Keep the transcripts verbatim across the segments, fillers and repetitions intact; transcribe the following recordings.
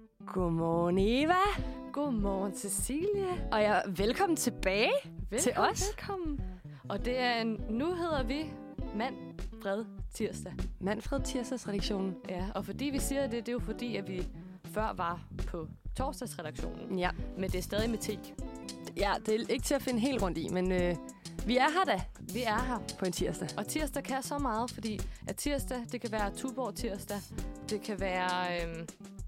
Godmorgen, Eva. Godmorgen, Cecilie. Og ja, velkommen tilbage Velkommen, til os. Velkommen. Og det er en, nu hedder vi Manfred Tirsdag. Manfred Tirsdagsredaktionen. Ja, og fordi vi siger det, det er jo fordi, at vi før var på torsdagsredaktionen. Ja. Men det er stadig med te. Ja, det er ikke til at finde helt rundt i, men øh, vi er her da Vi er her. på en tirsdag. Og tirsdag kan så meget, fordi at tirsdag, det kan være Tuborg tirsdag. Det kan være... Øhm,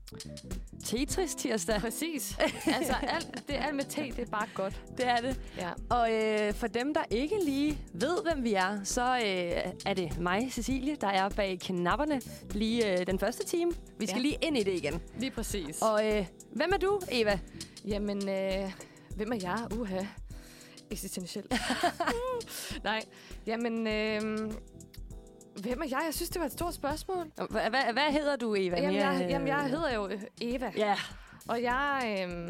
Tetris tirsdag. præcis. Altså, alt, det er alt med te, det er bare godt. Det er det. Ja. Og øh, for dem, der ikke lige ved, hvem vi er, så øh, er det mig, Cecilie, der er bag knapperne lige øh, den første time. Vi skal Ja. lige ind i det igen. Lige præcis. Og øh, hvem er du, Eva? Jamen, øh, hvem er jeg? Uha. Eksistentielt. Nej. Jamen, øh, hvem er jeg? Jeg synes, det var et stort spørgsmål. Hvad, hvad, hvad hedder du, Eva? Jamen, Mere, jeg, øh, jamen, jeg hedder jo øh, Eva. Ja. Og jeg øh,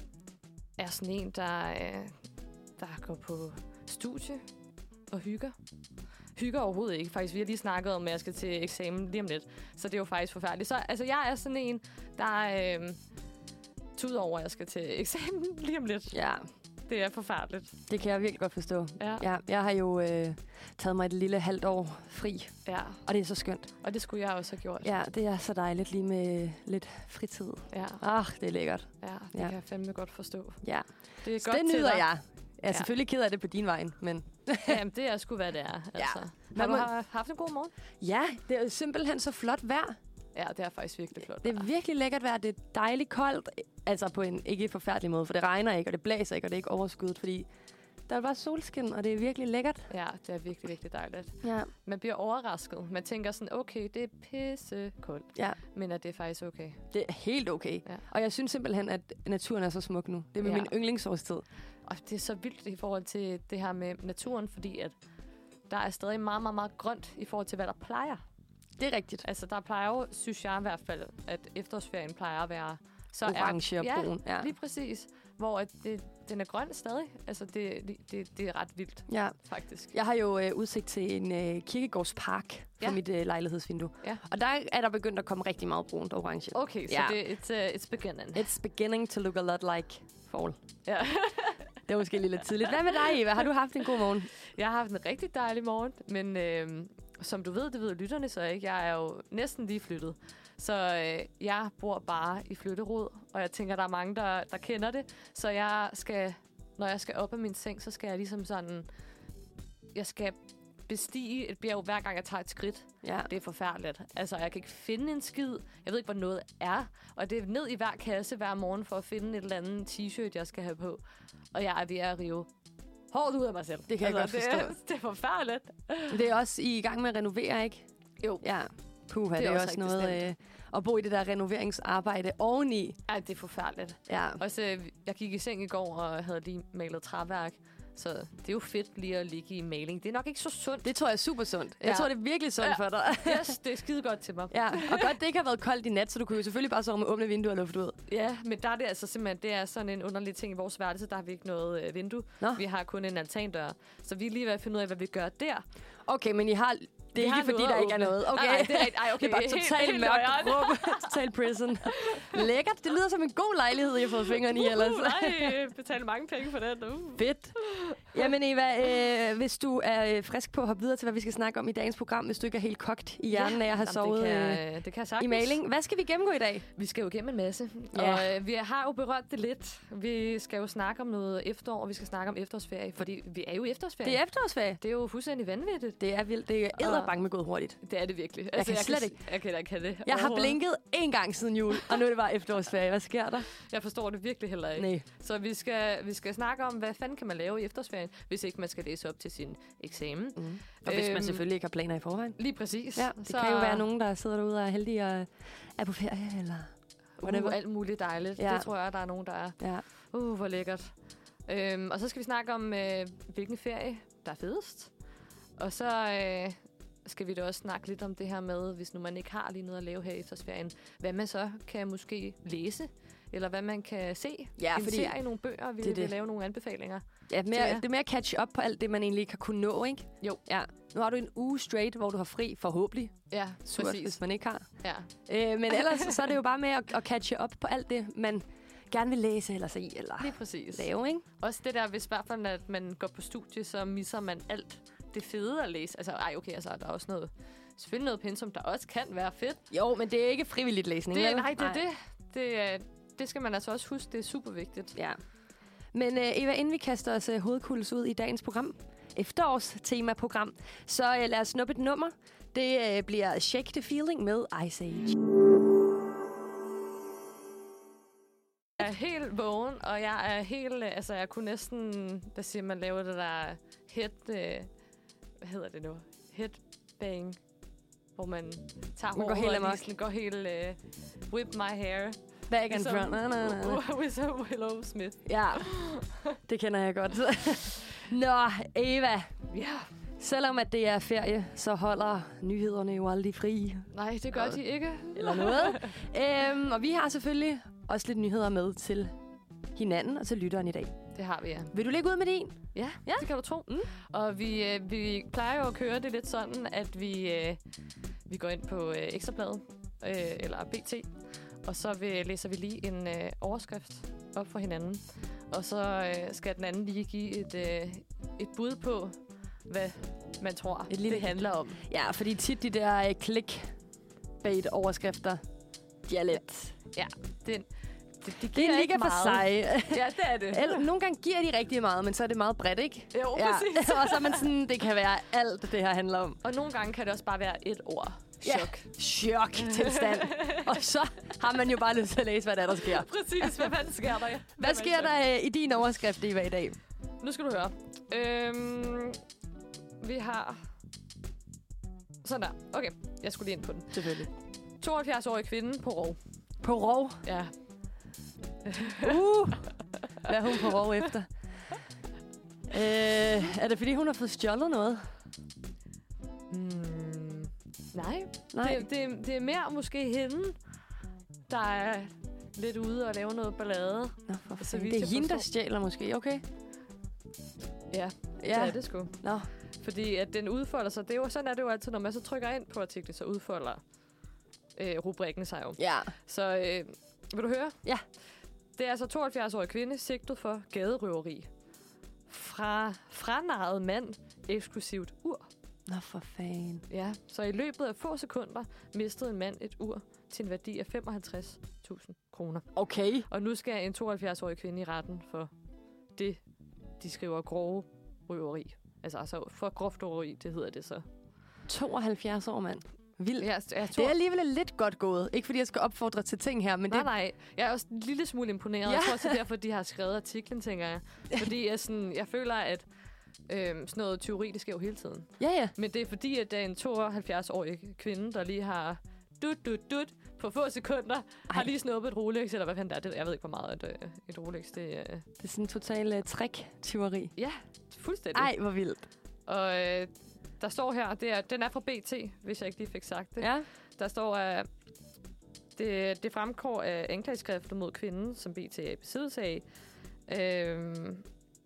er sådan en, der, øh, der går på studie og hygger. Hygger overhovedet ikke. Faktisk, vi har lige snakket om, at jeg skal til eksamen lige om lidt. Så det er jo faktisk forfærdeligt. Så altså, jeg er sådan en, der øh, tuder over, at jeg skal til eksamen lige om lidt. Ja, Det er forfærdeligt. det kan jeg virkelig godt forstå. Ja. Ja, jeg har jo øh, taget mig et lille halvt år fri, Ja. og det er så skønt. Og det skulle jeg også have gjort. Ja, det er så dejligt lige med lidt fritid. Ja, Ah, det er lækkert. ja det Ja. ja. kan jeg fandme godt forstå. Ja, Det er så godt det til nyder dig. jeg. Jeg er Ja. selvfølgelig ked af det på din vej, men Jamen, det er sgu, hvad det er. Altså. Ja. Har du må- har haft en god morgen? ja, det er jo simpelthen så flot vejr. Ja, det er faktisk virkelig flot. Det er virkelig lækkert vejr. Det er dejligt koldt. Altså på en ikke forfærdelig måde, for det regner ikke, og det blæser ikke, og det er ikke overskyet, fordi der er bare solskin, og det er virkelig lækkert. Ja, det er virkelig, virkelig dejligt. Ja, Man bliver overrasket. Man tænker sådan, okay, det er pisse koldt. ja, Men at det er faktisk okay. det er helt okay. Ja. Og jeg synes simpelthen, at naturen er så smuk nu. Det er med Ja. min yndlingsårstid. Og det er så vildt i forhold til det her med naturen, fordi at der er stadig meget, meget, meget grønt i forhold til, hvad der plejer. Det er rigtigt. Altså, der plejer jo, synes jeg i hvert fald, at efterårsferien plejer at være så Orange og ja, brun. Ja. lige præcis. Hvor at det, den er grøn stadig. Altså, det, det, det er ret vildt, ja. faktisk. Jeg har jo øh, udsigt til en øh, kirkegårdspark fra Ja. mit øh, lejlighedsvindue. Ja. Og der er der begyndt at komme rigtig meget brunt og orange. Okay, så Ja. det, it's, uh, it's beginning. It's beginning to look a lot like fall. Ja. Det er måske lige lidt tidligt. Hvad med dig, Eva? Har du haft en god morgen? Jeg har haft en rigtig dejlig morgen, men øh, som du ved, det ved lytterne så ikke, jeg er jo næsten lige flyttet. Så øh, jeg bor bare i flytterod, og jeg tænker, der er mange, der, der kender det. Så jeg skal, når jeg skal op af min seng, så skal jeg ligesom sådan, jeg skal bestige et bjerg, hver gang jeg tager et skridt. Ja. Det er forfærdeligt. Altså, jeg kan ikke finde en skid. Jeg ved ikke, hvor noget er. Og det er ned i hver kasse hver morgen for at finde et eller andet t-shirt, jeg skal have på. Og jeg er ved at rive hårdt ud af mig selv. Det kan jeg godt det forstå. Er, det er forfærdeligt. Det er også I gang med at renovere, ikke? Jo. Ja. Puha, det, Det er er også, også også noget rigtig øh, at bo i det der renoveringsarbejde oveni. Ej, det er forfærdeligt. Ja. Også, jeg gik i seng i går og havde lige malet træværk. Så det er jo fedt lige at ligge i maling. Det er nok ikke så sundt. Det tror jeg er super sundt. Jeg Ja. tror, det er virkelig sundt Ja. for dig. Yes, det er skide godt til mig. Ja, og godt, det ikke har været koldt i nat, så du kunne jo selvfølgelig bare sove med åbne vinduer og luft ud. Ja, men der er det altså simpelthen, det er sådan en underlig ting i vores værelse. Der har vi ikke noget øh, vindue. Nå. Vi har kun en altandør. Så vi er lige ved at finde ud af, hvad vi gør der. Okay, men I har... Det er Vi ikke har fordi, noget der at ikke er åbne. noget. Okay. Nej, nej, det er rigtigt. Ej, okay. Det er bare Helt- totalt helt mørkt løgn. rum. Total prison. Lækkert. Det lyder som en god lejlighed, I har fået fingrene i ellers. Uh, nej, betale mange penge for den. Uh. Fedt. Jamen Eva, øh, hvis du er øh, frisk på at hoppe videre til, hvad vi skal snakke om i dagens program, hvis du ikke er helt kogt i hjernen af at have Jamen, sovet det øh, kan, det kan jeg sagtens. i maling. Hvad skal vi gennemgå i dag? Vi skal jo igennem en masse. Ja. Og øh, vi har jo berørt det lidt. Vi skal jo snakke om noget efterår, og vi skal snakke om efterårsferie. Fordi vi er jo i efterårsferie. Det er efterårsferie. det er jo fuldstændig vanvittigt. Det er vildt. Det er edderbank med gået hurtigt. Det er det virkelig. Jeg kan slet kan, ikke. Jeg kan da ikke have det. Jeg har overhovedet. blinket én gang siden jul, og nu er det bare efterårsferie. Hvad sker der? Jeg forstår det virkelig heller ikke. Nej. Så vi skal, vi skal snakke om, hvad fanden kan man lave i efterårsferien, hvis ikke man skal læse op til sin eksamen. Mm. Og hvis man Øhm, selvfølgelig ikke har planer i forvejen. Lige præcis. Ja, det så... kan jo være nogen, der sidder derude og er heldige og er på ferie, eller whatever. Uh, alt muligt dejligt. Ja. Det tror jeg, der er nogen, der er. Ja. Uh, hvor lækkert. Øhm, og så skal vi snakke om, øh, hvilken ferie, der er fedest. Og så øh, skal vi da også snakke lidt om det her med, hvis nu man ikke har lige noget at lave her i efterårsferien, hvad man så kan måske læse eller hvad man kan se. Ja, en fordi serie, nogle bøger, vi det er vil det. lave nogle anbefalinger. Ja, mere, det er mere at catch up på alt det, man egentlig ikke har kunnet nå, ikke? Jo. Ja. Nu har du en uge straight, hvor du har fri, forhåbentlig. Ja, Surt, præcis. hvis man ikke har. Ja. Øh, men ellers så er det jo bare med at, at catche op på alt det, man gerne vil læse eller se eller Lige præcis. lave, ikke? Også det der, hvis i hvert fald, at man går på studie, så misser man alt det fede at læse. Altså, ej, okay, altså, der er også noget, selvfølgelig noget pensum, der også kan være fedt. Jo, men det er ikke frivilligt læsning, Det, vel? nej, det er det. Det, er- det skal man altså også huske, det er super vigtigt. Ja. Men uh, Eva, inden vi kaster os uh, hovedkuls ud i dagens program, efterårstema-program, så uh, lad os snuppe et nummer. Det uh, bliver Shake the Feeling med Ice Age. Jeg er helt vågen, og jeg er helt, øh, altså jeg kunne næsten, hvad siger man, lave det der head, øh, hvad hedder det nu? Headbang, hvor man tager Man går håret helt og amok. lige sådan går helt, øh, whip my hair. Back and front. Nej, nej, nej. With Willow Smith. Ja, det kender jeg godt. Nå, Eva. Ja. Selvom at det er ferie, så holder nyhederne jo aldrig fri. Nej, det gør de ikke. Eller noget. øhm, og vi har selvfølgelig også lidt nyheder med til hinanden og til lytteren i dag. Det har vi, ja. Vil du lægge ud med din? Ja, Ja. ja. Det kan du tro. Mm. Og vi, øh, vi plejer jo at køre det lidt sådan, at vi, øh, vi går ind på øh, Ekstrabladet, øh, eller B T, og så vil, læser vi lige en øh, overskrift op for hinanden. Og så øh, skal den anden lige give et, øh, et bud på, hvad man tror, Et lille det handler om. Ja, fordi tit de der uh, clickbait-overskrifter, de er lidt... Ja, det, det, det Det giver er ikke ligger for meget. sig. Ja, det er det. Eller, nogle gange giver de rigtig meget, men så er det meget bredt, ikke? Jo, Ja. præcis. Og så er man sådan, det kan være alt, det her handler om. Og nogle gange kan det også bare være et ord. Ja. Chok. Chok-tilstand. Og så har man jo bare lyst til at læse, hvad der, der sker. Præcis. Hvad fanden sker der? Hvad sker der uh, i din overskrift, Eva, i dag? Nu skal du høre. Øhm, vi har... Sådan der. Okay, jeg skulle lige ind på den. Selvfølgelig. tooghalvfjerds-årig kvinde på rov. På rov. Ja. Uh, hvad er hun på rov efter? Uh, er det, fordi hun har fået stjålet noget? Mm, nej. Nej. Det, det, det er mere måske hende, der er lidt ude og lave noget ballade. Nå, for Så fanden. vidt Det er jeg hende, der forstår. stjæler måske, okay? Ja, Ja. det er det sgu. Nå. Fordi at den udfolder sig. Det er jo, sådan er det jo altid, når man så trykker ind på artiklen, så udfolder øh, rubrikken sig jo. Ja. Så øh, vil du høre? Ja. Det er altså tooghalvfjerds-årig kvinde sigtet for gaderøveri. Fra franarret mand eksklusivt ur. Nå, for fanden. Ja, så i løbet af få sekunder mistede en mand et ur til en værdi af femoghalvtreds tusind kroner. Okay. Og nu skal en tooghalvfjerds-årig kvinde i retten for det, de skriver grove røveri. Altså, altså for groft røveri, det hedder det så. tooghalvfjerds år, mand. Vildt. Jeg, jeg Det tror, er alligevel lidt godt gået. Ikke fordi jeg skal opfordre til ting her, men nej, det... nej. Jeg er også en lille smule imponeret. Ja. Jeg tror også, det er derfor, de har skrevet artiklen, tænker jeg. Fordi jeg, sådan, jeg føler, at øhm, sådan noget teori, det sker jo hele tiden. Ja, ja. Men det er fordi, at der er en tooghalvfjerds-årig kvinde, der lige har dut, dut, dut på få sekunder, Ej. har lige snuppet et Rolex, eller hvad fanden det er. Det, jeg ved ikke, hvor meget et, et Rolex det er. Det er sådan en total uh, trick-tyveri. Ja, fuldstændig. Ej, hvor vildt. Og øh, der står her, det er, den er fra B T, hvis jeg ikke lige fik sagt det. Ja. Der står, at det, det fremgår af anklageskriftet mod kvinden, som B T er i besiddelse af, øhm,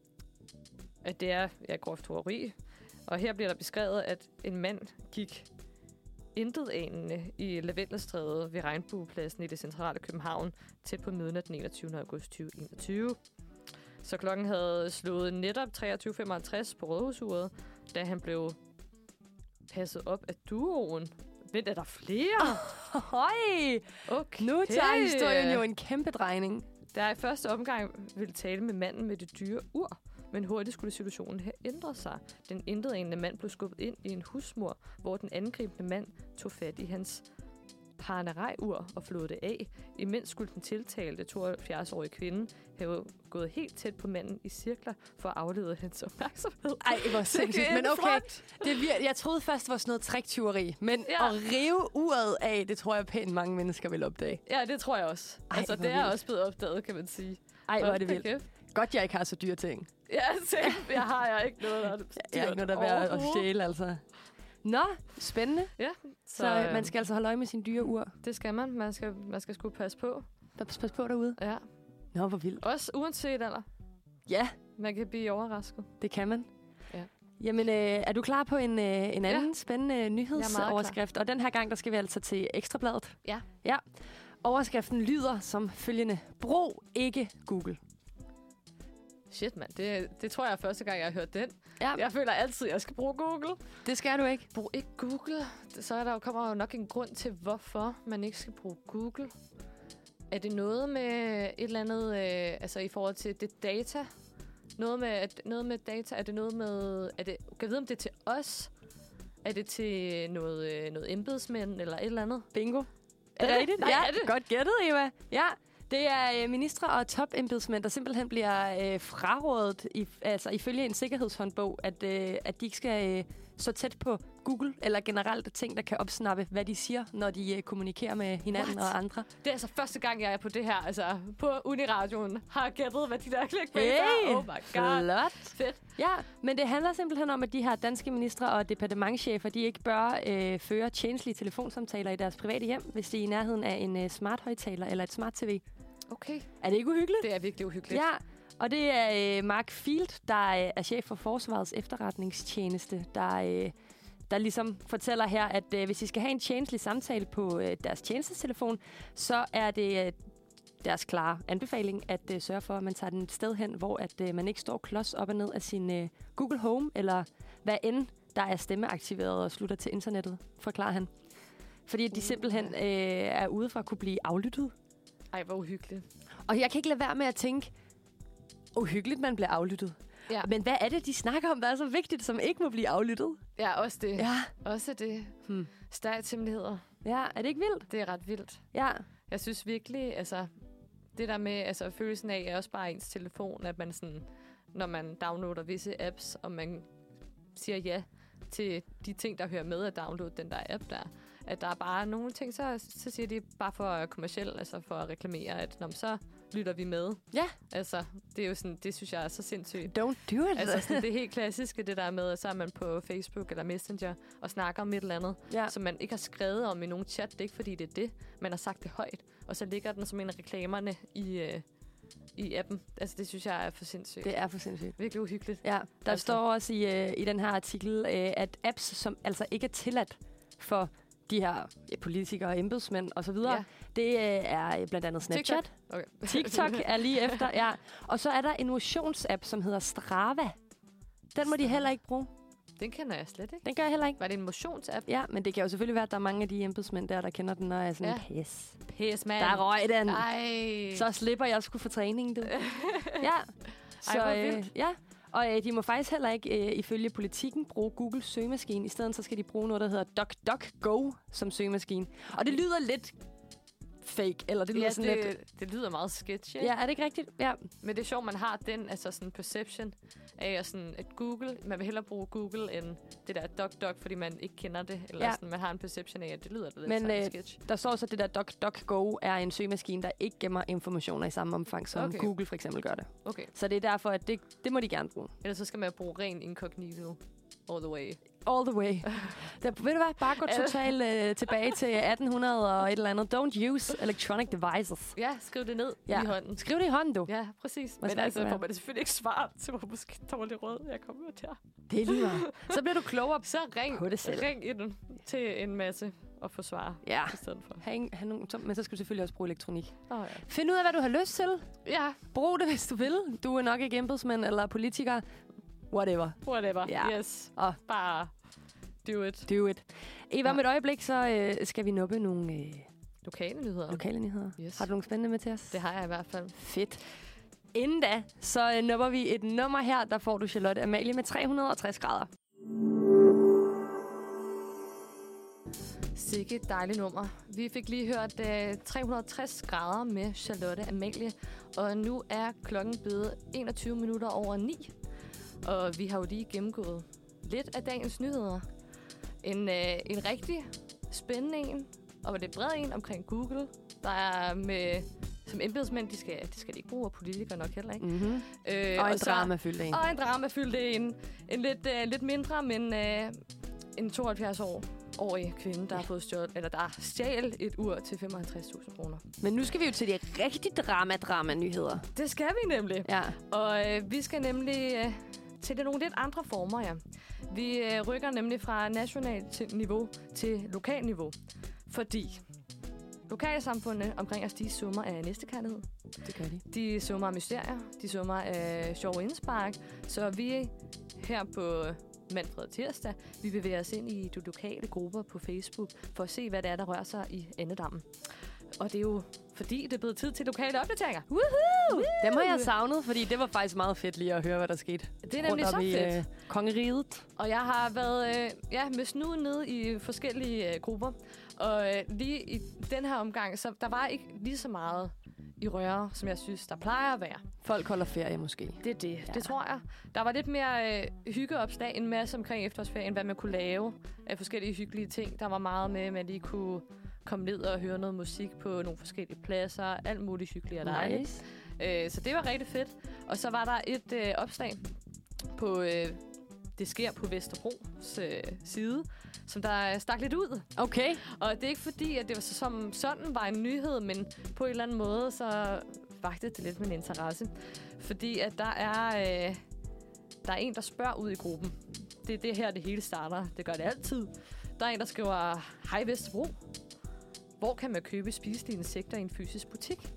at det er ja, groft røveri. Og her bliver der beskrevet, at en mand gik intetanende i Lavendelstræde ved Regnbuepladsen i det centrale København tæt på midnat den enogtyvende august to tusind og enogtyve. Så klokken havde slået netop treogtyve femoghalvtreds på rådhusuret, da han blev passet op af duoen. Vent, er der flere? Høj! Okay. Nu tager historien jo en kæmpe drejning. Der i første omgang ville tale med manden med det dyre ur, men hurtigt skulle situationen have ændret sig. Den intetanende mand blev skubbet ind i en husmur, hvor den angribende mand tog fat i hans parnerej-ur og flåede det af. Imens skulle den tiltalte tooghalvfjerds-årige kvinde have gået helt tæt på manden i cirkler for at aflede hans opmærksomhed. Ej, hvor sindssygt. Men okay, det vir- jeg troede først, det var sådan noget tricktyveri. Men Ja. at rive uret af, det tror jeg pænt mange mennesker vil opdage. Ja, det tror jeg også. Ej, altså, hvor det er vildt. også blevet opdaget, kan man sige. Ej, hvor er det Hold da vildt. kæft. Godt, jeg ikke har så dyre ting. Ja, se, jeg har jeg ikke noget, der er Jeg har ikke noget, der er værd at overhovedet. stjæle, altså. Nå, spændende. Ja, Så, så man skal altså holde øje med sin dyre ur. Det skal man. Man skal, man skal sgu passe på. Pas, pas på derude. Ja. Nå, hvor vildt. Også uanset alder. Ja, Man kan blive overrasket. det kan man. Ja. Jamen, øh, er du klar på en, øh, en anden Ja. spændende nyhedsoverskrift? Og den her gang, der skal vi altså til Ekstrabladet. Ja. Ja. Overskriften lyder som følgende. Brug ikke Google. Shit, mand. Det, det tror jeg er første gang, jeg har hørt den. Ja, Jeg føler altid, at jeg skal bruge Google. det skal du ikke. Brug ikke Google. Så er der jo, kommer jo nok en grund til, hvorfor man ikke skal bruge Google. Er det noget med et eller andet, øh, altså i forhold til det data? Noget med, at, noget med data? Er det noget med, er det, kan jeg vide, om det er til os? Er det til noget, øh, noget embedsmænd eller et eller andet? Bingo. Er Er det det? rigtigt? Nej, Ja, er det? godt gættet, Eva. Ja, det er øh, ministre og topembedsmænd, der simpelthen bliver øh, frarådet, i, altså ifølge en sikkerhedshåndbog, at, øh, at de ikke skal øh, så tæt på Google, eller generelt ting, der kan opsnappe, hvad de siger, når de øh, kommunikerer med hinanden What? og andre. Det er altså første gang, jeg er på det her, altså på Uniradioen, har gættet, hvad de der clickbait Hey, er. Oh my god. flot. Fedt. Ja, men det handler simpelthen om, at de her danske ministre og departementschefer, de ikke bør øh, føre tjenestlige telefonsamtaler i deres private hjem, hvis de er i nærheden af en øh, smart højtaler eller et smart tv. Okay. Er det ikke uhyggeligt? Det er virkelig uhyggeligt. Ja, og det er øh, Mark Field, der øh, er chef for Forsvarets efterretningstjeneste, der, øh, der ligesom fortæller her, at øh, hvis I skal have en tjenestelig samtale på øh, deres tjenestestelefon, så er det øh, deres klare anbefaling at øh, sørge for, at man tager den et sted hen, hvor at, øh, man ikke står klods op og ned af sin øh, Google Home, eller hvad end der er stemmeaktiveret og slutter til internettet, forklarer han. Fordi de simpelthen øh, er ude for at kunne blive aflyttet. Ej, hvor uhyggeligt. Og jeg kan ikke lade være med at tænke, uhyggeligt, man bliver aflyttet. Ja. Men hvad er det, de snakker om, der er så vigtigt, som ikke må blive aflyttet? Ja, også det. Ja. Også det. Hmm. Statshemmeligheder. Ja, er det ikke vildt? Det er ret vildt. Ja. Jeg synes virkelig, altså, det der med, altså, følelsen af, er også bare ens telefon, at man sådan, når man downloader visse apps, og man siger ja til de ting, der hører med at downloade den der app der, at der er bare nogle ting, så, så siger de bare for kommercielt, altså for at reklamere, at når så lytter vi med. Ja. Altså, det er jo sådan, det synes jeg er så sindssygt. Don't do it. Altså, sådan, det er helt klassiske, det der med, at så er man på Facebook eller Messenger og snakker om et eller andet, Ja. som man ikke har skrevet om i nogen chat. Det er ikke, fordi det er det. Man har sagt det højt, og så ligger den som en af reklamerne i, øh, i appen. Altså, det synes jeg er for sindssygt. Det er for sindssygt. Virkelig uhyggeligt. Ja, der Altså. står også i, øh, i den her artikel, øh, at apps, som altså ikke er tilladt for de her ja, politikere og embedsmænd og så videre, Ja. det øh, er blandt andet Snapchat. Okay. TikTok er lige efter, ja. Og så er der en motionsapp, som hedder Strava. Den må de heller ikke bruge. Den kender jeg slet ikke. Den gør jeg heller ikke. Var det en motionsapp? Ja, men det kan jo selvfølgelig være, at der er mange af de embedsmænd der, der kender den, og er sådan, Ja. ja. Pis. Pis, mand. Der røg den. Ej. Så slipper jeg sgu for træningen, du. Ja. Så, hvor øh, vildt. ja. Og øh, de må faktisk heller ikke, øh, ifølge politikken, bruge Googles søgemaskine. I stedet så skal de bruge noget, der hedder DuckDuckGo som søgemaskine. Og det lyder lidt fake, eller det lyder Ja, sådan det, lidt... det lyder meget sketchy. Ja, er det ikke rigtigt? Ja. Men det er sjovt, man har den, altså sådan perception af at, sådan, at Google, man vil hellere bruge Google end det der DuckDuck, fordi man ikke kender det. Eller Ja. sådan, man har en perception af, at det lyder lidt Men, sådan øh, sketch. Der står så, at det der DuckDuckGo er en søgemaskine, der ikke gemmer informationer i samme omfang, som Okay. Google for eksempel gør det. Okay. Så det er derfor, at det, det må de gerne bruge. Ellers så skal man bruge ren incognito all the way. All the way. Der, ved du hvad? Bare gå totalt øh, tilbage til atten hundrede og et eller andet. Don't use electronic devices. Ja, skriv det ned Ja. i hånden. Skriv det i hånden, du. Ja, præcis. Hvor Men svært altså kan det får være? man selvfølgelig ikke svar til, hvor måske dårlig råd jeg kommer med der. Det er lige meget. Så bliver du klogere Så ring, på det selv. ring ind til en masse og få svar Ja. i stedet for. Ha en, ha nogle, men så skal du selvfølgelig også bruge elektronik. Oh, ja. Find ud af, hvad du har lyst til. ja, Brug det, hvis du vil. Du er nok ikke embedsmand eller politiker. Whatever. whatever. Ja. Yes. Og Bare do it. do it. Eva, Ja. om et øjeblik, så øh, skal vi nuppe nogle øh, Lokale nyheder. lokale nyheder. Yes. Har du nogle spændende med til os? Det har jeg i hvert fald. Fedt. Inden da, så øh, nupper vi et nummer her, der får du Charlotte Amalie med tre hundrede og tres grader. Sikke et dejligt nummer. Vi fik lige hørt uh, tre hundrede og tres grader med Charlotte Amalie, og nu er klokken blevet enogtyve minutter over ni. Og vi har jo lige gennemgået lidt af dagens nyheder. En, uh, en rigtig spændende en, og lidt bred en omkring Google. Der er med, som embedsmænd, de skal, de skal de ikke bruge, og politikere nok heller ikke. Mm-hmm. Øh, Og en så- dramafyldt en. Og en dramafyldt en. En lidt, uh, lidt mindre, men uh, en tooghalvfjerds år årig kvinde, der har fået stjålet, eller der stjal et ur til femoghalvtreds tusind kroner. Men nu skal vi jo til de rigtig drama-drama-nyheder. Det skal vi nemlig. Ja. Og øh, vi skal nemlig øh, til det nogle lidt andre former, ja. Vi øh, rykker nemlig fra nationalt til niveau til lokalt niveau. Fordi lokalsamfundene omkring os, de summer af næstekærlighed. Det gør de. De summer af mysterier. De summer af sjove indspark. Så vi her på Manfred Tirsdag, vi bevæger os ind i de lokale grupper på Facebook for at se, hvad det er, der rører sig i Andedammen. Og det er jo fordi, det er blevet tid til lokale opdateringer. Woohoo! Dem har jeg savnet, fordi det var faktisk meget fedt lige at høre, hvad der skete. Det er nemlig så i, fedt. Øh, kongeriget. Og jeg har været øh, ja, med snuden nede i forskellige øh, grupper. Og øh, lige i den her omgang, så der var ikke lige så meget i Røre, som jeg synes, der plejer at være. Folk holder ferie måske. Det er det. Ja. Det tror jeg. Der var lidt mere øh, hyggeopslag, en masse omkring efterårsferien, hvad man kunne lave af forskellige hyggelige ting. Der var meget med, at man lige kunne komme ned og høre noget musik på nogle forskellige pladser. Alt muligt hyggeligt og dejligt. Nice. Øh, så det var rigtig fedt. Og så var der et øh, opslag på øh, Det sker på Vesterbros øh, side, som der stak lidt ud. Okay. Og det er ikke fordi, at det var så, som sådan var en nyhed, men på en eller anden måde, så vagte det lidt min interesse. Fordi at der er, øh, der er en, der spørger ud i gruppen. Det er det her, det hele starter. Det gør det altid. Der er en, der skriver, hej Vesterbro. Hvor kan man købe spiselige insekter i en fysisk butik?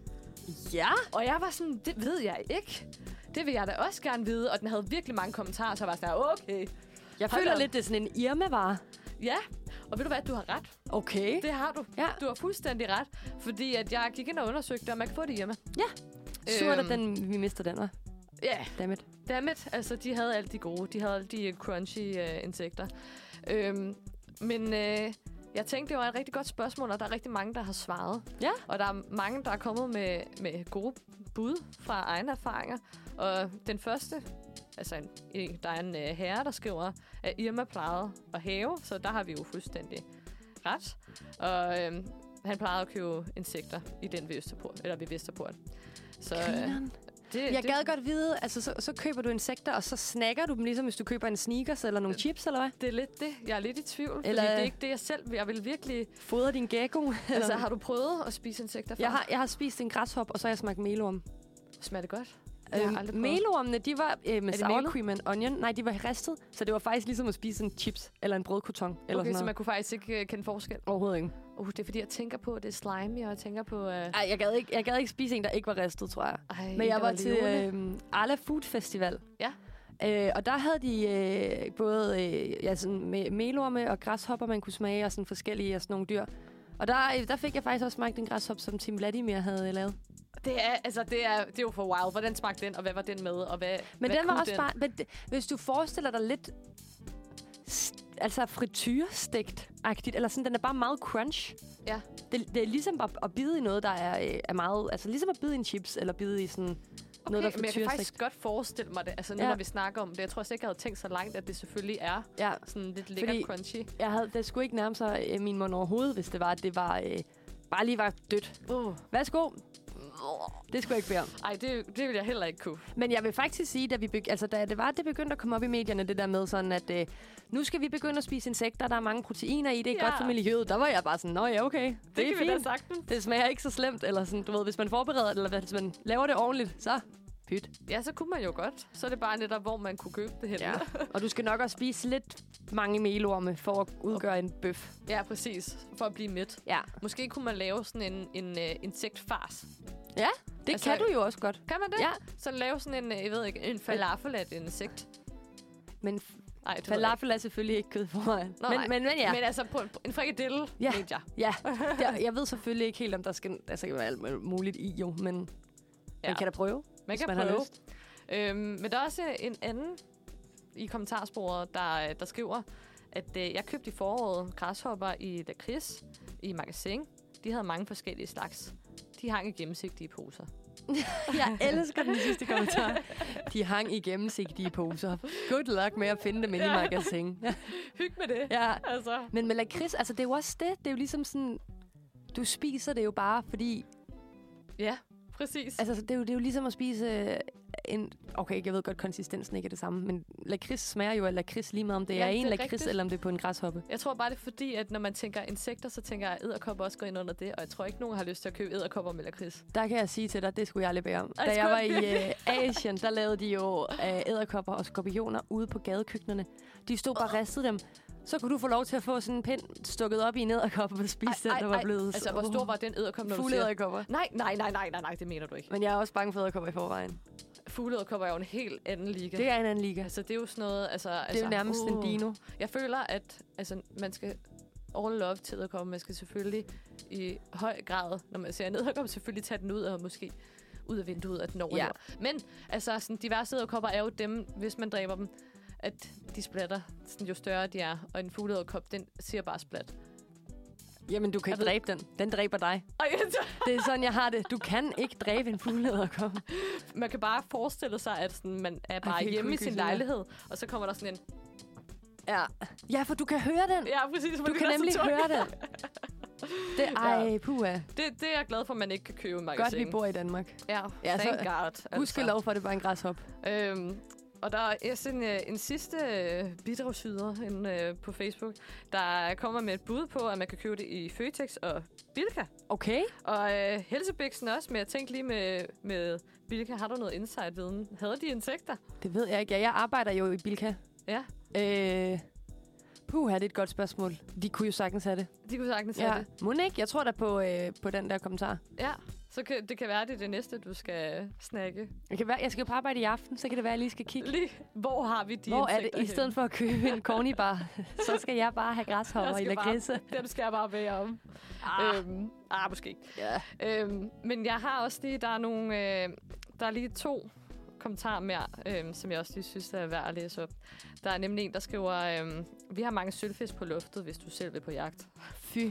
Ja. Og jeg var sådan, det ved jeg ikke. Det vil jeg da også gerne vide. Og den havde virkelig mange kommentarer, så jeg var sådan, okay. Jeg Hold føler op. lidt, det er sådan en Irma-vare. Ja, og ved du hvad, du har ret. Okay. Det har du. Ja. Du har fuldstændig ret. Fordi at jeg gik ind og undersøgte, om man kan få det hjemme. Ja. Surt, Øhm. at den, vi mister den, var. Ja, Dammit. dammit. Altså, de havde alt de gode. De havde alle de crunchy uh, insekter. Øhm, men øh, jeg tænkte, det var et rigtig godt spørgsmål, og der er rigtig mange, der har svaret. Ja. Og der er mange, der er kommet med, med gode bud fra egne erfaringer. Og den første, altså en, en, der er en uh, herre, der skriver, at Irma plejede at have, så der har vi jo fuldstændig ret. Og øhm, han plejede at købe insekter i den ved Østerport, eller ved Vesterport. Så øh, Grineren. det, Jeg det, gad godt vide, altså så, så køber du insekter, og så snakker du dem, ligesom hvis du køber en sneakers eller nogle chips, eller hvad? det er lidt det. Jeg er lidt i tvivl, fordi Eller- det er ikke det, jeg selv vil. Jeg vil virkelig... Fodrer din gecko? Altså, har du prøvet at spise insekter før? Jeg har, jeg har spist en græshop, og så har jeg smagt melorm. Smager det godt? Det har jeg Øhm, aldrig prøvet. melormene, de var øh, med det sour melet? cream and onion. Nej, de var ristet, så det var faktisk ligesom at spise en chips eller en brødkroton. Eller Okay, sådan så man noget. kunne faktisk ikke uh, kende forskel. Overhovedet ikke. Uh, det er fordi, jeg tænker på, at det er slimy, og jeg tænker på... Uh, Ej, jeg gad, ikke, jeg gad ikke spise en, der ikke var ristet, tror jeg. ej, Men jeg der var til levende. øh, Arla Food Festival. Ja. Øh, og der havde de øh, både øh, ja, sådan med melorme og græshopper, man kunne smage, og sådan forskellige og sådan nogle dyr. Og der, øh, der fik jeg faktisk også smagt en græshop, som Tim Vladimir havde øh, lavet. Det er, altså, det er, det er jo for wow. Hvordan smagte den, og hvad var den med? Og hvad, Men hvad den var kunne også bare... Men det, hvis du forestiller dig lidt... st- Altså frityrestegt-agtigt, eller sådan, den er bare meget crunch. Ja. Det, det er ligesom at, at bide i noget, der er, øh, er meget... Altså ligesom at bide i en chips, eller bide i sådan... Okay, noget, der men jeg kan frityrestegt. faktisk godt forestille mig det. Altså nu, Ja. når vi snakker om det. Jeg tror også ikke, jeg havde tænkt så langt, at det selvfølgelig er Ja, sådan lidt lækkert Fordi- crunchy. jeg havde, det skulle ikke nærme sig øh, min mund overhovedet, hvis det var, at det var... Øh, bare lige var dødt. Uh. Værsgo. Det skulle jeg ikke bede om. Ej, det, det vil jeg heller ikke kunne. Men jeg vil faktisk sige, da, vi begy- altså, da det var, det begyndte at komme op i medierne, det der med sådan, at øh, nu skal vi begynde at spise insekter, der er mange proteiner i, det er Ja. godt for miljøet. Der var jeg bare sådan, nå ja, okay, det, Det, det er kan vi da fint. sagtens. Det smager ikke så slemt, eller sådan, du ved, hvis man forbereder det, eller hvis man laver det ordentligt, så pyt. Ja, så kunne man jo godt. Så er det bare netop, hvor man kunne købe det henne. Ja. Og du skal nok også spise lidt mange melorme for at udgøre en bøf. Ja, præcis. For at blive mæt. Ja, Måske kunne man lave sådan en, en uh, insektfars. det Altså- kan du jo også godt. Kan man det? Ja, Så lave sådan en, øh, jeg ved ikke, en falafel af et insekt. men Nej, det ved jeg falafel er selvfølgelig ikke kød for mig. Nå, men, nej. men, men ikke. ja. Men altså på en, en frikadelle, Ja. mente jeg. Ja, jeg, jeg ved selvfølgelig ikke helt, om der skal, der skal være alt muligt i, jo, men Ja. man kan da prøve, Man hvis kan man har prøve. lyst. Øhm, men der er også en anden i kommentarsporet, der, der skriver, at øh, jeg købte i foråret græshopper i lakrids i magasin. De havde mange forskellige slags. De hang i gennemsigtige poser. Jeg elsker den sidste kommentar. De hang i gennemsigtige poser. Good luck med at finde dem inde i Ja. magasin. Ja. Hyg med det. Ja. Altså. Men med lakrids, altså det er jo også det. Det er jo ligesom sådan, du spiser det jo bare, fordi... Ja, præcis. Altså det er jo, det er jo ligesom at spise øh, en... Okay, jeg ved godt, konsistensen ikke er det samme, men lakrids smager jo af lakrids lige meget, om det Ja, er det en er lakrids, rigtigt. eller om det er på en græshoppe. Jeg tror bare, det er fordi, at når man tænker insekter, så tænker jeg, at edderkopper også går ind under det. Og jeg tror ikke, nogen har lyst til at købe edderkopper med lakrids. Der kan jeg sige til dig, det skulle jeg aldrig bede om. Ej, Da jeg skulle var i jeg øh, Asien, der lavede de jo øh, edderkopper og skorpioner ude på gadekøkkenerne. De stod bare og ristede dem. Så kunne du få lov til at få sådan en pind stukket op i en edderkop og spise den, der var blevet... Altså, hvor stor var den edderkop, når du Fugle siger? edderkopper. Nej, nej, nej, nej, nej, nej, det mener du ikke. Men jeg er også bange for edderkopper i forvejen. Fugleedderkopper er jo en helt anden liga. Det er en anden liga. Altså, det er jo sådan noget... Altså, Det er altså, jo nærmest uh. en dino. Jeg føler, at altså, man skal all love til edderkopper. Man skal selvfølgelig i høj grad, når man ser en edderkop, selvfølgelig tage den ud og måske ud af vinduet, at den overlever. Ja. Men altså, sådan, de værste edderkopper er jo dem, hvis man dræber dem, at de splatter, sådan, jo større de er. Og en fugleedderkop, den siger bare splat. Jamen, du kan ikke Jeg ved- dræbe den. Den dræber dig. Og jeg, Det er sådan, jeg har det. Du kan ikke dræbe en fugleedderkop. man kan bare forestille sig, at sådan, man er bare det er hjemme i kuldegys, sin det der. lejlighed, og så kommer der sådan en... Ja. Ja, for du kan høre den. Ja, præcis. Du kan nemlig høre den. Det er ej, puha. Det, det er jeg glad for, at man ikke kan købe i Godt, magasin. vi bor i Danmark. Ja, Ja, thank så- God. Altså. Husk lov for, at det var en græshop. Øhm, og der er sådan en, en sidste øh, bidragsyder en, øh, på Facebook, der kommer med et bud på, at man kan købe det i Føtex og Bilka. Okay. Og øh, Helsebiksen også, men jeg tænkte lige med, med Bilka, har du noget insight-viden? Havde de insekter? Det ved jeg ikke. Ja, jeg arbejder jo i Bilka. Ja, Øh, puha, det er et godt spørgsmål. De kunne jo sagtens have det. de kunne sagtens have Ja. det. Må ikke? Jeg tror da på, øh, på den der kommentar. Ja, så kan, det kan være, det er det næste, du skal snakke. Det kan være, jeg skal jo på arbejde i aften, så kan det være, at jeg lige skal kigge. Lige, hvor har vi de Hvor er det? insekter I stedet for at købe en cornibar, så skal jeg bare have græshopper Jeg i skal lakridse. henne? Dem skal jeg bare bede om. Ah. Øhm, ah, måske ikke. Ja. Øhm, men jeg har også lige, der er nogle, øh, der er lige to kommentarer mere, øh, som jeg også lige synes er værd at læse op. Der er nemlig en, der skriver, øh, vi har mange sølvfisk på luftet, hvis du selv vil på jagt. Fy.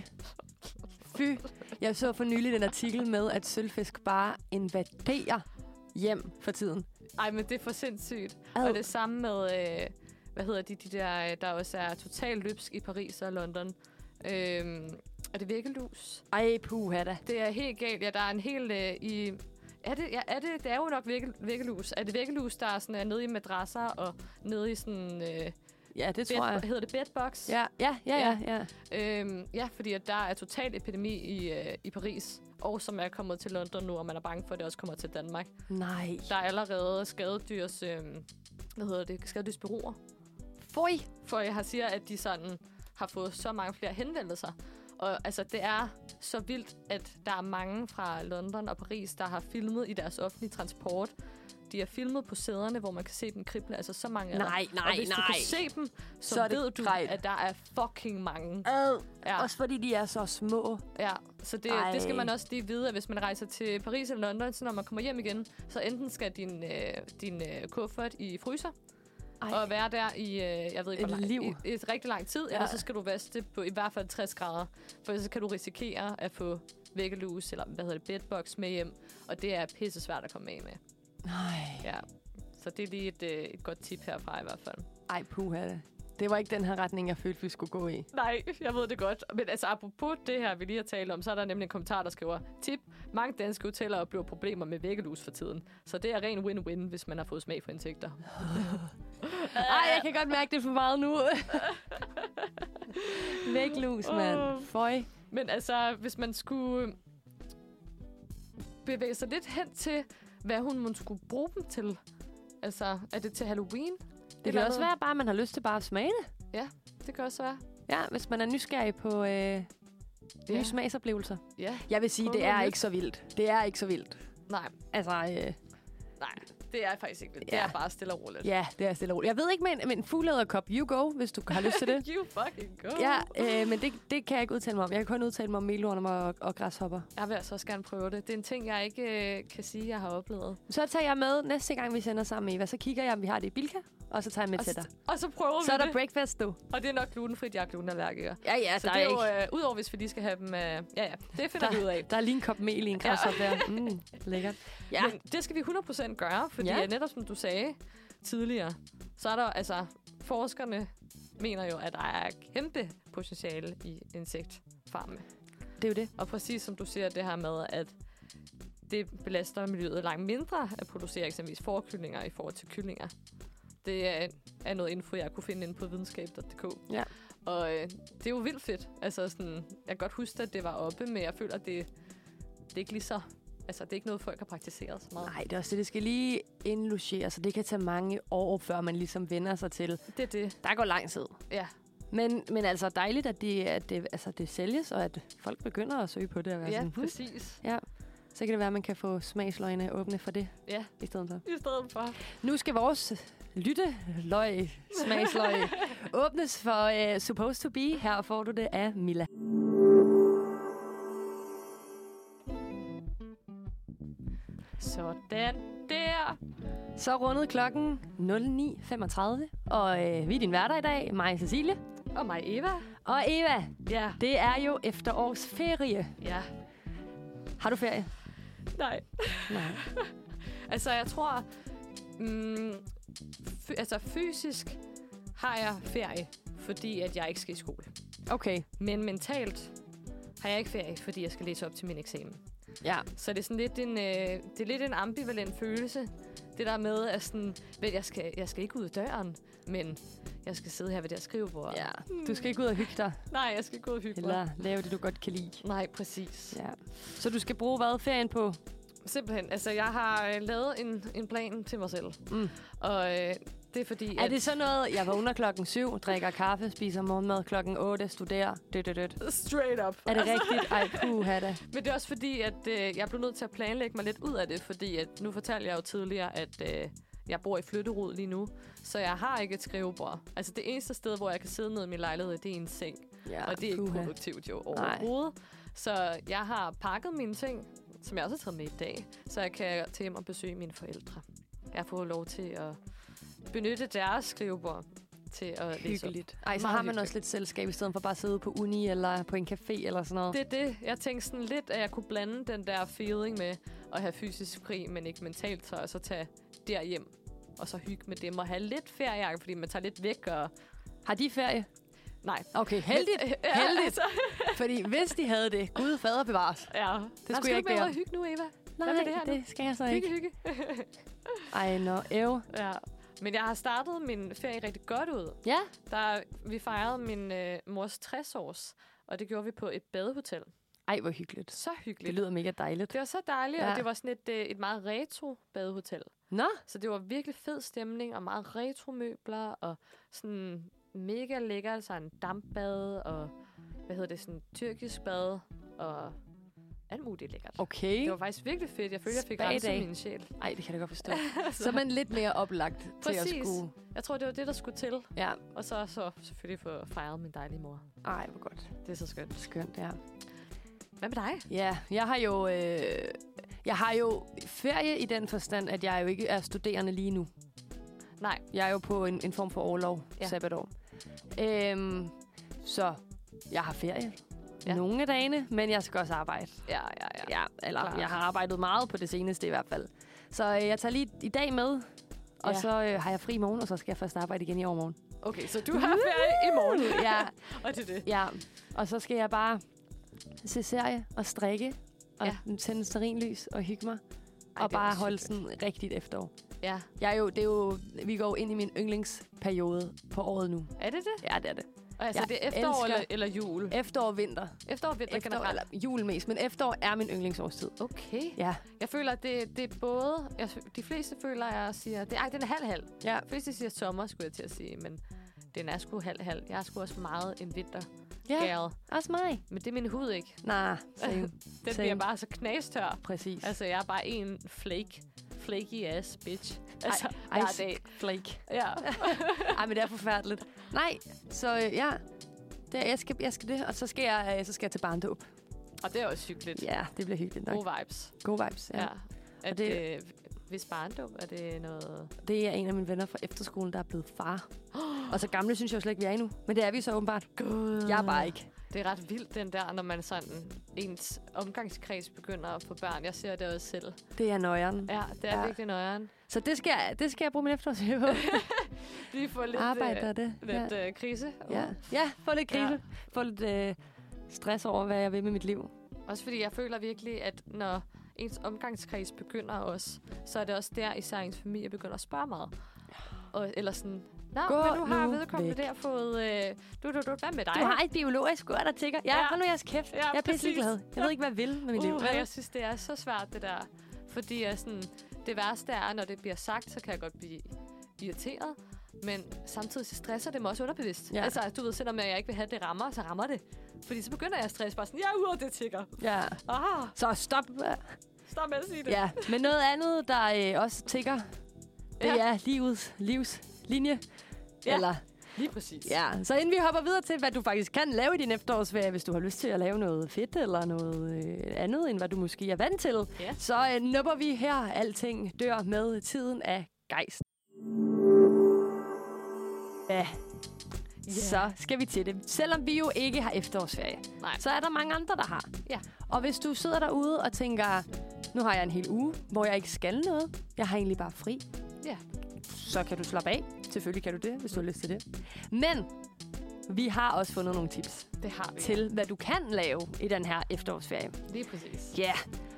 Fy. Jeg så for nylig en artikel med, at sølvfisk bare invaderer hjem for tiden. Ej, men det er for sindssygt. Ad. Og det samme med, øh, hvad hedder de, de der, der også er totalt løbsk i Paris og London. Øh, er det væggelus? Ej, puha da. Det er helt galt. Ja, der er en hel øh, i... Er det, ja, er det, det er jo nok vægge, væggelus. Er det væggelus, der er, sådan, er nede i madrasser og nede i sådan... Øh, Ja, det bed, tror jeg. hedder det bedbox? Ja, ja, ja, ja. ja. Øhm, ja, fordi at der er total epidemi i, øh, i Paris, og som er kommet til London nu, og man er bange for, at det også kommer til Danmark. Nej. Der er allerede skadedyrs... Øh, hvad hedder det? Skadedyrsbureauer. Føj. For jeg har siger, at de sådan har fået så mange flere henvendelser. Og altså, det er så vildt, at der er mange fra London og Paris, der har filmet i deres offentlige transport. De har filmet på sæderne, hvor man kan se den krible. Altså, så mange er der. Nej, nej, Og hvis nej. du kan se dem, så, Så er det ved du, grejt. at der er fucking mange. Ad. Ja, Også fordi de er så små. ja. Så det, Ej. det skal man også lige vide, at hvis man rejser til Paris eller London, så når man kommer hjem igen, så enten skal din, øh, din øh, kuffert i fryser, Ej. og være der i, øh, jeg ved ikke, Et hvor lang, liv. i, i et rigtig lang tid, Ja. ja. Eller så skal du vaske det på i hvert fald tres grader, for så kan du risikere at få væggelus, eller hvad hedder det, bedbox med hjem, og det er pisse svært at komme af med. Nej. Ja. Så det er lige et, øh, et godt tip herfra i hvert fald. Ej, puha da. Det var ikke den her retning, jeg følte, vi skulle gå i. Nej, jeg ved det godt. Men altså, apropos det her, vi lige har talt om, så er der nemlig en kommentar, der skriver, tip, mange danske hoteller oplever problemer med væggelus for tiden. Så det er ren win-win, hvis man har fået smag for insekter. Ej, jeg kan godt mærke det for meget nu. Væglus, mand. Åh. Føj. Men altså, hvis man skulle bevæge sig lidt hen til, hvad hun mon skulle bruge dem til. Altså, er det til Halloween? Det Eller kan også noget? være, bare at man har lyst til bare at smage det. Det kan også være. Ja, hvis man er nysgerrig på øh, nye Ja. smagsoplevelser. Ja, Jeg vil sige, Prøv det noget er nyt. ikke så vildt. Det er ikke så vildt. nej, Altså, øh, nej. Det er faktisk ikke vildt. Ja. Det er bare stille og roligt. ja, det er stille og roligt. Jeg ved ikke, men, men fuglederkop, you go, hvis du har lyst til det. You fucking go. Ja, øh, men det, det kan jeg ikke udtale mig om. Jeg kan kun udtale mig om melormer og, og græshopper. Jeg vil altså også gerne prøve det. Det er en ting, jeg ikke øh, kan sige, jeg har oplevet. Så tager jeg med næste gang, vi sender sammen med Eva. Så kigger jeg, om vi har det i Bilka, og så tager jeg med Og, til dig. s- og så prøver Så vi er der det. breakfast, du. Og det er nok glutenfrit, jeg er glutenallergiker. Ja, ja, Så der det er, er jo, ikke, øh, udover hvis vi lige skal have dem... Øh, ja, ja, det finder vi ud af. der er lige en kop mel i en græshop der. Mm, lækkert. Ja. Men det skal vi hundrede procent gøre, fordi Ja. ja. netop som du sagde tidligere, så er der altså... Forskerne mener jo, at der er kæmpe potentiale i insektfarme. Det er jo det. Og præcis som du siger, det her med, at det belaster miljøet langt mindre at producere eksempelvis fårekyllinger i forhold til kyllinger. Det er, er noget info, jeg kunne finde inde på videnskab punktum d k. Ja. Og øh, det er jo vildt fedt. Altså, sådan, jeg kan godt huske, at det var oppe, men jeg føler, at det, det er ikke lige så... Altså, det er ikke noget, folk har praktiseret så meget. Nej, det er også det. Det skal lige indlogere, så det kan tage mange år, før man ligesom vender sig til. Det er det. Der går lang tid. Ja. Men, men altså dejligt, at det, at det, altså, det sælges, og at folk begynder at søge på det. At være Ja, sådan, præcis. Ja. Så kan det være, at man kan få smagsløgene åbne for det. Ja. I stedet for. I stedet for. Nu skal vores lytteløg, smagsløg, åbnes for uh, Supposed to Be. Her får du det af Milla. Sådan der. Så rundet klokken nul ni femogtredive, og øh, vi er din værter i dag, mig Cecilie. Og mig, Eva. Og Eva, Ja. det er jo efterårsferie. Ja. Har du ferie? Nej. Nej. Altså, jeg tror... Mm, f- altså, fysisk har jeg ferie, fordi at jeg ikke skal i skole. Okay. Men mentalt har jeg ikke ferie, fordi jeg skal læse op til min eksamen. Ja. Så det er sådan lidt en, øh, det er lidt en ambivalent følelse. Det der med, at sådan, vel, jeg, skal, jeg skal ikke ud af døren, men jeg skal sidde her ved det her skrivebord. Ja. Du skal ikke ud og hygge dig. Nej, jeg skal ikke ud og hygge mig. Eller lave det, du godt kan lide. Nej, præcis. Ja. Så du skal bruge hvad ferien på? Simpelthen. Altså, jeg har øh, lavet en, en plan til mig selv. Mm. Og øh, det er fordi, Er at... det så noget, jeg vågner klokken syv, drikker kaffe, spiser morgenmad klokken otte, studerer, død, død, død. Straight up. Er det rigtigt? Ej, puha da. Men det er også fordi, at øh, jeg blev nødt til at planlægge mig lidt ud af det, fordi at, nu fortalte jeg jo tidligere, at øh, jeg bor i Flytterod lige nu, så jeg har ikke et skrivebord. Altså det eneste sted, hvor jeg kan sidde ned i min lejlighed, det er en seng. Ja, og det er ikke puha. produktivt jo overhovedet. Så jeg har pakket mine ting, som jeg også har taget med i dag, så jeg kan til hjem og besøge mine forældre. Jeg får lov til at benytte deres skrivebord til at læse op. Hyggeligt. Ej, så Meget har man hyggeligt. også lidt selskab, i stedet for bare at sidde på uni eller på en café eller sådan noget. Det er det. Jeg tænkte sådan lidt, at jeg kunne blande den der feeling med at have fysisk fri, men ikke mentalt, så og så tage derhjem og så hygge med dem og have lidt ferie, fordi man tager lidt væk og... Har de ferie? Nej. Okay, heldigt. Ja, Heldigt. altså. Fordi hvis de havde det, Gud fader bevares. Ja. Det skulle jeg ikke være. være. Hygge nu, Eva. Nej, med det her nu? det skal jeg så Hygge, ikke. hygge. Ej, nå, æv. Ja. Men jeg har startet min ferie rigtig godt ud. Ja? Der, vi fejrede min øh, mors tres års, og det gjorde vi på et badehotel. Ej, hvor hyggeligt. Så hyggeligt. Det lyder mega dejligt. Det var så dejligt, Ja. og det var sådan et, øh, et meget retro badehotel. Nå? Så det var virkelig fed stemning, og meget retro møbler, og sådan mega lækkert, altså en dampbad, og hvad hedder det, sådan tyrkisk bad, og alt muligt lækkert. Okay. Det var faktisk virkelig fedt. Jeg følte, jeg fik Spa-dag. renset min sjæl. Ej, det kan jeg godt forstå. Så er man lidt mere oplagt til at Præcis. skulle... Jeg tror, det var det, der skulle til. Ja. Og så, så selvfølgelig få fejret min dejlige mor. Ej, hvor godt. Det er så skønt. Skønt, ja. Hvad med dig? Ja, jeg har jo... Øh, jeg har jo ferie i den forstand, at jeg jo ikke er studerende lige nu. Nej. Jeg er jo på en, en form for overlov, Ja. ja. sabbatår. Øhm, så jeg har ferie Ja. ja. nogle af dagene, men jeg skal også arbejde. Ja, ja, ja. Ja, eller Klart. jeg har arbejdet meget på det seneste i hvert fald. Så øh, jeg tager lige i dag med, og Ja. så øh, har jeg fri i morgen, og så skal jeg først arbejde igen i overmorgen. Okay, så du har ferie i morgen. Ja, Og det er det. ja, og så skal jeg bare se serie og strikke, og Ja. ja. tænde stearinlys og hygge mig. Ej, Og det er bare også holde hyggeligt. sådan rigtigt efterår. Ja. Jeg er jo, det er jo, vi går jo ind i min yndlingsperiode på året nu. Er det det? Ja, det er det. Og altså, Jeg det er efterår elsker- eller, eller jul? Efterår og vinter. Efterår, vinter Efterår, generelt. eller jul mest, men efterår er min yndlingsårstid. Okay. Ja. Jeg føler, at det, det er både... Jeg, de fleste føler, at jeg siger... Det, ej, den er halv-halv. Ja. De fleste siger sommer, skulle jeg til at sige, men den er sgu halv-halv. Jeg er sgu også meget en vinter Ja, gal. også mig. Men det er min hud ikke. Nej, same. Den Same. bliver bare så knastør. Præcis. Altså, jeg er bare en flake. Flaky ass bitch. Altså, Ej, hver dag. flake. Ja. Ej, men det er forfærdeligt. Nej, så øh, ja, det, jeg, skal, jeg skal det, og så skal jeg, øh, så skal jeg til barndåb. Og det er også hyggeligt. Ja, det bliver hyggeligt nok. Gode vibes. Gode vibes, ja. Ja. ja. Er Og det- det, øh, hvis barndåb, er det noget... Det er en af mine venner fra efterskolen, der er blevet far. Og så gamle synes jeg jo slet ikke, vi er endnu. Men det er vi så åbenbart. God. Jeg er bare ikke. Det er ret vildt, den der, når man sådan... Ens omgangskreds begynder at få børn. Jeg ser det også selv. Det er nøjeren. Ja, det er Ja. ja. virkelig nøjeren. Så det skal, jeg, det skal jeg bruge min efterårsferie på. Lige få lidt, Arbejde øh, og det. lidt ja. øh, krise. Ja. ja, få lidt krise. Ja. Ja. Få lidt øh, stress over, hvad jeg vil med mit liv. Også fordi jeg føler virkelig, at når ens omgangskreds begynder også, så er det også der, især ens familie begynder at spørge meget. Og, eller sådan, nå, Gå men nu har nu vedkommende væk. der fået, øh, du, du, du, hvad med dig? Du har et biologisk ur, der tigger. Ja, Ja. hold nu jeres kæft. Ja, Jeg er præcis. pisseglad. Jeg ved ikke, hvad jeg vil med mit liv. Uh, jeg synes, det er så svært, det der. Fordi jeg sådan, det værste er, når det bliver sagt, så kan jeg godt blive irriteret. Men samtidig så stresser det mig også underbevidst. Ja. Altså, du ved, selvom jeg ikke vil have, det rammer, så rammer det. Fordi så begynder jeg at stresse bare sådan, ja, uret, det tigger. Ja. Aha, Så stop. stop med at sige det. Ja, men noget andet, der øh, også tigger, det Ja. er livets livslinje. Ja. Eller, Lige præcis. ja. Så inden vi hopper videre til, hvad du faktisk kan lave i din efterårsferie, hvis du har lyst til at lave noget fedt eller noget øh, andet, end hvad du måske er vant til, Ja. så øh, nupper vi her alting dør med tiden af gejst. Ja, Yeah. så skal vi til det. Selvom vi jo ikke har efterårsferie, Nej. så er der mange andre, der har. Ja. Og hvis du sidder derude og tænker, nu har jeg en hel uge, hvor jeg ikke skal noget, jeg har egentlig bare fri, Ja. så kan du slappe af. Selvfølgelig kan du det, hvis du har lyst til det. Men vi har også fundet nogle tips Det har vi. til, hvad du kan lave i den her efterårsferie. Lige præcis. Ja. Yeah.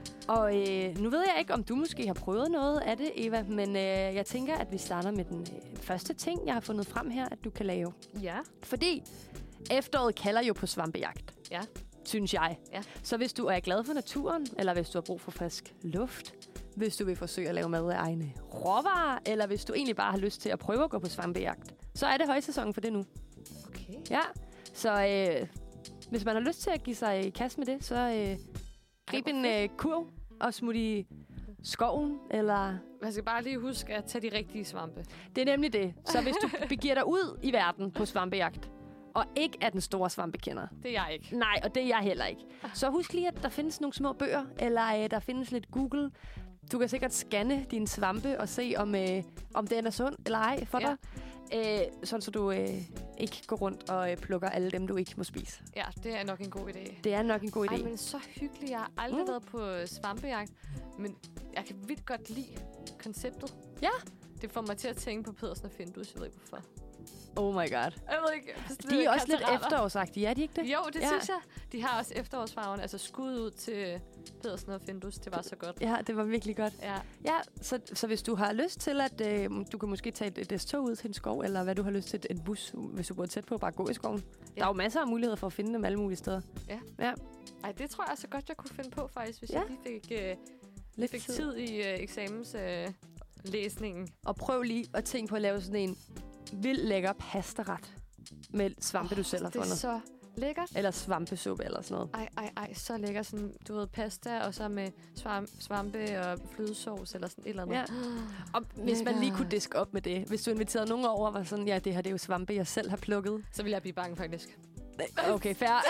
Og øh, nu ved jeg ikke, om du måske har prøvet noget af det, Eva, men øh, jeg tænker, at vi starter med den øh, første ting, jeg har fundet frem her, at du kan lave. Ja. Fordi efteråret kalder jo på svampejagt. Ja. Synes jeg. Ja. Så hvis du er glad for naturen, eller hvis du har brug for frisk luft, hvis du vil forsøge at lave mad af egne råvarer, eller hvis du egentlig bare har lyst til at prøve at gå på svampejagt, så er det højsæson for det nu. Okay. Ja, så øh, hvis man har lyst til at give sig i kast med det, så øh, grib hvor en øh, kurv og smut i skoven, eller... Man skal bare lige huske at tage de rigtige svampe. Det er nemlig det. Så hvis du begiver dig ud i verden på svampejagt, og ikke er den store svampekender, Det er jeg ikke. nej, og det er jeg heller ikke, så husk lige, at der findes nogle små bøger, eller øh, der findes lidt Google. Du kan sikkert scanne dine svampe og se, om, øh, om den er sund eller ej for Ja. dig. Øh, sådan, så du øh, ikke går rundt og øh, plukker alle dem, du ikke må spise. Ja, det er nok en god idé. Det er nok en god idé. Ej, men så hyggeligt. Jeg har aldrig Mm. mm. været på svampejagt, men jeg kan vildt godt lide konceptet. Ja. Det får mig til at tænke på Pedersen og Findus. Jeg ved ikke, hvorfor. Oh my god. Jeg ved ikke. De er også lidt efterårsagtige, er de ikke det? Jo, det Ja. ja. synes jeg. De har også efterårsfarven. Altså skud ud til Pedersen og Findus. Det var så godt. Ja, det var virkelig godt. Ja. Ja, så, så hvis du har lyst til, at øh, du kan måske tage et, et tog ud til en skov, eller hvad du har lyst til, en bus, hvis du bor tæt på, bare gå i skoven. Ja. Der er jo masser af muligheder for at finde dem alle mulige steder. Ja. Ja, Ej, det tror jeg så godt, jeg kunne finde på, faktisk, hvis Ja. ja. jeg lige fik, øh, lidt fik tid. tid i øh, eksamens øh, læsningen. Og prøv lige at tænke på at lave sådan en vild lækker pastaret med svampe, oh, du selv har Det er fundet. så lækkert. Eller svampesuppe eller sådan noget. Ej, ej, ej, så lækker. Sådan, du ved, pasta, og så med svam, svampe og flødesovs, eller sådan et eller andet. Ja. Og hvis man lige kunne diske op med det. Hvis du inviterede nogen over og var sådan, ja, det her det er jo svampe, jeg selv har plukket. Så vil jeg blive bange, faktisk. Okay, fair.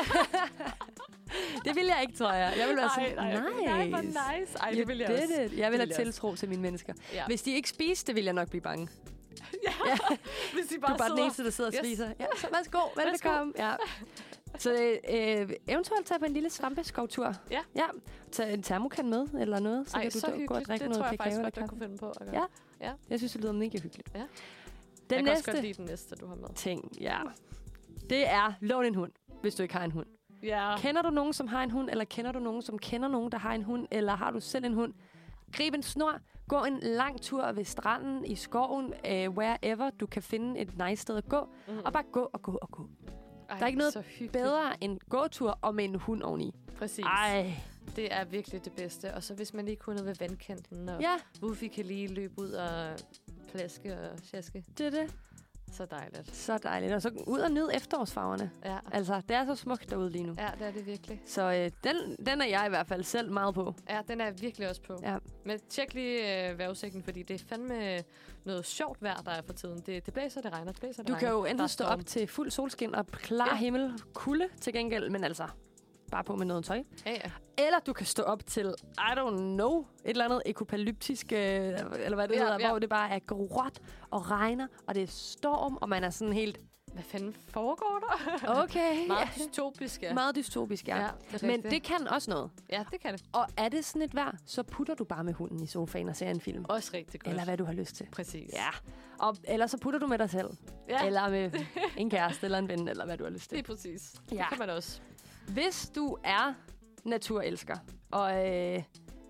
Det vil jeg ikke, tror jeg. Jeg vil være sådan, nej, nice. nej, hvor nice. Ej, det vil jeg You også. did it. Jeg vil Det have vil jeg tiltro til mine mennesker. Ja. Hvis de ikke spiste, det vil jeg nok blive bange. ja. Ja. Hvis de Du bare, er bare den sidder- eneste, der sidder og Yes. spiser. Ja, så værsgo, velbekomme. Ja. Så øh, eventuelt tage på en lille svampeskovtur. Ja. Ja. Tag en termokan med, eller noget. Så Ej, kan du så gå og hyggeligt. drikke Det noget tror jeg kakao faktisk eller godt, jeg kaffe. kunne finde på at gøre. Ja. Ja. Jeg synes, det lyder mega hyggeligt. Ja. Den jeg kan næste også godt lide den næste, du har med. ting, ja. Det er lån en hund, hvis du ikke har en hund. Ja. Kender du nogen, som har en hund, eller kender du nogen, som kender nogen, der har en hund, eller har du selv en hund? Grib en snor, gå en lang tur ved stranden, i skoven, uh, wherever du kan finde et nice sted at gå, Mm. og bare gå og gå og gå. Ej, der er ikke noget så hyggeligt. Bedre end gåtur og med en hund oveni. Præcis. Ej, Det er virkelig det bedste. Og så hvis man lige kunne ned ved vandkanten, og ja, Wuffy kan lige løbe ud og plaske og sjaske. det er det. Så dejligt. Så dejligt. Og så ud og nyd efterårsfarverne. Ja. Altså, det er så smukt derude lige nu. Ja, det er det virkelig. Så øh, den, den er jeg i hvert fald selv meget på. Ja, den er jeg virkelig også på. Ja. Men tjek lige øh, vejrudsigten, fordi det er fandme noget sjovt vejr, der er for tiden. Det, det blæser, det regner, det blæser, det Du regner. kan jo Der er enten stå storm. op til fuld solskin og klar Ja. ja. himmel, kulde til gengæld, men altså bare på med noget tøj. Ja, ja. Eller du kan stå op til, I don't know, et eller andet ekopalyptisk, øh, eller hvad det Ja, hedder, ja. hvor det bare er gråt og regner, og det er storm, og man er sådan helt, Hvad fanden foregår der? okay. Meget dystopisk, ja. Meget dystopisk, ja. Ja, det er Men rigtigt. det kan også noget. Ja, det kan det. Og er det sådan et vejr, så putter du bare med hunden i sofaen og ser en film. Også rigtig godt. Eller hvad du har lyst til. Præcis. Ja. Og, eller så putter du med dig selv. ja. Eller med en kæreste eller en ven, eller hvad du har lyst Det til. er præcis. Ja. Det kan man også. Hvis du er naturelsker, og øh,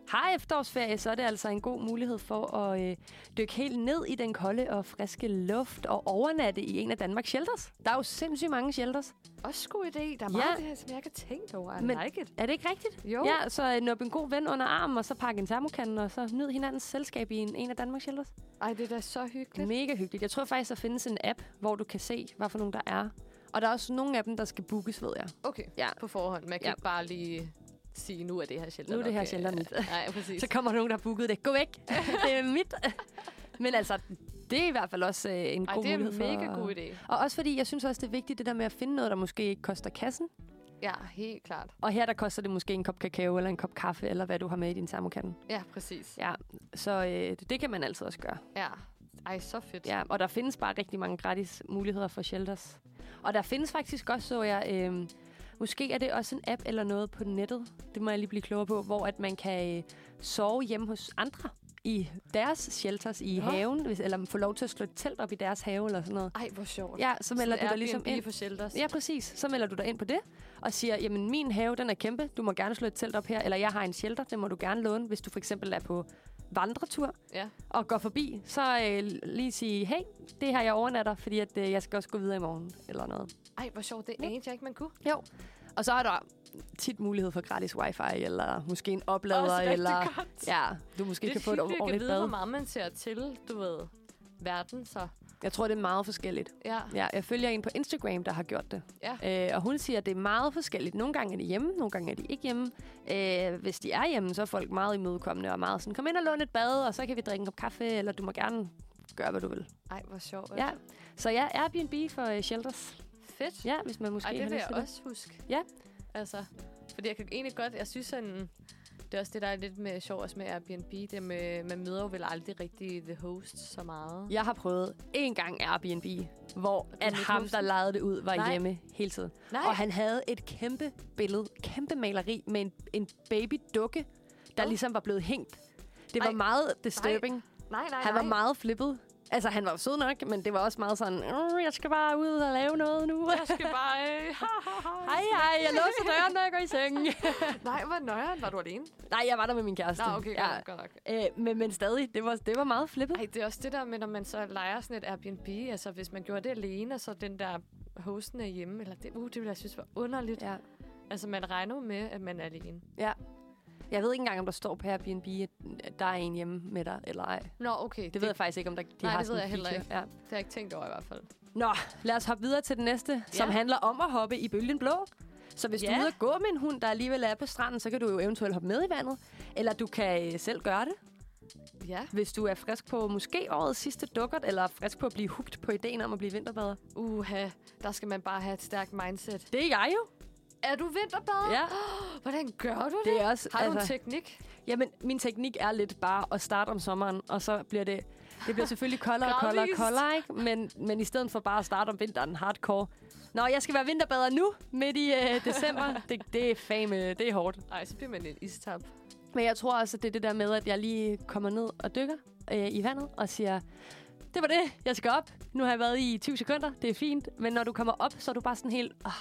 har efterårsferie, så er det altså en god mulighed for at øh, dykke helt ned i den kolde og friske luft og overnatte i en af Danmarks shelters. Der er jo sindssygt mange shelters. Også god idé. Der er meget Ja. af det her, som jeg ikke har tænkt over. I Men- like it. Er det ikke rigtigt? Jo. Ja, så øh, nup en god ven under armen, og så pakke en termokande, og så nyd hinandens selskab i en, en af Danmarks shelters. Ej, det er da så hyggeligt. Mega hyggeligt. Jeg tror faktisk, der findes en app, hvor du kan se, hvad for nogen der er. Og der er også nogle af dem, der skal bookes, ved jeg. Okay, Ja. på forhånd. Man kan Ja. ikke bare lige sige, nu er det her shelter. Nu er det her nok, shelter øh, mit. Nej, præcis. Så kommer der nogen, der har booket det. Gå væk. Det er mit. Men altså, det er i hvert fald også øh, en Ej, god det er en mulighed for... mega god idé. Og også fordi, jeg synes også, det er vigtigt, det der med at finde noget, der måske ikke koster kassen. Ja, helt klart. Og her, der koster det måske en kop kakao, eller en kop kaffe, eller hvad du har med i din termokande. Ja, præcis. Ja, så øh, det, det kan man altid også gøre. Ja. Ej, så fedt. Ja, og der findes bare rigtig mange gratis muligheder for shelters. Og der findes faktisk også, så jeg... Øh, måske er det også en app eller noget på nettet. Det må jeg lige blive klogere på, hvor at man kan øh, sove hjemme hos andre i deres shelters i Nå. haven, hvis, eller få lov til at slå et telt op i deres have eller sådan noget. Ej, hvor sjovt. Ja, så melder du dig ligesom ind. for shelters. Ja, præcis. Så melder du dig ind på det, og siger, jamen min have, den er kæmpe, du må gerne slå et telt op her, eller jeg har en shelter, det må du gerne låne, hvis du for eksempel er på vandretur Ja. og går forbi, så øh, lige sige, hey, det her jeg overnatter, fordi at, øh, jeg skal også gå videre i morgen, eller noget. Ej, hvor sjovt. Det Ja. anede jeg ikke, man kunne. Jo. Og så er der tit mulighed for gratis wifi, eller måske en oplader, Også rigtig eller godt. ja, du måske Det kan er få et hyggeligt at ordentligt vide, hvor bad. meget man ser til, du ved, verden, så Jeg tror, det er meget forskelligt. ja. Ja, jeg følger en på Instagram, der har gjort det. Ja. Øh, og hun siger, at det er meget forskelligt. Nogle gange er de hjemme, nogle gange er de ikke hjemme. Øh, hvis de er hjemme, så er folk meget imødekommende og meget sådan, kom ind og lån et bad, og så kan vi drikke en kop kaffe, eller du må gerne gøre, hvad du vil. Ej, hvor sjovt. Ja, så ja, Airbnb for uh, shelters. Fedt. Ja, hvis man måske Ej, det har vil lyst jeg til også huske. Ja. Altså, fordi jeg kan egentlig godt, jeg synes sådan, det er også det, der er lidt med sjov også med Airbnb, det med, man møder jo vel aldrig rigtig the host så meget. Jeg har prøvet en gang Airbnb, hvor at mødte ham, hosten? der lejede det ud, var Nej. hjemme hele tiden. Nej, Og han havde et kæmpe billede, kæmpe maleri med en, en baby-dukke, der Nå. ligesom var blevet hængt. Det var Ej. meget disturbing. nej, nej, Han var nej. meget flippet. Altså, han var sød nok, men det var også meget sådan, "Åh, jeg skal bare ud og lave noget nu. Jeg skal bare... Øh, Hej, hej, jeg låser døren, når jeg går i seng. nej, hvor nøjeren. Var du alene? Nej, jeg var der med min kæreste. Nå, okay, godt nok, godt nok. Øh, men, men stadig, det var, det var meget flippet. Ej, det er også det der med, når man så leger sådan et Airbnb, altså hvis man gjorde det alene, og så den der hosten er hjemme, eller det, uh, det ville jeg synes var underligt. Ja. Altså, man regner jo med, at man er alene. ja. Jeg ved ikke engang, om der står på Airbnb, at der er en hjemme med dig, eller ej. Nå, okay. Det, det ved jeg faktisk ikke, om der, de Nej, har det ved sådan jeg en heller feature. Ja. Det har jeg ikke tænkt over i hvert fald. Nå, lad os hoppe videre til det næste, ja. som handler om at hoppe i bølgen blå. Så hvis ja. du er Ja. ude at gå med en hund, der alligevel er på stranden, så kan du jo eventuelt hoppe med i vandet. Eller du kan øh, selv gøre det, Ja. hvis du er frisk på måske årets sidste dukkert, eller frisk på at blive hugt på ideen om at blive vinterbader. Uha, der skal man bare have et stærkt mindset. Det er jeg jo. Er du vinterbader? Ja. Hvordan gør du det? Det er også, Har du altså, en teknik? jamen, min teknik er lidt bare at starte om sommeren, og så bliver det... Det bliver selvfølgelig koldere og koldere og Gradvist. koldere, ikke? Men, men i stedet for bare at starte om vinteren hardcore. Nå, jeg skal være vinterbader nu, midt i øh, december. det, det er fame, det er hårdt. Nej, så bliver man en istap. Men jeg tror også, at det er det der med, at jeg lige kommer ned og dykker øh, i vandet og siger, det var det, jeg skal op. Nu har jeg været i tyve sekunder, det er fint. Men når du kommer op, så er du bare sådan helt, oh,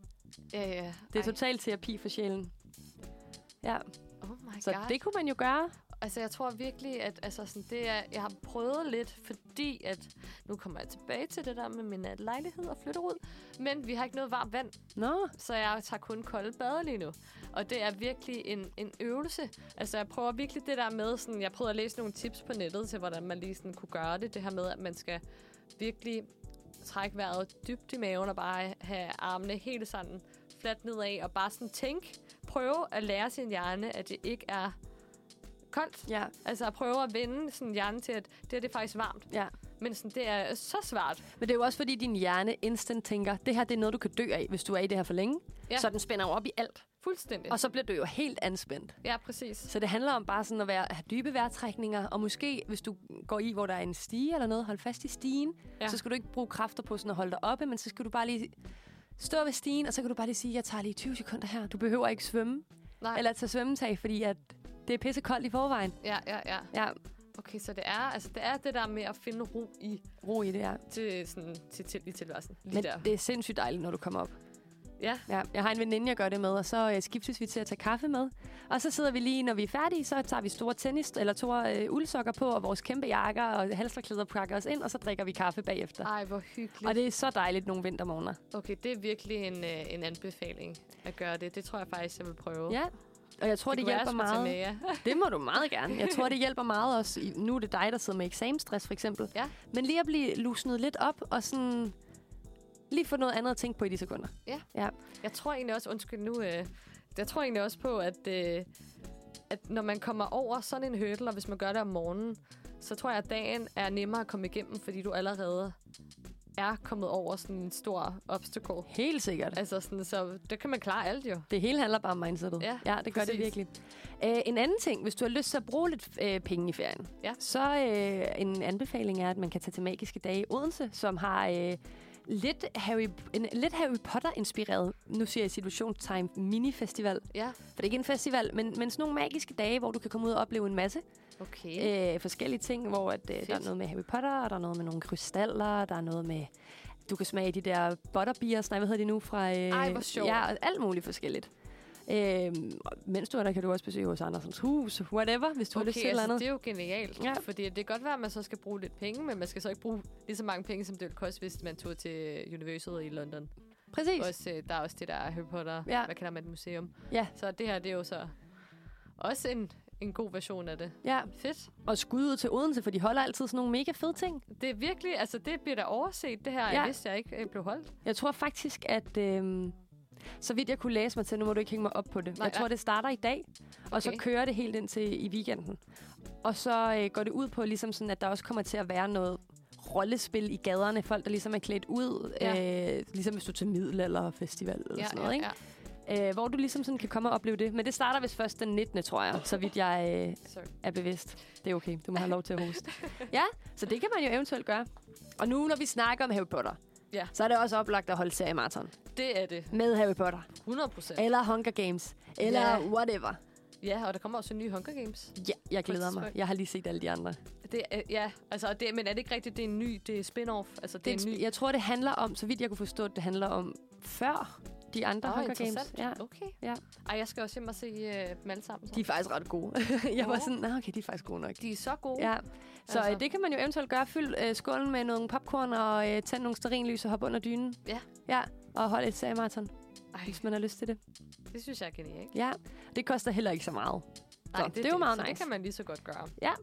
Ja, ja. det er Ej. totalt terapi for sjælen. Ja, Oh my så god. det kunne man jo gøre. Altså, jeg tror virkelig, at altså, sådan, det er, jeg har prøvet lidt, fordi at nu kommer jeg tilbage til det der med min øh, lejlighed og flytter ud. Men vi har ikke noget varmt vand, Nå, så jeg tager kun kolde bade lige nu. Og det er virkelig en, en øvelse. Altså, jeg prøver virkelig det der med, sådan, jeg prøvede at læse nogle tips på nettet til, hvordan man lige sådan kunne gøre det. Det her med, at man skal virkelig trække vejret dybt i maven og bare have armene helt sådan fladt nedad og bare sådan tænke, prøve at lære sin hjerne, at det ikke er koldt. ja, Altså at prøve at vende sådan hjernen til, at det her det er faktisk varmt. ja. Men sådan, det er så svært. Men det er jo også, fordi din hjerne instant tænker, det her det er noget, du kan dø af, hvis du er i det her for længe. Ja. Så den spænder jo op i alt. Fuldstændig. Og så bliver du jo helt anspændt. Ja, præcis. Så det handler om bare sådan at være, have dybe vejrtrækninger, og måske, hvis du går i, hvor der er en stige eller noget, hold fast i stigen, Ja. ja. så skal du ikke bruge kræfter på sådan at holde dig oppe, men så skal du bare lige stå ved stigen, og så kan du bare lige sige, jeg tager lige tyve sekunder her. Du behøver ikke svømme, Nej. eller tage svømmetag, fordi at det er pissekoldt i forvejen. Ja, ja, ja. Ja, Okay, så det er, altså, det er det der med at finde ro i ro i det her. til, sådan, til, til, i tilværelsen. Lige Men der. det er sindssygt dejligt, når du kommer op. Ja. ja. Jeg har en veninde, jeg gør det med, og så øh, skiftes vi til at tage kaffe med. Og så sidder vi lige, når vi er færdige, så tager vi store tennis, eller to øh, uldsokker på, og vores kæmpe jakker og halsterklæder pakker os ind, og så drikker vi kaffe bagefter. Ej, hvor hyggeligt. Og det er så dejligt nogle vintermorgener. Okay, det er virkelig en, øh, en anbefaling at gøre det. Det tror jeg faktisk, jeg vil prøve. Ja. Og jeg tror, det, det hjælper meget. Med, ja. Det må du meget gerne. Jeg tror, det hjælper meget også. Nu er det dig, der sidder med eksamensstress, for eksempel. Ja. Men lige at blive lusnet lidt op, og sådan lige få noget andet at tænke på i de sekunder. Ja. ja. Jeg tror egentlig også, undskyld nu, øh, jeg tror egentlig også på, at, øh, at når man kommer over sådan en hurdle, og hvis man gør det om morgenen, så tror jeg, at dagen er nemmere at komme igennem, fordi du allerede er kommet over sådan en stor obstacle. Helt sikkert. Altså sådan, så det kan man klare alt jo. Det hele handler bare om mindsetet. Ja, ja det gør præcis. det virkelig. Uh, en anden ting, hvis du har lyst til at bruge lidt uh, penge i ferien, ja. så uh, en anbefaling er, at man kan tage til Magiske Dage i Odense, som har uh, lidt Harry, en lidt Harry Potter-inspireret, nu siger jeg situationstegn, mini-festival. Ja. For det er ikke en festival, men, men sådan nogle magiske dage, hvor du kan komme ud og opleve en masse okay. uh, forskellige ting, hvor at, uh, der er noget med Harry Potter, og der er noget med nogle krystaller, der er noget med... Du kan smage de der butterbeers, nej, hvad hedder de nu? Fra, øh, Ej, hvor sjovt. Ja, alt muligt forskelligt. Øh, mens du er der, kan du også besøge hos Andersens hus, whatever, hvis du okay, har lyst til altså, eller andet. det er jo genialt, ja. Fordi det kan godt være, at man så skal bruge lidt penge, men man skal så ikke bruge lige så mange penge, som det ville koste, hvis man tog til Universal i London. Præcis. Også, der er også det der Harry Potter, ja. hvad kalder man et museum. Ja. Så det her, det er jo så også en, en god version af det. Ja. Fedt. Og skud ud til Odense, for de holder altid sådan nogle mega fede ting. Det er virkelig, altså det bliver da overset, det her. Ja. Jeg vidste, jeg ikke blev holdt. Jeg tror faktisk, at... Øh, så vidt jeg kunne læse mig til, nu må du ikke hænge mig op på det. Nej, jeg tror, ja. det starter i dag, og okay. så kører det helt ind til i weekenden. Og så øh, går det ud på, ligesom sådan, at der også kommer til at være noget rollespil i gaderne. Folk, der ligesom er klædt ud, ja. øh, ligesom hvis du er til middelalderfestival eller ja, sådan noget, ja, ikke? Ja. Øh, hvor du ligesom sådan kan komme og opleve det. Men det starter vist først den nittende, tror jeg, så vidt jeg øh, er bevidst. Det er okay, du må have lov til at hoste. Ja, så det kan man jo eventuelt gøre. Og nu, når vi snakker om Harry Potter, ja. så er det også oplagt at holde seriemarathon. Det er det. Med Harry Potter. hundrede procent. Eller Hunger Games. Eller ja. whatever. Ja, og der kommer også en ny Hunger Games. Ja, jeg glæder mig. Jeg har lige set alle de andre. Det er, ja, altså, det, men er det ikke rigtigt, det er en ny, det er spin-off? Altså, det, det er en ny. Jeg tror, det handler om, så vidt jeg kunne forstå, det handler om før de andre oh, Hunger Games. Ja. Okay. Ja. Ej, jeg skal også hjem og se uh, dem alle sammen. Så. De er faktisk ret gode. jeg var sådan, nej, okay, de er faktisk gode nok. De er så gode. Ja. Så altså. øh, det kan man jo eventuelt gøre. Fyld øh, skålen med nogle popcorn og øh, tænde nogle stearinlys og hoppe under dynen. Ja. Ja, og holde et seriemarathon, hvis man har lyst til det. Det synes jeg er genialt. Ja, det koster heller ikke så meget. Nej, så, det, det er jo meget så nice. det kan man lige så godt gøre. Ja.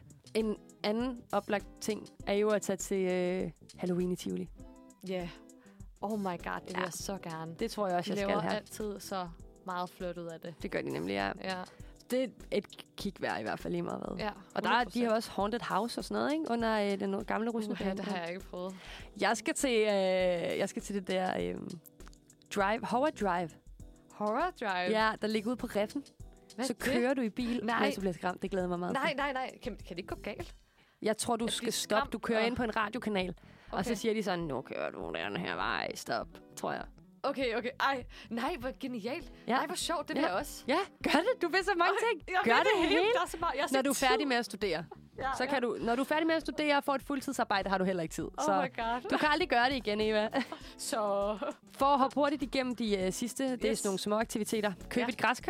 En anden oplagt ting er jo at tage til øh, Halloween i Tivoli. Ja. Yeah. Oh my god, det vil ja. jeg så gerne. Det tror jeg også, jeg de skal her. De laver altid så meget flot ud af det. Det gør de nemlig, ja. Ja. Det er et kig værd i hvert fald lige meget hvad. Ja, og der er, de har også Haunted House og sådan noget, ikke? Under øh, den gamle russende uh, ja, det har jeg ikke prøvet. Jeg skal til, øh, jeg skal til det der øh, Drive, Horror Drive. Horror Drive? Ja, der ligger ude på Reffen. Hvad så det? kører du i bil, nej. mens du bliver skræmt. Det glæder mig meget. Nej, nej, nej. Kan, kan det ikke gå galt? Jeg tror, du jeg skal stoppe. Du kører oh. ind på en radiokanal, okay. og så siger de sådan, nu kører du den her vej. Stop, tror jeg. Okay, okay. Ej, nej, hvor genialt. Ja. Nej, hvor sjovt, det vil ja. jeg også. Ja, gør det. Du ved så mange okay. ting. Gør det, det hele. Meget, når du er færdig med at studere. Ja, så kan ja. du, når du er færdig med at studere og får et fuldtidsarbejde, har du heller ikke tid. Oh så my God. du kan aldrig gøre det igen, Eva. Så for at hoppe hurtigt igennem de uh, sidste, yes. det er sådan nogle små aktiviteter. Køb ja. et græskar.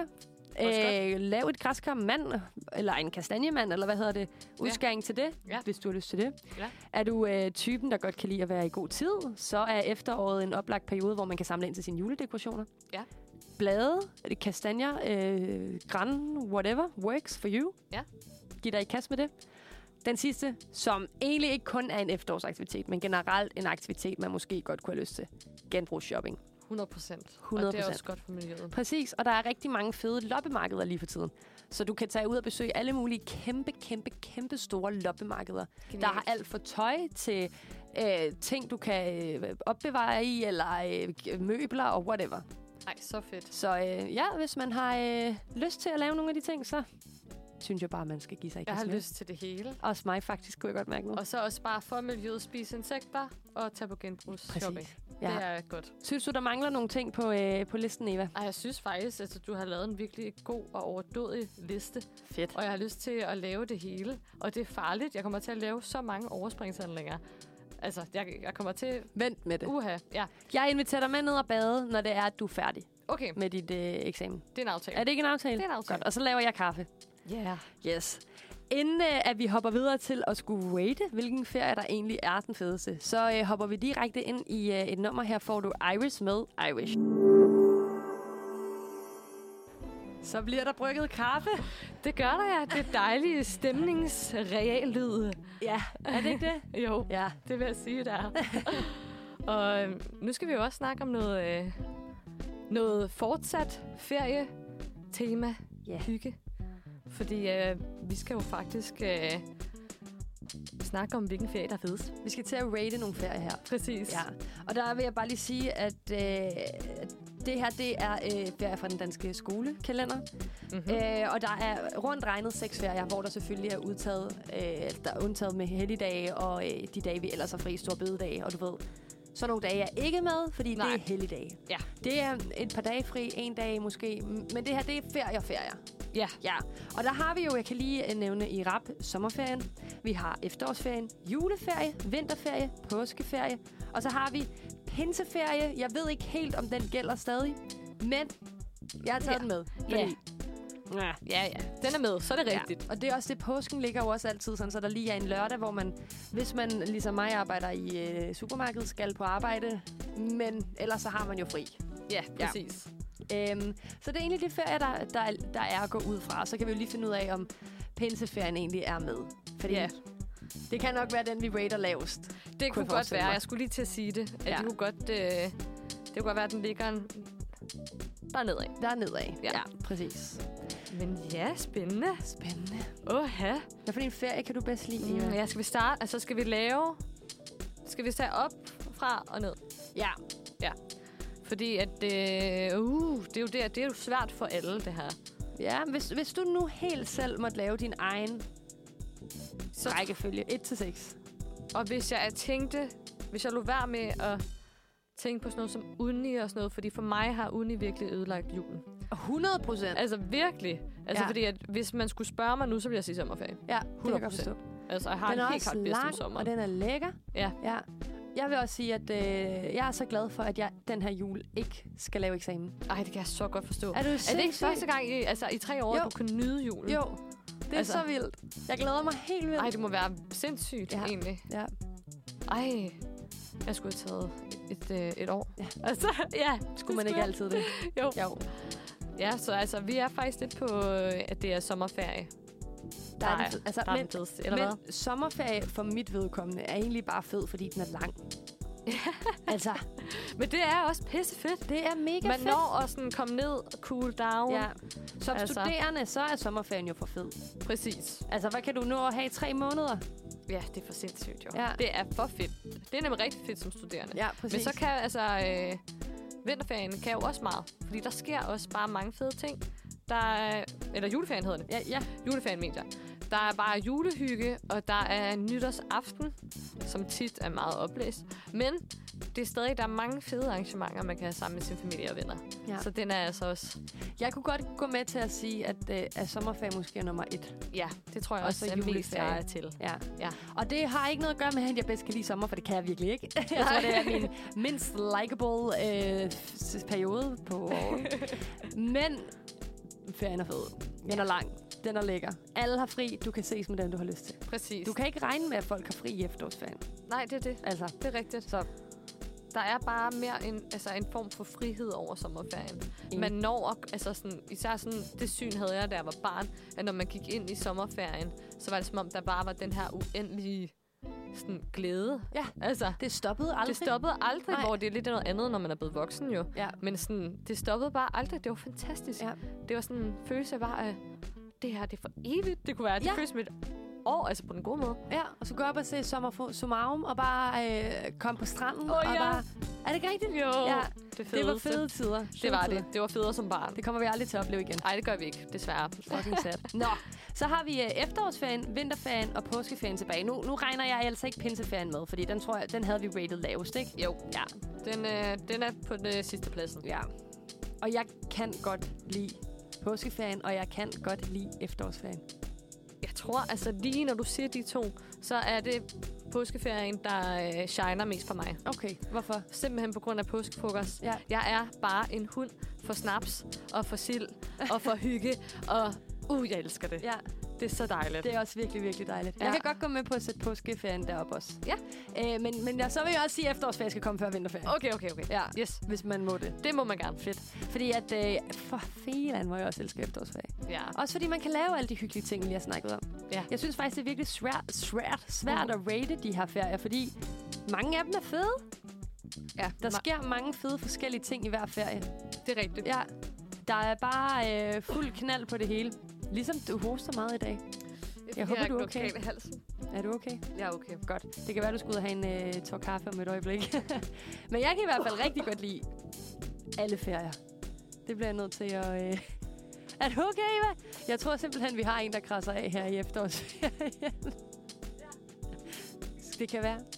Øh, lav et græskar mand, eller en kastanjemand, eller hvad hedder det, udskæring ja. til det, ja. hvis du har lyst til det. Ja. Er du øh, typen, der godt kan lide at være i god tid, så er efteråret en oplagt periode, hvor man kan samle ind til sine juledekorationer. Ja. Blade, kastanjer, øh, gran, whatever, works for you. Ja. Giv dig i kast med det. Den sidste, som egentlig ikke kun er en efterårsaktivitet, men generelt en aktivitet, man måske godt kunne have lyst til. Genbrugsshopping. hundrede procent. hundrede procent. Og det er også godt for miljøet. Præcis, og der er rigtig mange fede loppemarkeder lige for tiden. Så du kan tage ud og besøge alle mulige kæmpe, kæmpe, kæmpe store loppemarkeder. Genialt. Der har alt fra tøj til øh, ting, du kan øh, opbevare i, eller øh, møbler og whatever. Ej, så fedt. Så øh, ja, hvis man har øh, lyst til at lave nogle af de ting, så synes jeg bare, man skal give sig i Jeg har med. lyst til det hele. Også mig faktisk, kunne jeg godt mærke nu. Og så også bare for miljøet spise insekter og tage på genbrugsshopping. Ja. Det er godt. Synes du, der mangler nogle ting på, øh, på listen, Eva? Ej, jeg synes faktisk, at du har lavet en virkelig god og overdådig liste. Fedt. Og jeg har lyst til at lave det hele. Og det er farligt. Jeg kommer til at lave så mange overspringshandlinger. Altså, jeg, jeg kommer til... Vent med det. Uha, ja. Jeg inviterer dig med ned og bade, når det er, at du er færdig Okay, med dit øh, eksamen. det er en aftale. Er det ikke en aftale? Det er en aftale. Godt, og så laver jeg kaffe. Ja. Yeah. Yes. Inden øh, at vi hopper videre til at skulle rate, hvilken ferie der egentlig er den fedeste, så øh, hopper vi direkte ind i øh, et nummer. Her får du Iris med I Wish. Så bliver der brygget kaffe. Det gør der, ja. Det er dejlige stemningsreallyd. Ja, er det ikke det? Jo, Ja. det vil jeg sige, der. Og øh, nu skal vi jo også snakke om noget, øh, noget fortsat ferie, tema, Ja. hygge. Fordi øh, vi skal jo faktisk øh, snakke om, hvilken ferie, der er fedest. Vi skal til at rate nogle ferier her. Præcis. Ja. Og der vil jeg bare lige sige, at øh, det her, det er øh, ferie fra den danske skolekalender. Mm-hmm. Øh, og der er rundt regnet seks ferier, hvor der selvfølgelig er udtaget, øh, der er undtaget med helligdage og øh, de dage, vi ellers har fri, store bededag, og du ved, så nogle dage er ikke med, fordi Nej. det er helligdage. Ja. Det er et par dage fri, en dag måske, men det her, det er ferie og ferier. Ja. Ja, og der har vi jo, jeg kan lige nævne i rap, sommerferien. Vi har efterårsferien, juleferie, vinterferie, påskeferie. Og så har vi pinseferie. Jeg ved ikke helt, om den gælder stadig, men jeg har taget Ja. den med. Ja. Fordi, ja. Ja, ja. Den er med, så er det rigtigt. Ja. Og det er også det, påsken ligger jo også altid sådan, så der lige er en lørdag, hvor man, hvis man ligesom mig arbejder i øh, supermarkedet, skal på arbejde, men ellers så har man jo fri. Ja, præcis. Øhm, så det er egentlig de ferier, der, der, der er at gå ud fra. Så kan vi jo lige finde ud af, om pinseferien egentlig er med. Fordi Ja. det kan nok være den, vi rater lavest. Det jeg kunne godt forestille være. mig. Jeg skulle lige til at sige det. At Ja. det kunne godt, øh, det kunne godt være, at den ligger en, der er nedad. Der er nedad. Ja. Ja, præcis. Men ja, spændende. Spændende. Åha. Hvad for en ferie kan du bedst lide, Mm, Eva? ja, skal vi starte? Altså, skal vi lave... Skal vi tage op fra og ned? Ja. Fordi at... Øh, uh, det er jo det, det er jo svært for alle, det her. Ja, hvis, hvis du nu helt selv måtte lave din egen Så, rækkefølge, et til seks. og hvis jeg tænkte... Hvis jeg lod være med at tænke på sådan noget som uni og sådan noget, fordi for mig har uni virkelig ødelagt julen. hundrede procent. Altså virkelig. Altså Ja. fordi, at hvis man skulle spørge mig nu, så ville jeg sige sommerferie. Ja, det kan jeg godt forstå. Altså, jeg har Den er helt også klart bedst om lang, sommeren. og den er lækker. Ja. Ja. Jeg vil også sige, at øh, jeg er så glad for, at jeg den her jul ikke skal lave eksamen. Ej, det kan jeg så godt forstå. Er du Er det ikke sindssyg? første gang i, altså, i tre år, Jo. at du kan nyde julen? Jo, det er Altså- så vildt. Jeg glæder mig helt vildt. Ej, det må være sindssygt, Ja. ja. egentlig. Ja. Ej, jeg skulle have taget et, øh, et år. Ja. Altså, ja. Skulle man ikke altid det? Jo. Jo. Ja, så altså, vi er faktisk lidt på, øh, at det er sommerferie. Der er den, fed- altså, der er men, den fedeste, eller hvad? men sommerferie for mit vedkommende er egentlig bare fed, fordi den er lang. altså, Men det er også pisse fedt. det er mega Man fedt. når at sådan komme ned og cool down. Ja. Som Altså. studerende, så er sommerferien jo for fed. Præcis. Altså, hvad kan du nå at have i tre måneder? Ja, det er for sindssygt jo. Ja. Det er for fedt. Det er nemlig rigtig fedt som studerende. Ja, præcis. Men så kan altså... Øh, vinterferien kan jo også meget. Fordi der sker også bare mange fede ting. Der er, eller juleferien hedder det. Ja, ja. Juleferien mener jeg. Der er bare julehygge, og der er nytårsaften, som tit er meget oplæst. Men det er stadig, der er mange fede arrangementer, man kan have sammen med sin familie og venner. Ja. Så den er altså også... Jeg kunne godt gå med til at sige, at, øh, at sommerferie måske er nummer et. Ja, det tror jeg Og også, så er mest juleferie. jeg er til. Ja. Ja. Og det har ikke noget at gøre med, at jeg bedst kan lide sommer, for det kan jeg virkelig ikke. jeg tror, det er min mindst likable øh, s- periode på året. Men ferien er fed. Den er lang. Den er lækker. Alle har fri. Du kan ses med dem, du har lyst til. Præcis. Du kan ikke regne med, at folk har fri i efterårsferien. Nej, det er det. Altså, Det er rigtigt. så Der er bare mere en, altså en form for frihed over sommerferien. Enig. Man når, at- altså sådan, især sådan, det syn havde jeg, da jeg var barn, at når man gik ind i sommerferien, så var det som om, der bare var den her uendelige sådan, glæde. Ja. Altså, det stoppede aldrig. det stoppede aldrig, Nej. hvor det er lidt noget andet, når man er blevet voksen jo. Ja. Men sådan, det stoppede bare aldrig. Det var fantastisk. Ja. Det var sådan en følelse af bare, at det her, det er for evigt. Det kunne være, det Ja. føles som et år, altså på den gode måde. Ja, og så gå op og se Sommer Sumarum, og bare øh, komme på stranden. Åh, og ja. bare, er det ikke rigtigt? Jo, Ja, det, det var fede tider. Det var det. Det var federe som barn. Det kommer vi aldrig til at opleve igen. Nej, det gør vi ikke, desværre. Fucking sad. Nå, så har vi øh, efterårsferien, vinterferien og påskeferien tilbage. Nu, nu regner jeg altså ikke pinseferien med, fordi den tror jeg, den havde vi rated lavest, ikke? Jo. Ja. Den, øh, den er på den sidste pladsen. Ja. Og jeg kan godt lide påskeferien, og jeg kan godt lide efterårsferien. Jeg tror, altså lige når du siger de to, så er det påskeferien, der øh, shiner mest for mig. Okay, hvorfor? Simpelthen på grund af påskefrokost. Ja. Jeg er bare en hund for snaps, og for sild, og for hygge, og uh, jeg elsker det. Ja. Det er så dejligt. Det er også virkelig, virkelig dejligt. Ja. Jeg kan godt gå med på at sætte påskeferien deroppe også. Ja. Øh, men, men jeg, så vil jeg også sige, at efterårsferien skal komme før vinterferien. Okay, okay, okay. Ja, yes. Hvis man må det. Det må man gerne. Fedt. Fordi at, øh, for filan må jeg også elske efterårsferie. Ja. Også fordi man kan lave alle de hyggelige ting, vi har snakket om. Ja. Jeg synes faktisk, det er virkelig svært, svært, svært at rate de her ferier, fordi mange af dem er fede. Ja. Der sker mange fede forskellige ting i hver ferie. Det er rigtigt. Ja. Der er bare øh, fuld knald på det hele. Ligesom du hoster meget i dag. Jeg, jeg håber, du er okay. I halsen. Er du okay? Jeg er okay. Godt. Det kan være, du skal ud og have en øh, tår kaffe om et øjeblik. Men jeg kan i hvert fald rigtig godt lide alle ferier. Det bliver jeg nødt til at... Øh... Er du okay, Eva? Jeg tror simpelthen, vi har en, der krasser af her i efterårsferien. Det kan være.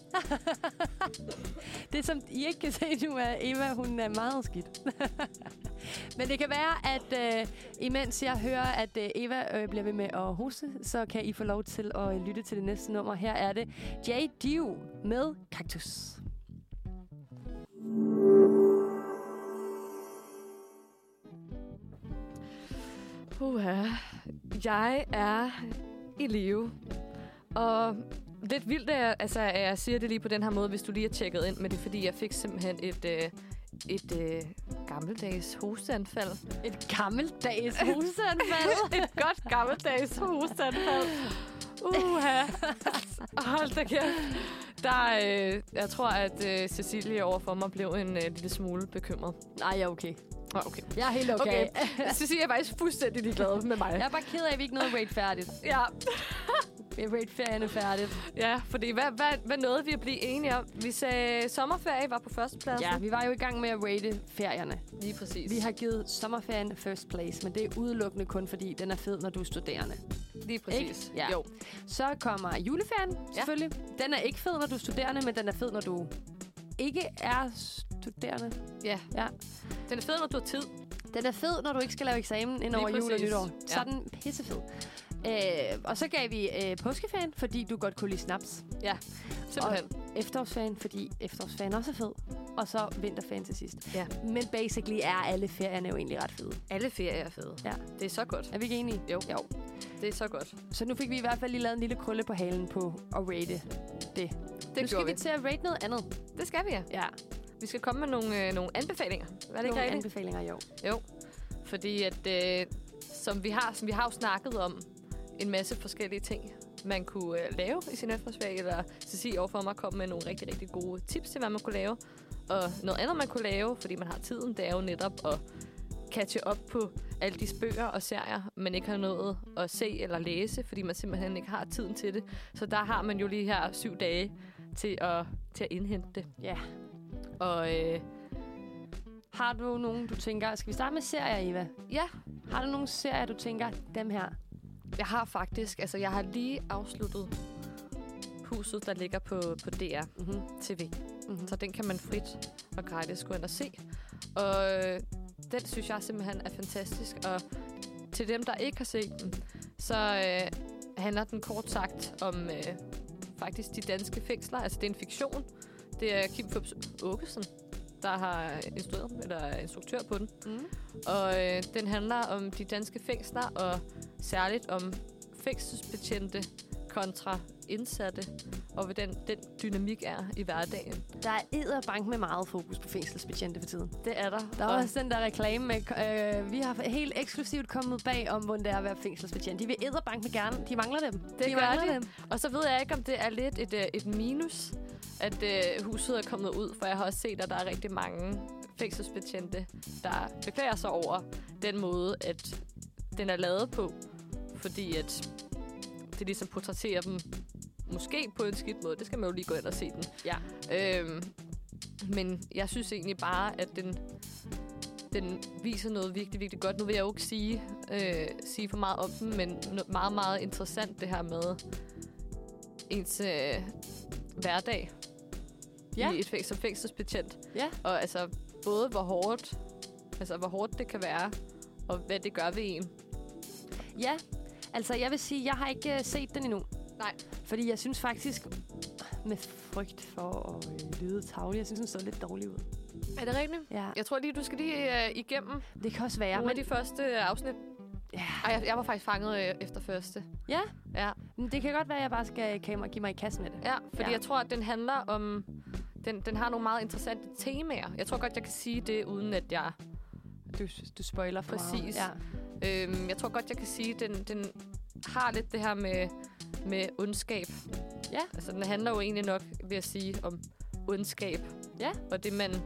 Det, som I ikke kan se nu, er Eva, hun er meget skidt. Men det kan være, at øh, imens jeg hører, at øh, Eva øh, bliver ved med at hoste, så kan I få lov til at øh, lytte til det næste nummer. Her er det J. Dew med Kaktus. Puha. Jeg er i live. Og lidt vildt, at jeg, altså, at jeg siger det lige på den her måde, hvis du lige er tjekket ind med det, fordi jeg fik simpelthen et, øh, et øh, gammeldags hosteanfald. Et gammeldags hosteanfald? Et godt gammeldags hosteanfald. Uha. Hold da kæft. Der, øh, jeg tror, at øh, Cecilie overfor mig blev en øh, lille smule bekymret. Nej, jeg er okay. Oh, okay. Jeg er helt okay. okay. Cecilie er faktisk fuldstændig ligeglad med mig. Jeg er bare ked af, at vi ikke nåede rate færdigt. Ja. Rate-ferien er færdigt. Ja, fordi hvad, hvad, hvad nåede vi at blive enige om? Vi sagde, sommerferie var på førstepladsen. Ja, vi var jo i gang med at rate ferierne. Lige præcis. Vi har givet sommerferien first place, men det er udelukkende kun fordi, den er fed, når du er studerende. Lige præcis. Ja. Jo. Så kommer juleferien, selvfølgelig. Ja. Den er ikke fed, når du er studerende, men den er fed, når du ikke er studerende. Ja. Ja. Den er fed, når du har tid. Den er fed, når du ikke skal lave eksamen ind over jul og nytår. Ja. Så er den pissefed. Øh, og så gav vi øh, påskeferien, fordi du godt kunne lide snaps. Ja, simpelthen. Og efterårsferien, fordi efterårsferien også er fed. Og så vinterferien til sidst. Ja. Men basically er alle ferierne jo egentlig ret fede. Alle ferier er fede. Ja. Det er så godt. Er vi ikke enige? Jo. jo. Det er så godt. Så nu fik vi i hvert fald lige lavet en lille krølle på halen på at rate det. Det nu skal vi. vi til at rate noget andet. Det skal vi, ja. Ja. Vi skal komme med nogle, øh, nogle anbefalinger. Hvad er det nogle ikke anbefalinger, jo. Jo. Fordi at, øh, som, vi har, som vi har jo snakket om, en masse forskellige ting, man kunne øh, lave i sin efterårsferie, eller Cecilie overfor mig kom med nogle rigtig, rigtig gode tips til, hvad man kunne lave. Og noget andet, man kunne lave, fordi man har tiden, det er jo netop at catche op på alle de bøger og serier, man ikke har nået at se eller læse, fordi man simpelthen ikke har tiden til det. Så der har man jo lige her syv dage til at, til at indhente det. Ja. Og øh, har du nogen, du tænker... Skal vi starte med serier, Eva? Ja. Har du nogle serier, du tænker, dem her? Jeg har faktisk... Altså, jeg har lige afsluttet Huset, der ligger på, på D R mm-hmm. T V. Mm-hmm. Så den kan man frit og gratis gå ind og se. Og øh, den synes jeg simpelthen er fantastisk. Og til dem, der ikke har set den, så øh, handler den kort sagt om øh, faktisk de danske fængsler. Altså, det er en fiktion. Det er Kim Fupz Aakeson, der har instrueret eller er instruktør på den. Mm. Og øh, den handler om de danske fængsler, og særligt om fængselsbetjente kontra indsatte, og hvad den, den dynamik er i hverdagen. Der er edderbank med meget fokus på fængselsbetjente for tiden. Det er der. Der var også den der reklame med, øh, vi har helt eksklusivt kommet bag om, hvordan det er at være fængselsbetjent. De vil edderbank med gerne. De mangler dem. Det de gør mangler de. dem. Og så ved jeg ikke, om det er lidt et, et minus, at øh, huset er kommet ud, for jeg har også set, at der er rigtig mange fængselsbetjente, der beklager sig over den måde, at den er lavet på, fordi at det ligesom portrætterer dem måske på en skidt måde. Det skal man jo lige gå ind og se den. Ja. Øhm, men jeg synes egentlig bare, at den, den viser noget virkelig, virkelig godt. Nu vil jeg jo ikke sige, øh, sige for meget om den, men no- meget, meget interessant det her med ens øh, hverdag ja. i et fængsel, fængselsbetjent. Ja. Og altså både hvor hårdt, altså hvor hårdt det kan være, og hvad det gør ved en. Ja, altså jeg vil sige, jeg har ikke uh, set den endnu. Nej. Fordi jeg synes faktisk, med frygt for at øh, lyde tavlig, jeg synes, den så lidt dårlig ud. Er det rigtigt? Ja. Jeg tror lige, du skal lige øh, igennem Det kan også være. nogle Men, af de første øh, afsnit. ja. Ej, jeg, jeg var faktisk fanget øh, efter første. ja, Ja, men det kan godt være, at jeg bare skal give mig, give mig i kast med det. ja fordi Ja. jeg tror, at den handler om... Den, den har nogle meget interessante temaer. Jeg tror godt, jeg kan sige det, uden at jeg... Du, du spoiler for Præcis. meget. Ja. Øhm, jeg tror godt, jeg kan sige, at den, den har lidt det her med, med ondskab. Ja. Altså, den handler jo egentlig nok, vil jeg sige, om ondskab. Ja. Og det, man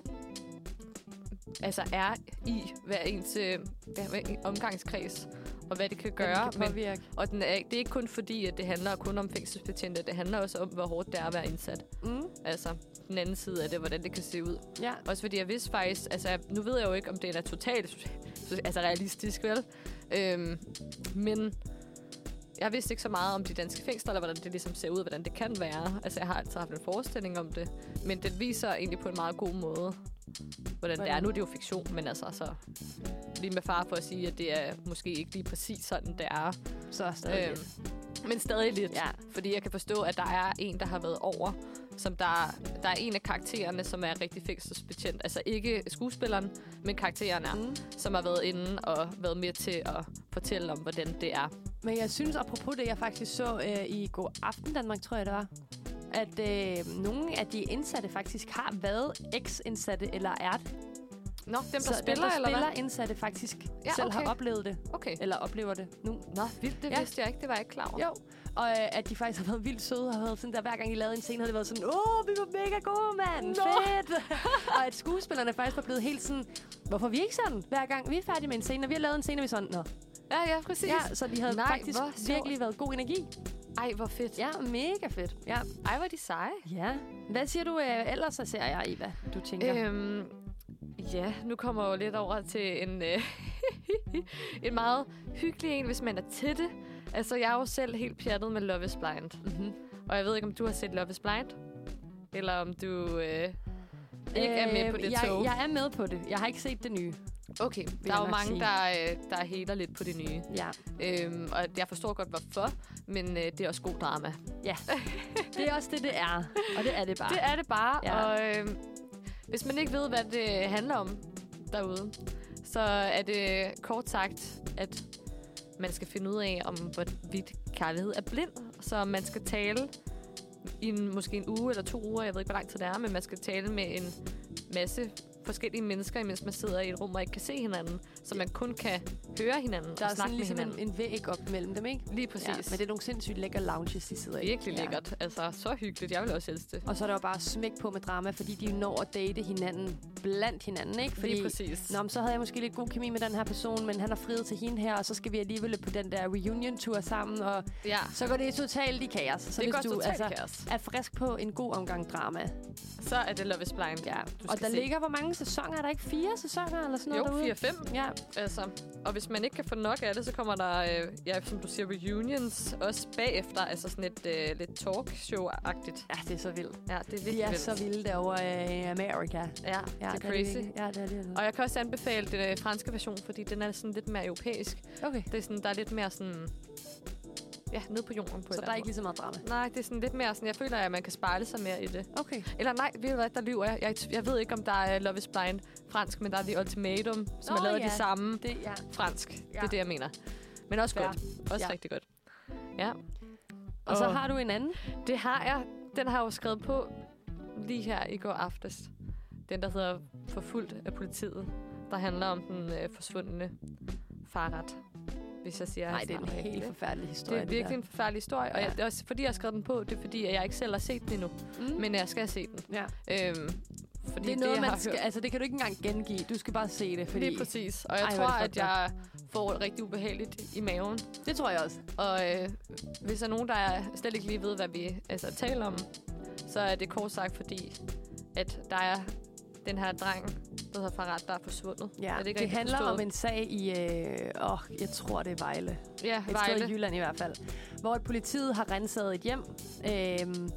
altså er i hver ens øh, omgangskreds, og hvad det kan gøre. Den kan påvirke. Men, og den er, det er ikke kun fordi, at det handler kun om fængselsbetjente. Det handler også om, hvor hårdt det er at være indsat. Mm. Altså, den anden side af det, hvordan det kan se ud. Ja. Også fordi jeg vidste faktisk, altså nu ved jeg jo ikke, om det er totalt altså realistisk, vel? Øhm, men jeg vidste ikke så meget om de danske fængsler, eller hvordan det ligesom ser ud, og hvordan det kan være. Altså jeg har altid haft en forestilling om det. Men den viser egentlig på en meget god måde, hvordan det er. Nu er det jo fiktion, men altså så lige med far for at sige, at det er måske ikke lige præcis sådan, det er. Så stadig Øhm, men stadig lidt. Ja. Fordi jeg kan forstå, at der er en, der har været over, som der, der er en af karaktererne, som er rigtig fængselsbetjent. Altså ikke skuespilleren, men karakteren er, Mm. som har været inde og været med til at fortælle om, hvordan det er. Men jeg synes, apropos det, jeg faktisk så øh, i God Aften Danmark, tror jeg det var, at øh, nogle af de indsatte faktisk har været eks-indsatte eller er det. Nå, dem der Så spiller, dem, der eller spiller hvad? indsatte faktisk Ja, selv okay. har oplevet det, Okay. eller oplever det nu. Nå, vildt, det Ja. vidste jeg ikke. Det var jeg ikke klar over. Jo, og øh, at de faktisk har været vildt søde, og har været sådan der, hver gang de lavede en scene, havde det været sådan, åh, vi var mega gode, mand, Nå. fedt. Og at skuespillerne faktisk var blevet helt sådan, hvorfor er vi ikke sådan, hver gang vi er færdige med en scene, og vi har lavet en scene, og vi er sådan, nå. Ja, ja, præcis. Ja, så de havde Nej, faktisk hvor sjovt. virkelig været god energi. Ej, hvor fedt. Ja, mega fedt. Ja. Ej, hvor er de seje. Ja. Hvad siger du øh, ellers af serier, Eva, du tænker? Øhm, ja, nu kommer jeg jo lidt over til en, øh, en meget hyggelig en, hvis man er til det. Altså, jeg er jo selv helt pjattet med Love is Blind. Mm-hmm. Og jeg ved ikke, om du har set Love is Blind? Eller om du øh, ikke er med på det jeg, tog? Jeg er med på det. Jeg har ikke set det nye. Okay, der jeg er jo nok mange, sige. der, øh, der hater lidt på det nye. Ja. Øhm, og jeg forstår godt, hvorfor, men øh, det er også god drama. Ja. Det er også det, det er. Og det er det bare. Det er det bare, Ja. og øh, hvis man ikke ved, hvad det handler om derude, så er det kort sagt, at man skal finde ud af, om hvorvidt kærlighed er blind. Så man skal tale i en, måske en uge eller to uger, jeg ved ikke, hvor lang tid det er, men man skal tale med en masse forskellige mennesker, imens man sidder i et rum og ikke kan se hinanden, så man kun kan høre hinanden Der og er snakke sådan med ligesom hinanden. en, en væg op mellem dem, ikke? Lige præcis. Ja, men det er nogle sindssygt lækre lounges, de sidder i. Virkelig Ja. lækkert. Altså, så hyggeligt. Jeg vil også elske det. Og så er der jo bare smæk på med drama, fordi de når at date hinanden blandt hinanden, ikke? Fordi, Lige præcis. Nå, men så havde jeg måske lidt god kemi med den her person, men han har friet til hende her, og så skal vi alligevel på den der reunion-tur sammen, og Ja, så går det totalt i kaos. Så det hvis går du totalt altså kaos. er frisk på en god omgang drama. Så er det Love is Blind. Ja. Du Og skal der se. ligger, hvor mange sæsoner? Er der ikke fire sæsoner eller sådan noget Jo, derude? fire fem. Ja. Altså, og hvis man ikke kan få nok af det, så kommer der, øh, ja, som du siger, reunions også bagefter. Altså sådan et øh, lidt talkshow-agtigt. Ja, det er så vildt. Ja, det er virkelig De er vildt. så vilde derovre i Amerika. Ja, Ja, det er det crazy. virkelig. Ja, det er det. Og jeg kan også anbefale den øh, franske version, fordi den er sådan lidt mere europæisk. Okay. Det er sådan, der er lidt mere sådan... Ja, ned på jorden på Så et der er eller ikke andet lige så meget drama? måde. Nej, det er sådan lidt mere sådan... Jeg føler, at man kan spejle sig mere i det. Okay. Eller nej, ved du hvad, der lyver jeg. Jeg, jeg ved ikke, om der er Love is Blind fransk, men der er The Ultimatum, som Nå, er lavet ja. de samme Det, ja. fransk. Ja. Det Ja. er det, jeg mener. Men også Fair. godt. Også Ja. rigtig godt. Ja. Og så har du en anden? Det har jeg. Den har jeg jo skrevet på lige her i går aftes. Den, der hedder Forfulgt af politiet. Der handler om den øh, forsvundne Farhat. Hvis jeg siger Nej, det er en hans navn helt rigtigt. forfærdelig historie. Det er virkelig en forfærdelig historie. Og Ja. jeg, det er også fordi, jeg har skrevet den på, det er fordi, at jeg ikke selv har set den endnu. Mm. Men jeg skal se den. ja. Øhm, fordi Det er noget, jeg man har skal... hørt. Altså, det kan du ikke engang gengive. Du skal bare se det, fordi... Lige præcis. Og jeg Ej, Ej, hvor er tror, det at fucked jeg får det rigtig ubehageligt i maven. Det tror jeg også. Og øh, hvis der er nogen, der er slet ikke lige ved, hvad vi altså, taler om, så er det kort sagt, fordi at der er den her dreng, der hedder Farhat, der er forsvundet. Ja, er det, det, ikke det rigtig handler forstået? om en sag i... Øh, åh, jeg tror, det er Vejle. Ja, Et sted i Vejle. Jylland i hvert fald. Hvor et politiet har renset et hjem. Øhm,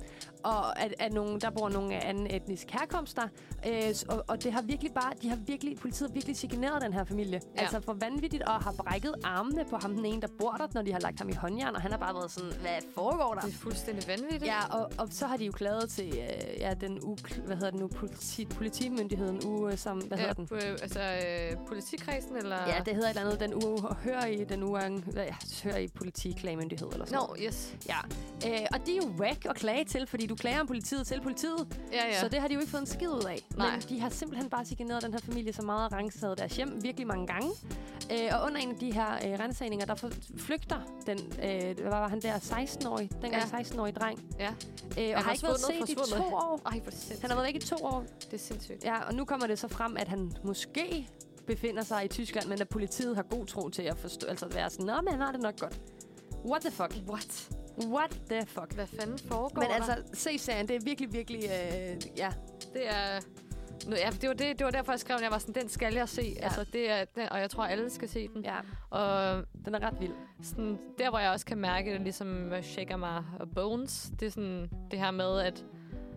og at, at nogen, der bor nogen af anden etnisk herkomst der. Øh, og, og det har virkelig bare, de har virkelig, politiet har virkelig chikaneret den her familie. Ja. Altså for vanvittigt, og har brækket armene på ham, den ene, der bor der, når de har lagt ham i håndjern, og han har bare været sådan, hvad foregår der? Det er fuldstændig vanvittigt. Ja, og, og så har de jo klaget til, øh, ja, den u, hvad hedder den nu, politi, politimyndigheden, u, som, hvad ja, hedder den? Øh, altså øh, politikredsen, eller? Ja, det hedder et eller andet, den uhørige, den uang, ja, hører i politiklagemyndighed, eller sådan Nå, noget. no, yes. Ja, øh, og det er jo whack at klage til, fordi du klager om politiet til politiet. Ja, ja. Så det har de jo ikke fået en skid ud af. Nej. Men de har simpelthen bare chikaneret den her familie så meget og rangsaget deres hjem virkelig mange gange. Øh, og under en af de her øh, ransagninger, der flygter den, øh, hvad var han der, seksten-årig, dengang ja. seksten-årig dreng. Ja. Øh, og har ikke været set i to år. Ej, hvor sindssygt. Han har været væk i to år. Det er sindssygt. Ja, og nu kommer det så frem, at han måske befinder sig i Tyskland, men at politiet har god tro til at forstå, altså at være sådan, nå, men han har det nok godt. What the fuck? What? What the fuck? Hvad fanden foregår Men der? altså, se serien, det er virkelig, virkelig, øh, ja. Det er... Nu, ja, det var, det, det var derfor, jeg skrev, at jeg var sådan, den skal jeg se. Ja. Altså, det er, den, og jeg tror, alle skal se den. Ja. Og den er ret vild. Sådan, der, hvor jeg også kan mærke det, ligesom Shaker mig og Bones, det er sådan det her med, at,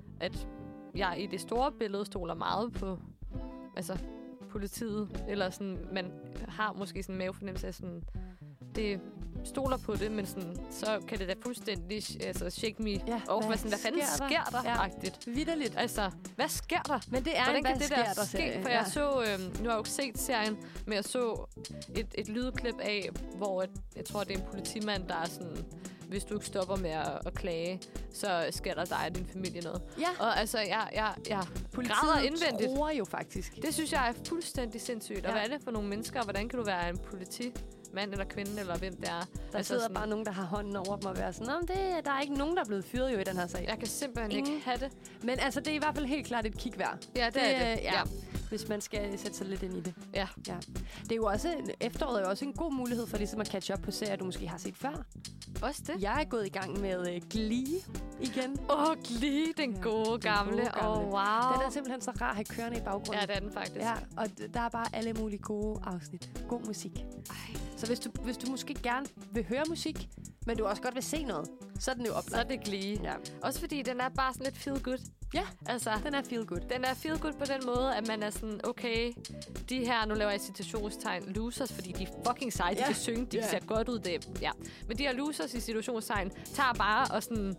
at jeg i det store billede stoler meget på altså, politiet. Eller sådan, man har måske sådan en mavefornemmelse af sådan... Det stoler på det, men sådan, så kan det da fuldstændig altså, shake me ja, off. Hvad, sådan, hvad fanden sker der? Sker der? Ja, vitterligt. Altså, hvad sker der? Men det er Hvordan en, kan hvad det sker der, der ske? For ja. jeg så, øh, nu har jeg jo ikke set serien, men jeg så et, et lydklip af, hvor et, jeg tror, det er en politimand, der er sådan, hvis du ikke stopper med at, at klage, så sker der dig og din familie noget. Ja. Og altså, jeg, jeg, jeg græder indvendigt. Politiet tror jo faktisk. Det synes jeg er fuldstændig sindssygt. Ja. Og hvad er det for nogle mennesker? Hvordan kan du være en politi? Mand eller kvinde, eller hvem det er. Der altså sidder sådan, bare nogen, der har hånden over dem og være sådan, det, der er ikke nogen, der er blevet fyret jo i den her sag. Jeg kan simpelthen Ingen. ikke have det. Men altså, det er i hvert fald helt klart et kig værd. Ja, det, det er det. Ja. ja. Hvis man skal sætte sig lidt ind i det. Ja. ja. Det er jo også, efteråret er jo også en god mulighed for ligesom at catch up på serier, du måske har set før. Også det? Jeg er gået i gang med uh, Glee igen. Åh, oh, Glee, den ja, gode den gamle. Åh, oh, wow. Den er simpelthen så rar at have kørende i baggrunden. Ja, det er den faktisk. Ja, og d- der er bare alle mulige gode afsnit. God musik. Ej. Så hvis du, hvis du måske gerne vil høre musik, men du også godt vil se noget, så er den jo oplagt. Så er det Glee. Ja. Også fordi den er bare sådan lidt feel good. Ja, altså, den er feel good. Den er feel good på den måde, at man er sådan, okay, de her, nu laver jeg citationstegn, losers, fordi de er fucking seje, de ja. kan synge, de yeah. ser godt ud, det, ja. Men de her losers i situationstegn tager bare og sådan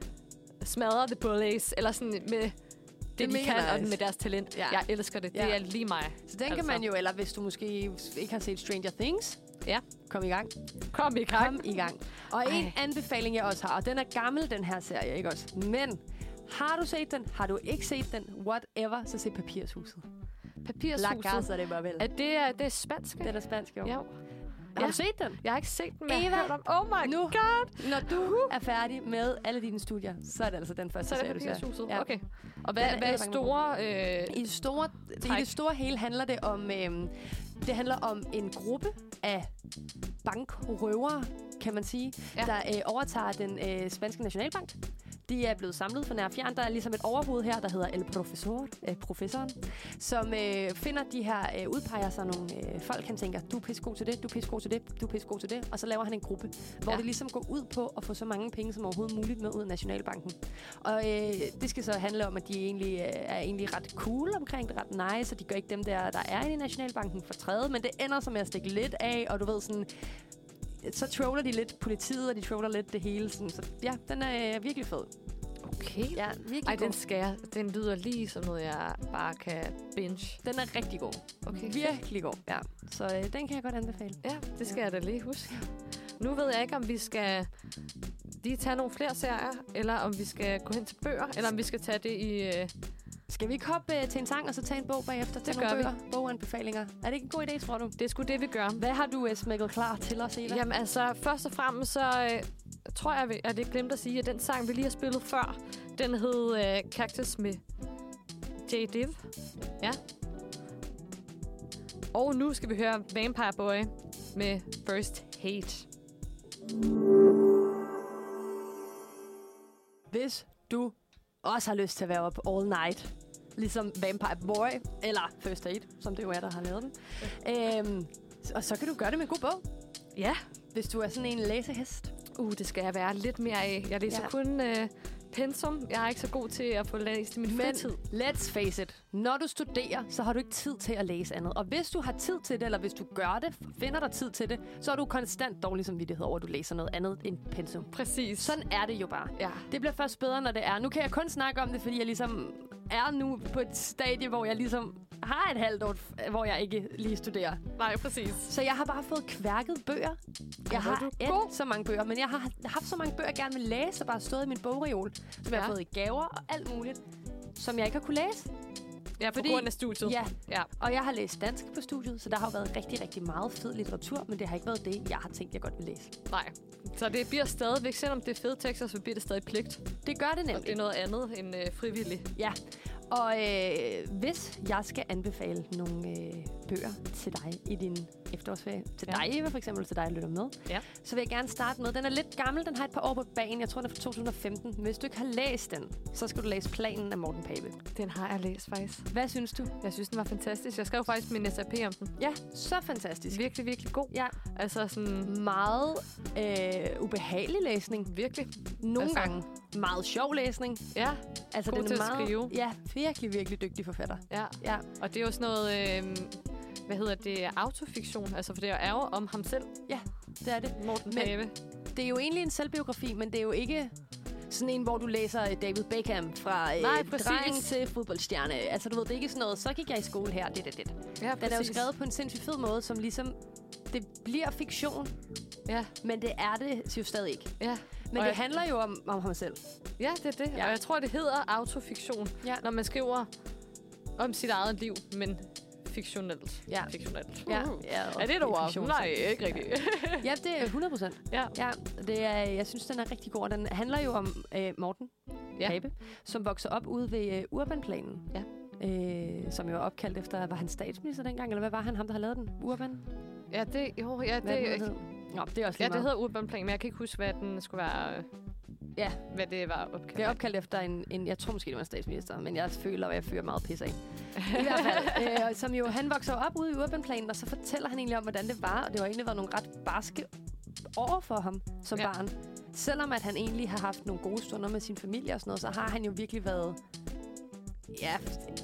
smadrer the bullies, eller sådan med det, det de kan, nice. Og med deres talent. Ja. Jeg elsker det. Ja. Det er lige mig. Så den altså. Kan man jo, eller hvis du måske ikke har set Stranger Things, ja. Kom i gang. Kom i gang. Kom i gang. Og Ej. En anbefaling, jeg også har, og den er gammel, den her serie, ikke også? Men har du set den? Har du ikke set den? Whatever, så se Papirshuset. Papirshuset? La Casa de Babel. Er det, er det spansk? Det er spansk, jo. Ja. Har ja. du set den? Jeg har ikke set den, men Eva, jeg har hørt om. Oh my nu, god! Når du er færdig med alle dine studier, så er det altså den første serie, du ser. Så er det Papirshuset? Ja. Okay. Og hvad, er, hvad er store... Øh, I, store I det store hele handler det om... Øh, det handler om en gruppe af bankrøvere, kan man sige, ja. Der øh, overtager den øh, spanske nationalbank. De er blevet samlet for nær fjern. Der er ligesom et overhoved her, der hedder El Profesor, øh, professoren, som øh, finder de her, øh, udpeger sig nogle øh, folk, han tænker, du er pissegod til det, du er pissegod til det, du er pissegod til det, og så laver han en gruppe, hvor ja. Det ligesom går ud på at få så mange penge som overhovedet muligt med ud af Nationalbanken. Og øh, det skal så handle om, at de egentlig øh, er egentlig ret cool omkring det, ret nice, og de gør ikke dem der, der er inde i Nationalbanken for træde, men det ender så med at stikke lidt af, og du ved sådan, så troller de lidt politiet, og de troller lidt det hele. Sådan. Så ja, den er øh, virkelig fed. Okay. Ja, virkelig Ej, god. den skal jeg. Den lyder lige som noget, jeg bare kan binge. Den er rigtig god. Okay. Virkelig god, ja. Så øh, den kan jeg godt anbefale. Ja, det skal ja. jeg da lige huske. Nu ved jeg ikke, om vi skal lige tage nogle flere serier, eller om vi skal gå hen til bøger, eller om vi skal tage det i... Øh Skal vi ikke hoppe øh, til en sang, og så tage en bog bagefter? Det gør bøger, vi. Boganbefalinger. Er det ikke en god idé, tror du? Det er sgu det, vi gør. Hvad har du uh, smækket klar til os, Eva? Jamen altså, først og fremmest så øh, tror jeg, at det glemte at sige, at den sang, vi lige har spillet før, den hed øh, Cactus med J Div. Ja. Og nu skal vi høre Vampire Boy med First Hate. Hvis du også har lyst til at være op all night, ligesom Vampire Boy, eller First Aid, som det jo er, der har lavet den. Øhm, og så kan du gøre det med en god bog. Ja. Hvis du er sådan en læsehest. Uh, det skal jeg være lidt mere af. Jeg læser ja. kun øh, pensum. Jeg er ikke så god til at få læst i min Men fritid. let's face it. Når du studerer, så har du ikke tid til at læse andet. Og hvis du har tid til det, eller hvis du gør det, finder dig tid til det, så er du konstant dårlig samvittighed over, at du læser noget andet end pensum. Præcis. Sådan er det jo bare. Ja. Det bliver først bedre, når det er. Nu kan jeg kun snakke om det, fordi jeg ligesom er nu på et stadie, hvor jeg ligesom har et halvt år, hvor jeg ikke lige studerer. Nej, præcis. Så jeg har bare fået kværket bøger. Jeg har et så mange bøger, men jeg har haft så mange bøger, jeg gerne vil læse, og bare stået i min bogreol, som ja. jeg har fået i gaver og alt muligt, som jeg ikke har kunne læse. Ja, på Fordi, grund af studiet. Ja. ja, og jeg har læst dansk på studiet, så der har jo været rigtig, rigtig meget fed litteratur, men det har ikke været det, jeg har tænkt, jeg godt vil læse. Nej, så det bliver stadigvæk, selvom det er fede tekster, så bliver det stadig pligt. Det gør det nemlig. Og det er noget andet end øh, frivilligt. Ja, og øh, hvis jeg skal anbefale nogle øh, bøger til dig i din efterårsferie, til ja. dig, for eksempel til dig, der lytter med, ja. så vil jeg gerne starte med. Den er lidt gammel, den har et par år på banen. Jeg tror, den er fra to tusind og femten. Men hvis du ikke har læst den, så skal du læse Planen af Morten Pape. Den har jeg læst, faktisk. Hvad synes du? Jeg synes, den var fantastisk. Jeg skrev faktisk min S A P om den. Ja, så fantastisk. Virkelig, virkelig god. Ja. Altså sådan... Meget øh, ubehagelig læsning. Virkelig. Nogle altså... gange meget sjov læsning. Ja, altså, god den er til meget, at skrive. Ja, virkelig, virkelig dygtig forfatter. Ja. ja, og det er jo sådan noget... Øh, hvad hedder det? Autofiktion. Altså, for det er jo om ham selv. Ja, det er det. Morten Pape. Det er jo egentlig en selvbiografi, men det er jo ikke sådan en, hvor du læser David Beckham fra Nej, øh, dreng til fodboldstjerne. Altså, du ved, det er ikke sådan noget, så gik jeg i skole her, det, det, det. Ja, den præcis. er jo skrevet på en sindssygt fed måde, som ligesom, det bliver fiktion, ja. men det er det jo stadig ikke. Ja. Men og det jeg... handler jo om, om ham selv. Ja, det er det. Ja. Og jeg tror, det hedder autofiktion, ja. når man skriver om sit eget liv, men fiktionelt. Ja. Fiktionelt. Ja. ja er det et ord? Nej, ikke rigtigt. Ja, det er hundrede procent. Ja. ja det er, jeg synes, den er rigtig god. Den handler jo om øh, Morten ja. Pape, som vokser op ude ved øh, Urbanplanen. Ja. Øh, som jo er opkaldt efter, var han statsminister dengang, eller hvad var han, ham der har lavet den? Urban? Ja, det, jo, ja, det, hvad det hed? Nå, det er også ja, det hedder Urbanplanen, men jeg kan ikke huske, hvad den skulle være... Øh, ja. Hvad det var opkaldt. Det er opkaldt efter en, en, jeg tror måske, det var en statsminister, men jeg føler, at jeg fører meget pis af. I hvert fald. Øh, som jo, han vokser op ude i Urbanplanen, og så fortæller han egentlig om, hvordan det var, og det var egentlig været nogle ret barske år for ham som ja. barn. Selvom at han egentlig har haft nogle gode stunder med sin familie og sådan noget, så har han jo virkelig været ja,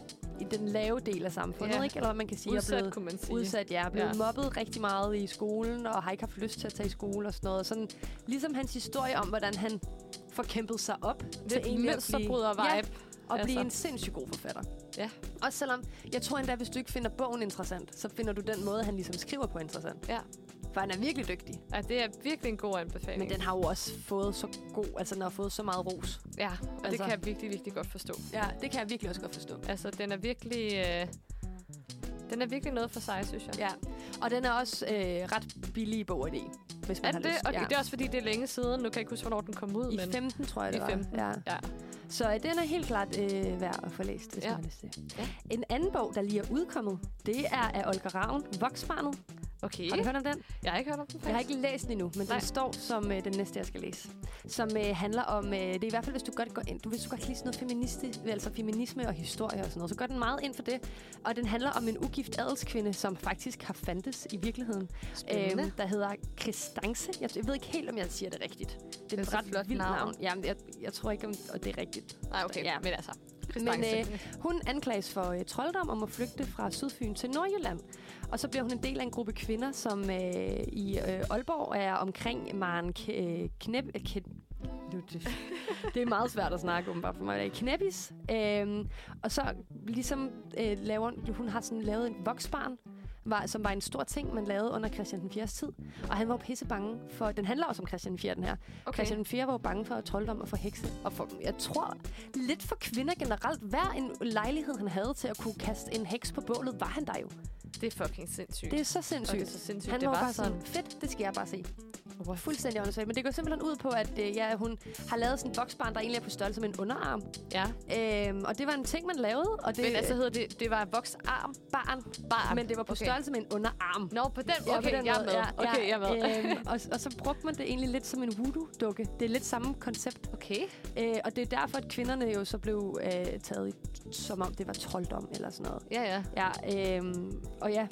i den lave del af samfundet, ja. ikke? Eller hvad man kan sige. Udsat, blevet, kunne man sige. Udsat, ja. Blevet ja. mobbet rigtig meget i skolen, og har ikke haft lyst til at tage i skole og sådan noget. Sådan, ligesom hans historie om, hvordan han får kæmpet sig op det til egentlig at blive... vibe. Ja, og altså. blive en sindssygt god forfatter. Ja. Også selvom, jeg tror endda, hvis du ikke finder bogen interessant, så finder du den måde, han ligesom skriver på interessant. Ja. For han er virkelig dygtig. Ja, det er virkelig en god anbefaling. Men den har jo også fået så god, altså den har fået så meget ros. Ja, og altså. det kan jeg virkelig, virkelig godt forstå. Ja, det kan jeg virkelig også godt forstå. Altså, den er virkelig... Øh, den er virkelig noget for sig, synes jeg. Ja, og den er også øh, ret billig bog i det, hvis man er har det? lyst. Okay, ja. det er også fordi, det er længe siden. Nu kan jeg ikke huske, hvornår den kom ud. I men femten, tror jeg, det I var. femten, ja. ja. Så øh, den er helt klart øh, værd at få læst, hvis ja. man har lyst til. Ja. En anden bog, der lige er udkommet, det er af Olga Ravn, Voksbarnet. Okay. Har du hørt om den? Jeg har ikke hørt om den, faktisk. Jeg har ikke læst den endnu, men Nej. den står som øh, den næste, jeg skal læse. Som øh, handler om, øh, det er i hvert fald, hvis du godt går ind, du, hvis du godt kan lide sådan noget feministi, altså feminisme og historie og sådan noget, så går den meget ind for det. Og den handler om en ugift adelskvinde, som faktisk har fandtes i virkeligheden. Spændende. Øh, der hedder Kristance. Jeg, jeg ved ikke helt, om jeg siger det rigtigt. Det er, det er et ret flot vildt navn. navn. Jamen, jeg, jeg tror ikke, om og det er rigtigt. Nej, okay. Ja. Men altså... Men øh, hun anklages for øh, trolddom om at flygte fra Sydfyn til Nordjylland. Og så bliver hun en del af en gruppe kvinder, som øh, i øh, Aalborg er omkring Maren K- øh, Knep... Øh, K- det, det er meget svært at snakke om, bare for mig. Knæppis. Øhm, og så ligesom øh, laver hun har sådan lavet en voksbarn, var, som var en stor ting, man lavede under Christian den fjerdes tid. Og han var jo pisse bange for... Den handler også om Christian den fjerde, den her. Okay. Christian den fjerde var jo bange for trolddom og for hekse. Og for, jeg tror, lidt for kvinder generelt, hver en lejlighed, han havde til at kunne kaste en heks på bålet, var han der jo. Det er fucking sindssygt. Det er så sindssygt. Det er så sindssygt. Han det var, var bare sådan, sådan, fedt, det skal jeg bare se. What? Fuldstændig åndssvagt. Men det går simpelthen ud på, at øh, ja, hun har lavet sådan en voksbarn, der egentlig er på størrelse med en underarm. Ja. Øhm, og det var en ting, man lavede. Og det, men altså hedder det, det var voksarm? Barn. Barn. Men det var på okay. størrelse med en underarm. Nå, på den ja, okay, på den jeg måde. er med. Ja, okay, ja, jeg er med. øhm, og, og så brugte man det egentlig lidt som en voodoo-dukke. Det er lidt samme koncept. Okay. Øh, og det er derfor, at kvinderne jo så blev øh, taget i, som om det var trolddom eller sådan noget. Ja, ja. Ja, øhm, og ja,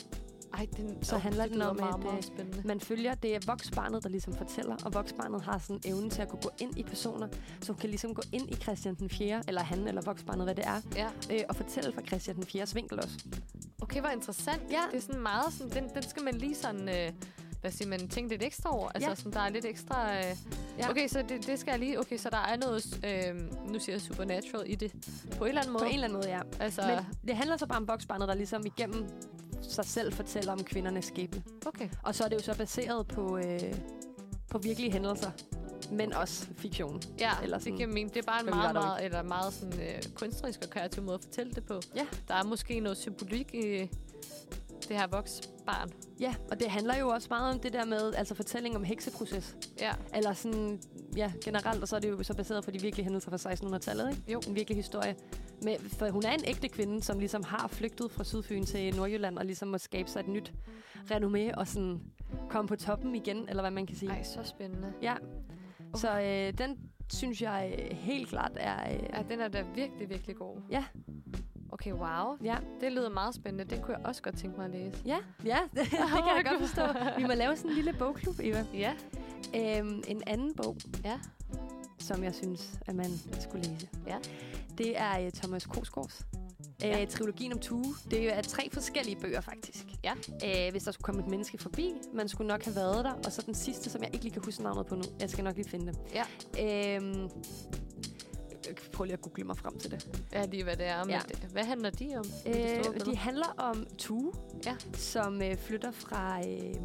Ej, den, så oh, handler det den om, meget, at meget øh, spændende. man følger, det er voksbarnet, der ligesom fortæller, og voksbarnet har sådan evnen til at kunne gå ind i personer, så hun kan ligesom gå ind i Christian den fjerde, eller han, eller voksbarnet, hvad det er, Ja. øh, og fortælle fra Christian den fjerdes vinkel også. Okay, hvor interessant. Ja. Det er sådan meget sådan, den, den skal man lige sådan, øh, hvad siger man, tænke lidt ekstra over. Altså Ja. sådan, der er lidt ekstra... Øh, Ja. Okay, så det, det skal jeg lige... Okay, så der er noget, øh, nu siger jeg supernatural i det, på en eller anden måde. På en eller anden måde, ja. Altså, Men det handler så bare om voksbarnet, der ligesom igennem sig selv fortæller om kvindernes skæbne. okay. Og så er det jo så baseret på, øh, på virkelige hændelser, men også fiktion. Ja, Eller det sådan, giver mening. Det er bare en hvad vi meget, var der meget, eller meget sådan, øh, kunstnerisk og kreativ måde at fortælle det på. Ja. Der er måske noget symbolik i det her voksbarn. Ja, og det handler jo også meget om det der med, altså fortælling om hekseproces. Ja. Eller sådan, ja, generelt, og så er det jo så baseret på de virkelige hændelser fra sekstenhundredetallet, ikke? Jo. En virkelig historie. Men, for hun er en ægte kvinde, som ligesom har flygtet fra Sydfyn til Nordjylland, og ligesom må skabe sig et nyt renommé, og sådan komme på toppen igen, eller hvad man kan sige. Ej, så spændende. Ja, Uh. så øh, den synes jeg øh, helt klart er... Øh, Ja, den er da virkelig, virkelig god. Ja. Okay, wow. ja, Det lyder meget spændende. Den kunne jeg også godt tænke mig at læse. ja, ja, det, det kan jeg godt forstå. Vi må lave sådan en lille bogklub, Eva. Ja. Øhm, en anden bog, Ja. som jeg synes, at man skulle læse. Ja. Det er uh, Thomas Korsgaards. Ja. Uh, trilogien om Tue. Det er tre forskellige bøger, faktisk. Ja. Uh, hvis der skulle komme et menneske forbi, man skulle nok have været der. Og så den sidste, som jeg ikke lige kan huske navnet på nu. Jeg skal nok lige finde det. Ja. Uh, prøv lige at google mig frem til det. Ja, lige hvad det er. Men Ja. det, hvad handler de om? Uh, de store de billeder? handler om Tue, Ja. som uh, flytter fra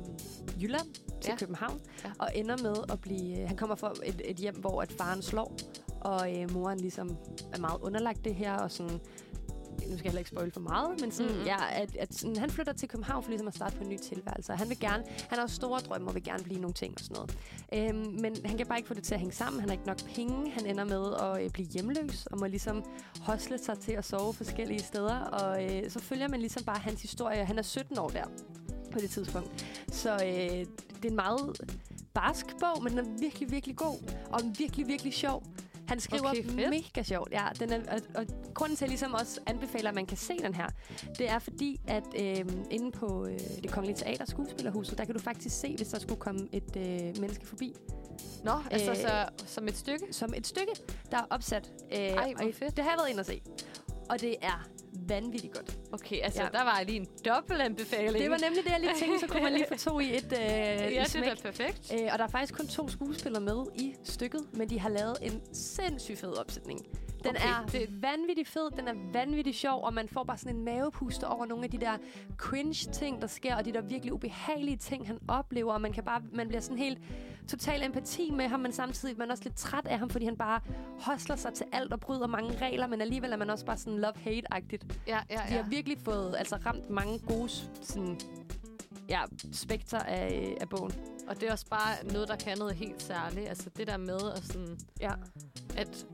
uh, Jylland til Ja. København. Ja. Og ender med at blive... Uh, han kommer fra et, et hjem, hvor at faren slår. Og uh, moren ligesom er meget underlagt det her. Og sådan... Nu skal jeg heller ikke spoil for meget, men sådan, Mm-hmm. ja, at, at sådan, han flytter til København for ligesom at starte på en ny tilværelse. Og han vil gerne, han har store drømme og vil gerne blive nogle ting og sådan noget. Øhm, men han kan bare ikke få det til at hænge sammen. Han har ikke nok penge. Han ender med at øh, blive hjemløs og må ligesom hostle sig til at sove forskellige steder. Og øh, så følger man ligesom bare hans historie. Han er sytten år der på det tidspunkt. Så øh, det er en meget barsk bog, men den er virkelig, virkelig god. Og virkelig, virkelig sjov. Han skriver Okay, fedt. mega sjovt. Ja, den er, og, og grunden til, at jeg ligesom også anbefaler, at man kan se den her, det er fordi, at øh, inde på øh, Det Kongelige Teater Skuespillerhuset, der kan du faktisk se, hvis der skulle komme et øh, menneske forbi. Nå, altså Øh, så, som et stykke? Som et stykke, der er opsat. Øh, Ej, hvor og fedt. Det har jeg været inde og se. Og det er vanvittigt godt. Okay, altså Ja. der var lige en dobbelt anbefaling. Det var nemlig det, jeg lige tænkte, så kunne man lige få to i et øh, Ja, i det er smæk. da perfekt. Øh, og der er faktisk kun to skuespillere med i stykket, men de har lavet en sindssygt fed opsætning. Den Okay, er det- vanvittigt fed, den er vanvittigt sjov, og man får bare sådan en mavepuster over nogle af de der cringe-ting, der sker, og de der virkelig ubehagelige ting, han oplever, og man kan bare, man bliver sådan helt total empati med ham, men samtidig er man også lidt træt af ham, fordi han bare hostler sig til alt og bryder mange regler, men alligevel er man også bare sådan love-hate-agtigt. Ja, ja, De ja. har virkelig fået altså ramt mange gode sådan, ja, spekter af, af bogen. Og det er også bare noget, der kan noget helt særligt. Altså det der med at, sådan, Ja. at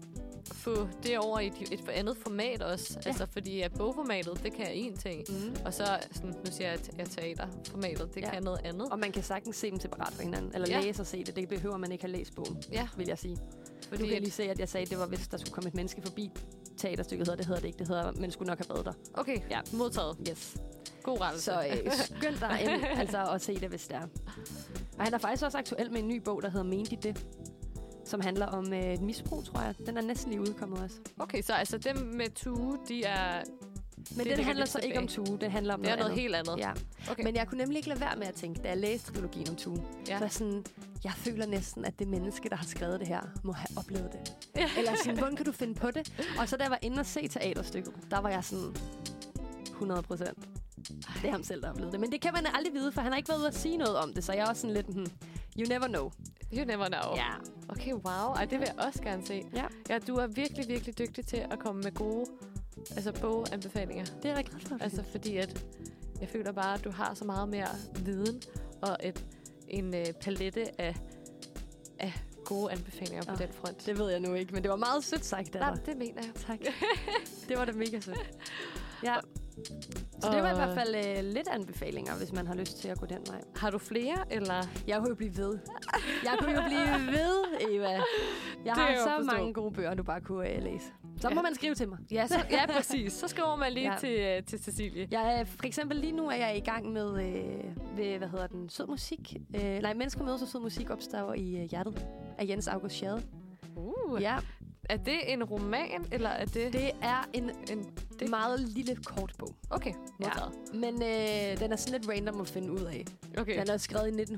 få det over i et, et andet format også. Ja. Altså fordi at bogformatet, det kan én ting. Mm. Og så, sådan, nu siger jeg, at teaterformatet, det Ja. kan noget andet. Og man kan sagtens se dem separat fra hinanden. Eller Ja. ja. læse og se det. Det behøver man ikke have læst bogen, Ja, vil jeg sige. fordi Du kan at, lige se, at jeg sagde, at det var, hvis der skulle komme et menneske forbi. Teaterstykket hedder det, hedder det ikke. Det hedder, men skulle nok have været der. okay, Ja. modtaget. Yes. God rettelse. Så øh, skynd dig ind, altså at se det, hvis det er. Og han er faktisk også aktuel med en ny bog, der hedder Mente I det? Som handler om øh, et misbrug, tror jeg. Den er næsten lige udkommet også. Okay, så altså dem med Tue, de er... Men ligger den handler lidt så ikke om tilbage. Tue. Den handler om Det er noget, noget andet. helt andet. Ja. Okay. Men jeg kunne nemlig ikke lade være med at tænke, da jeg læste trilogien om Tue, Ja. så var jeg sådan, jeg føler næsten, at det menneske, der har skrevet det her, må have oplevet det. Ja. Eller sådan, hvordan kan du finde på det? Og så da jeg var inde og se teaterstykket, der var jeg sådan, hundrede procent. Det er ham selv, der har oplevet det. Men det kan man aldrig vide, for han har ikke været ude at sige noget om det, så jeg er også sådan lidt, hmm, you never know. You never know. Ja. Okay, wow. Ej, det vil jeg også gerne se. Ja. Ja, du er virkelig, virkelig dygtig til at komme med gode altså boganbefalinger. Det er jeg glad for. Altså fordi at jeg føler bare, at du har så meget mere viden og et, en øh, palette af, af gode anbefalinger på Åh, den front. Det ved jeg nu ikke, men det var meget sødt sagt af Nej, dig. det mener jeg. Tak. Det var da mega sødt. Ja. Så det var i hvert fald øh, lidt anbefalinger, hvis man har lyst til at gå den vej. Har du flere, eller? Jeg kunne jo blive ved. Jeg kunne jo blive ved, Eva. Jeg Det har er jo så forstå. mange gode bøger, du bare kunne øh, læse. Så Ja. må man skrive til mig. Ja, så, ja præcis. Så skriver man lige Ja. til, øh, til Cecilie. Jeg er, for eksempel lige nu er jeg i gang med, øh, ved, hvad hedder den, sød musik. Øh, nej, mennesker mødes og sød musik opstår i øh, hjertet af Jens August Schade. Uh. Ja, Er det en roman, eller er det... det er en, en det det? meget lille kort bog. Okay, modtaget. Men øh, den er sådan lidt random at finde ud af. Okay. Den er skrevet i nitten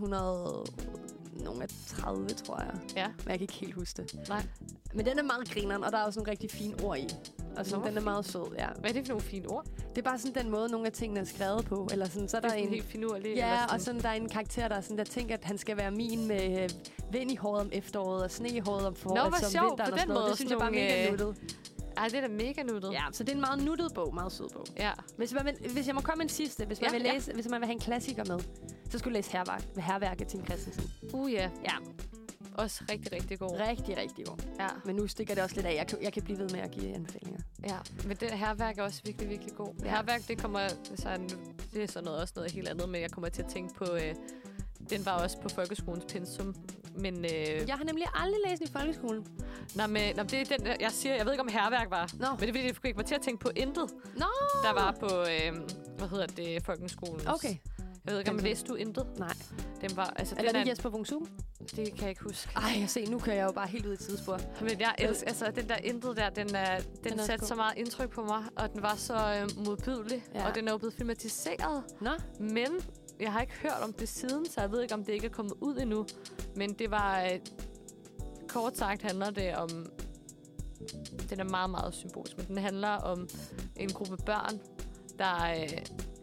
tredive, tror jeg. Ja. Men jeg kan ikke helt huske det. Nej. Men den er meget grineren, og der er også nogle rigtig fine ord i. Og sådan, Nå, den er meget sød, ja. Hvad er det for nogle fine ord? Det er bare sådan den måde, nogle af tingene er skrevet på. Eller sådan, så er Det er der sådan en... helt finurligt. Ja, eller og sådan, der er en karakter, der, er sådan, der tænker, at han skal være min med øh, vind i håret om efteråret og sne i håret om foråret. Nå, hvor som sjovt, vinteren på og sådan den noget. måde, Det synes jeg bare er sådan mega nogle, nuttet. Ej, det er da mega nuttet. Ja, så det er en meget nuttet bog, meget sød bog. Ja. Hvis, man vil, hvis jeg må komme med en sidste, hvis man, Ja, vil ja. læse, hvis man vil have en klassiker med, så skulle du læse Herværk, Herværk af Tim Christensen. Uh, ja. Ja, Også rigtig, rigtig god. rigtig, rigtig god. Ja. Men nu stikker det også lidt af. Jeg kan, jeg kan blive ved med at give anbefalinger. Ja, men det herværk er også virkelig, virkelig god. Ja. Ja. Herværk, det kommer sådan, det er så noget, også noget helt andet, men jeg kommer til at tænke på, øh, den var også på folkeskolens pensum. Men, øh, Jeg har nemlig aldrig læst den i folkeskolen. nej, men, nej, det er den, der- jeg siger, jeg ved ikke, om herværk var. Nå. Men det er fordi, jeg fik mig til at tænke på Intet, Nå! der var på, øh, hvad hedder det, folkeskolens. Okay. Jeg ved ikke, om Den- læste du Intet? Nej. Den var, altså, Eller den er det Jesper Wung-Sum? det kan jeg ikke huske. Ej, jeg se, nu kører jeg jo bare helt ud i tidsspor. Men jeg elsker, altså den der Intet der, den, er, den, Den er den også satte god. så meget indtryk på mig, og den var så øh, modbydelig, Ja. og den er jo blevet filmatiseret. Nå? Men jeg har ikke hørt om det siden, så jeg ved ikke, om det ikke er kommet ud endnu. Men det var... Øh, kort sagt handler det om... Den er meget, meget symbolisk, men den handler om en gruppe børn, der... Øh,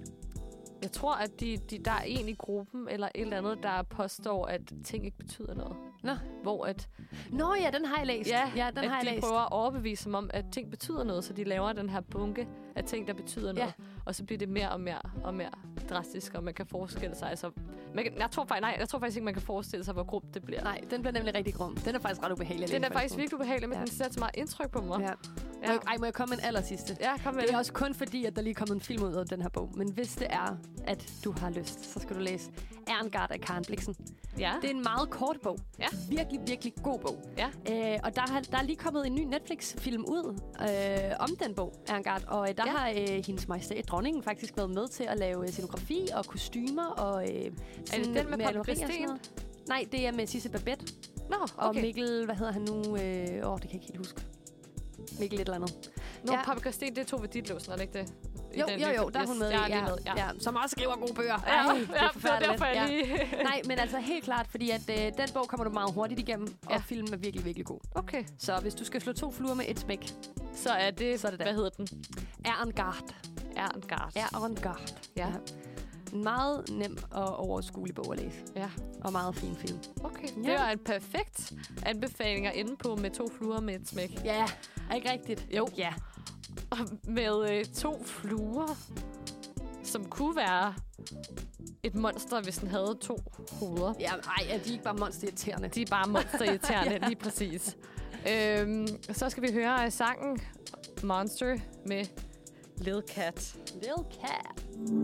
jeg tror, at de, de, der er en i gruppen, eller et eller andet, der påstår, at ting ikke betyder noget. Nå. Hvor at, Nå ja, den har jeg læst. ja, ja den at har jeg de læst. prøver at overbevise dem om, at ting betyder noget, så de laver den her bunke af ting, der betyder noget. Og så bliver det mere og mere og mere drastisk, og man kan forestille sig... Altså, man kan, jeg, tror faktisk, nej, jeg tror faktisk ikke, man kan forestille sig, hvor grumt det bliver. Nej, den bliver nemlig rigtig grum. Den er faktisk ret ubehagelig at Den læse, er faktisk virkelig ubehagelig, men Ja. ja. den sætter så meget indtryk på mig. Ja. Ja. Må jeg, ej, må jeg komme med en aller sidste? Ja, kom med Det er det. også kun fordi, at der lige er kommet en film ud af den her bog. Men hvis det er, at du har lyst, så skal du læse Erngard af Karen Blixen. Ja. Det er en meget kort bog. Ja. Virkelig, virkelig god bog. Ja. Øh, og der, har, der er lige kommet en ny Netflix-film ud øh, om den bog, Erngard. Og øh, der Ja. har øh, hendes majestæt, dronningen, faktisk været med til at lave øh, scenografi og kostymer. Og, øh, Er det den med maleri og Paprika sådan Sten? noget. Nej, det er med Sisse Babette. Nå, Og okay. Mikkel, hvad hedder han nu? Øh, åh, det kan jeg ikke helt huske. Mikkel et eller andet. Nå, Ja. ja. Paprika Sten, det er Tove Ditlevsen, er det ikke det? I Jo, den jo, jo, film? der er hun Yes, med i. jeg er lige Ja, med, ja. ja. Som også skriver gode bøger. Ja, Ej, ja, det er det er forfærdeligt. derfor, jeg Ja. lige... Nej, men altså helt klart, fordi at øh, den bog kommer du meget hurtigt igennem, ja. Ja. og filmen er virkelig, virkelig god. Okay, Så hvis du skal slå to fluer med et smæk, så er det, Så er det der. hvad hedder den? Erngard. Erngard. Erngard. Ja. En meget nem og overskuelig bog at læse, ja. og meget fin film. Okay, Ja. det var en perfekt anbefaling at ende på med to fluer med et smæk. Ja, er ikke rigtigt? Jo. Ja. Og med øh, to fluer, som kunne være et monster, hvis den havde to hoveder. Ja, ej, er de ikke bare monsterirriterende? De er bare monsterirriterende, Ja. ja. lige præcis. Øhm, så skal vi høre øh, sangen Monster med Lil Cat. Lil Cat.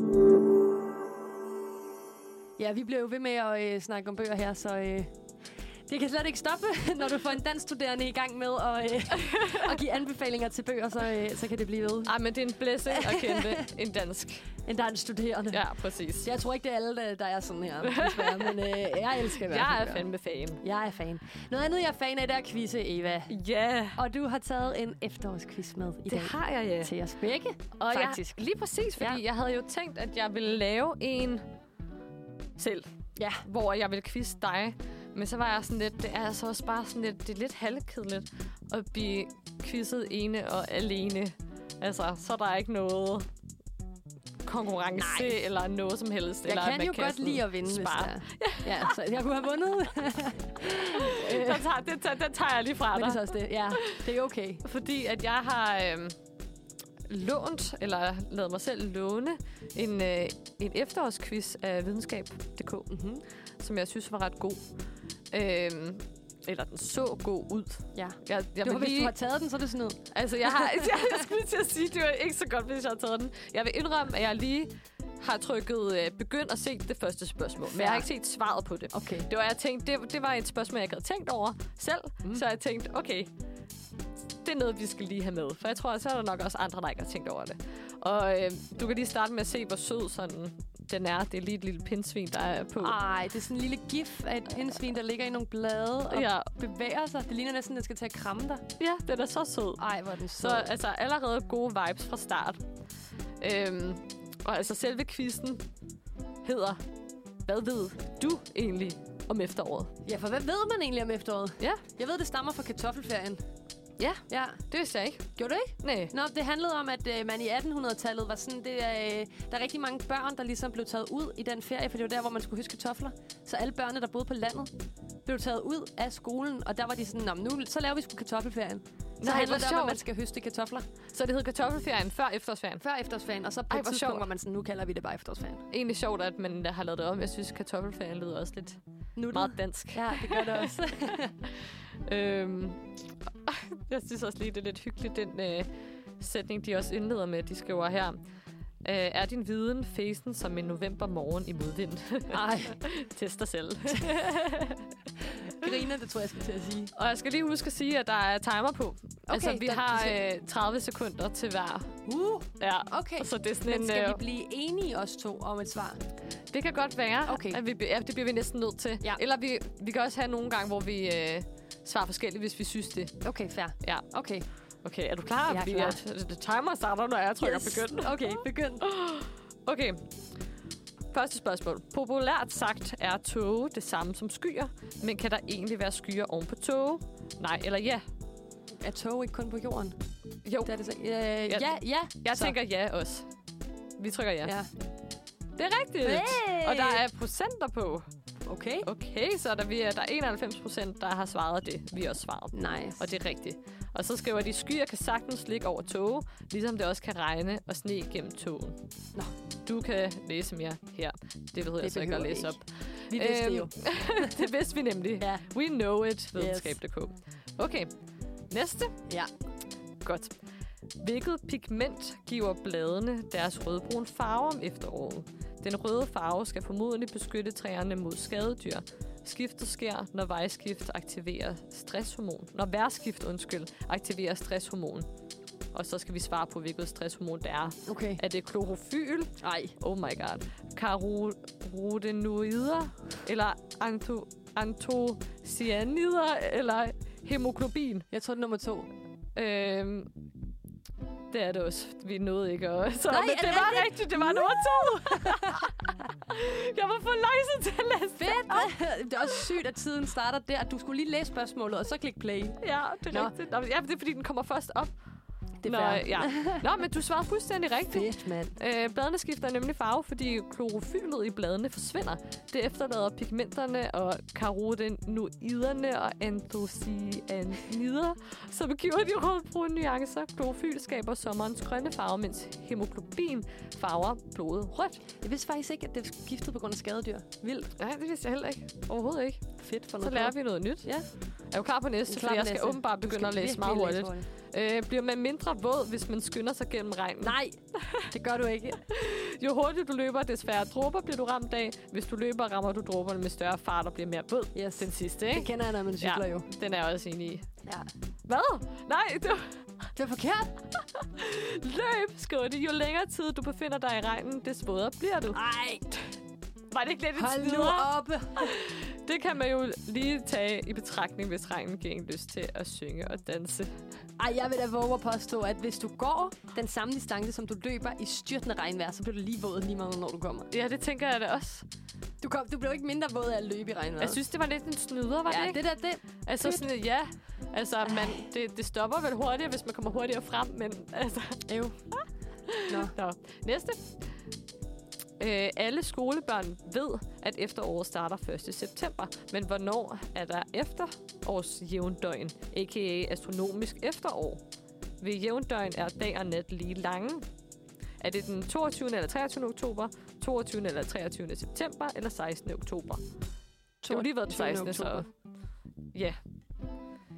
Ja, vi bliver jo ved med at øh, snakke om bøger her, så øh, det kan slet ikke stoppe, når du får en danskstuderende i gang med at, øh, at give anbefalinger til bøger, så, øh, så kan det blive ved. Ej, men det er en blessing at kende en dansk. En danskstuderende. Ja, præcis. Jeg tror ikke, det er alle, der, der er sådan her, desværre, men øh, jeg elsker i hvert Jeg fald er bøger. fandme fan. Jeg er fan. Noget andet, jeg er fan af, det er quizze, Eva. Ja, yeah. Og du har taget en efterårsquiz med i det dag. har jeg, ja. Til os begge, Og faktisk. Jeg, lige præcis, fordi Ja. ja. jeg havde jo tænkt, at jeg ville lave en selv. Ja. Hvor jeg ville quizze dig. Men så var jeg sådan lidt, det er altså også bare sådan lidt, det er lidt halvkedeligt at blive quizzet ene og alene. Altså, så er der ikke noget konkurrence Nej. eller noget som helst. Jeg eller kan at man jo godt sådan lide at vinde, hvis spare. det er. Ja, så jeg kunne have vundet. Den tager, den, tager, den tager jeg lige fra Men det er dig. så også det. Ja, det er okay. Fordi at jeg har øhm, lånt, eller lavet mig selv låne, en, øh, en efterårsquiz af videnskab punktum d k, Mm-hmm. som jeg synes var ret god. Øhm, Eller den så god ud. Ja. Jeg, jeg Det var, vil hvis du har taget den, så er det snyd. Altså, jeg har... jeg, jeg skulle til at sige, det var ikke så godt, hvis jeg havde taget den. Jeg vil indrømme, at jeg lige har trykket øh, begynd at se det første spørgsmål. Men jeg har ikke set svaret på det. Okay. Det var, jeg tænkte, det, det var et spørgsmål, jeg ikke havde tænkt over selv. Mm. Så jeg tænkte, okay, det er noget, vi skal lige have med. For jeg tror, så er der nok også andre, der ikke har tænkt over det. Og øh, du kan lige starte med at se, hvor sød sådan den er. Det er lige et lille pindsvin, der er på. Ej, det er sådan en lille gif af et pindsvin, der ligger i nogle blade og ja. bevæger sig. Det ligner næsten, at den skal til at kramme dig. Ja, den er så sød. Ej, hvor er den sød. Så altså allerede gode vibes fra start. Øhm, og altså selve quizzen hedder, hvad ved du egentlig om efteråret? Ja, for hvad ved man egentlig om efteråret? Ja. Jeg ved, det stammer fra kartoffelferien. Ja, ja. Det vidste jeg ikke. Gjorde du ikke? Nej. Nå, det handlede om, at øh, man i attenhundredetallet var sådan, det, øh, der er rigtig mange børn, der ligesom blev taget ud i den ferie, for det var der, hvor man skulle høste kartofler. Så alle børnene, der boede på landet, blev taget ud af skolen, og der var de sådan, nå, nu, så laver vi sgu kartoffelferien. Så Nej, handler det om, at man skal høste kartofler. Så det hed kartoffelferien før efterårsferien? Før efterårsferien, og så på Ej, et tidspunkt, sjovt. Hvor man sådan, nu kalder vi det bare efterårsferien. Egentlig sjovt, at man har lavet det om. Jeg synes, kartoffelferien lyder også lidt Nuttet. Meget dansk. Ja, det gør det også. øhm, jeg synes også lige, det er lidt hyggeligt, den øh, sætning, de også indleder med. De skriver her, øh, er din viden fæsen som en novembermorgen i modvind? Ej. Test dig selv. Griner, det tror jeg, jeg skal til at sige. Og jeg skal lige huske at sige, at der er timer på. Okay, altså, vi har øh, tredive sekunder til hver. Uh, ja. Okay. Så det er sådan Men en, skal øh, vi blive enige os to om et svar? Det kan godt være, okay. at vi, ja, det bliver vi næsten nødt til. Ja. Eller vi, vi kan også have nogle gange, hvor vi øh, svarer forskelligt, hvis vi synes det. Okay, fair. Ja. Okay. Okay, er du klar? Jeg er Fordi klar. At, at timer starter, når jeg trykker yes. begynd. Okay, begynd. Okay. Første spørgsmål. Populært sagt er tåge det samme som skyer, men kan der egentlig være skyer oven på tåge? Nej eller ja? Er tåge ikke kun på jorden? Jo. Det er det så. Øh, ja, ja. ja. Jeg så. tænker ja også. Vi trykker ja. Ja. Det er rigtigt. Hey. Og der er procenter på. Okay. Okay, så der, vi er, der er enoghalvfems procent, der har svaret det. Vi har også svaret. Nice. Og det er rigtigt. Og så skriver de, skyer kan sagtens ligge over tåge, ligesom det også kan regne og sne gennem tågen. Nå. Du kan læse mere her. Det behøver jeg så ikke at læse op. Vi vidste det jo. Det vidste vi nemlig. Ja. We know it. Videnskab punktum d k. Okay. Næste. Ja. Godt. Hvilket pigment giver bladene deres rødbrun farve om efteråret? Den røde farve skal formodentlig beskytte træerne mod skadedyr. Skiftet sker, når vejskift aktiverer stresshormon. Når vejrskift, undskyld, aktiverer stresshormon. Og så skal vi svare på, hvilket stresshormon det er. Okay. Er det klorofyl? Nej. Oh my god. Carotenoider? Eller anto, antocianider? Eller hemoglobin? Jeg tror, det er nummer to. Øhm, det er det også. Vi nåede ikke at... Så, Nej, men det, det var rigtigt? rigtigt. Det var nummer to. Jeg var for langsom til at læse Fedt! Det er også sygt, at tiden starter der. Du skulle lige læse spørgsmålet, og så klik play. Ja, det er Nå. rigtigt. Nå, ja, det er, fordi den kommer først op. Det er Nå, fair. ja. Nå, men du svarede fuldstændig rigtigt. Fedt, mand. Øh, bladene skifter nemlig farve, fordi klorofylet i bladene forsvinder. Det efterlader pigmenterne og carotenoiderne og antocianider, som giver de rødbrune nuancer. Klorofyl skaber sommerens grønne farve, mens hemoglobin farver blodet rødt. Jeg vidste faktisk ikke, at det skiftede på grund af skadedyr. Vildt. Nej, det vidste jeg heller ikke. Overhovedet ikke. Fedt for Så noget. lærer vi noget nyt. Ja. Er du klar på næste? Klar Fordi jeg på skal næste. åbenbart begynde at læse meget hurtigt. hurtigt. Øh, bliver man mindre våd, hvis man skynder sig gennem regnen? Nej, det gør du ikke. Jo hurtigere du løber, des færre dråber bliver du ramt af. Hvis du løber, rammer du dråberne med større fart og bliver mere våd. Yes. Den sidste, ikke? Det kender jeg, når man cykler Ja. jo. Den er jeg også enig i. Ja. Hvad? Nej, det var... Det er forkert. Løb, skriver de. Jo længere tid du befinder dig i regnen, des vådere bliver du. Ej, Var det ikke lidt et hold nu snyder? oppe. Det kan man jo lige tage i betragtning, hvis regnen giver en lyst til at synge og danse. Ej, jeg vil da våge at påstå, at hvis du går den samme distance, som du løber i styrtende regnvejr, så bliver du lige våd lige meget, når du kommer. Ja, det tænker jeg da også. Du, kom, du blev ikke mindre våd af at løbe i regnvejr. Jeg synes, det var lidt en snyder, var ja, det ikke? det der, det. Altså fedt. sådan, ja. Altså, man, det, det stopper vel hurtigere, hvis man kommer hurtigere frem, men altså... Ew. Nå. Nå. Næste. Øh, alle skolebørn ved, at efteråret starter første september. Men hvornår er der efterårsjævndøgn, a k a astronomisk efterår? Ved jævndøgn er dag og nat lige lange. Er det den toogtyvende eller treogtyvende oktober, toogtyvende eller treogtyvende september eller sekstende oktober? Det har jo lige været den sekstende, så... Ja,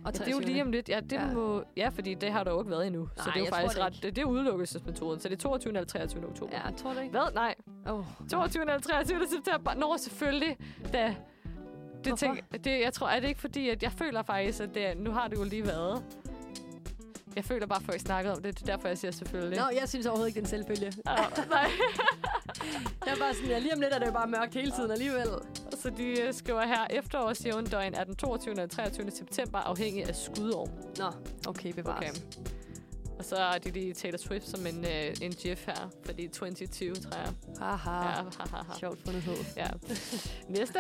Ja, det er jo lige om lidt. Ja, det ja. Må, ja, fordi det har der jo ikke været endnu. Nej, så det er jo faktisk ret... Det, det er udelukkelsesmetoden. Så det er toogtyvende eller treogtyvende oktober. Ja, tror du ikke? Hvad? Nej. Oh, toogtyvende eller treogtyvende september. Nå, selvfølgelig. Da, det tænk, det, jeg tror, er det ikke fordi, at jeg føler faktisk, at det, nu har det jo lige været. Jeg føler bare, at folk snakkede om det. Det er derfor, jeg siger selvfølgelig. Nå, jeg synes overhovedet ikke, det er en selvfølge. Oh, nej. Jeg er bare sådan, ja, lige om lidt er det jo bare mørkt hele tiden alligevel. Så de skriver her, efterårsjævndøgn er den toogtyvende og treogtyvende september, afhængig af skudår. Nå, okay, bevares. Okay. Og så er de lige Taylor Swift som en, øh, en gif her, fordi toogtyve, tror jeg. Haha. Ja, haha. Sjovt fundet ud. Ja. Næste.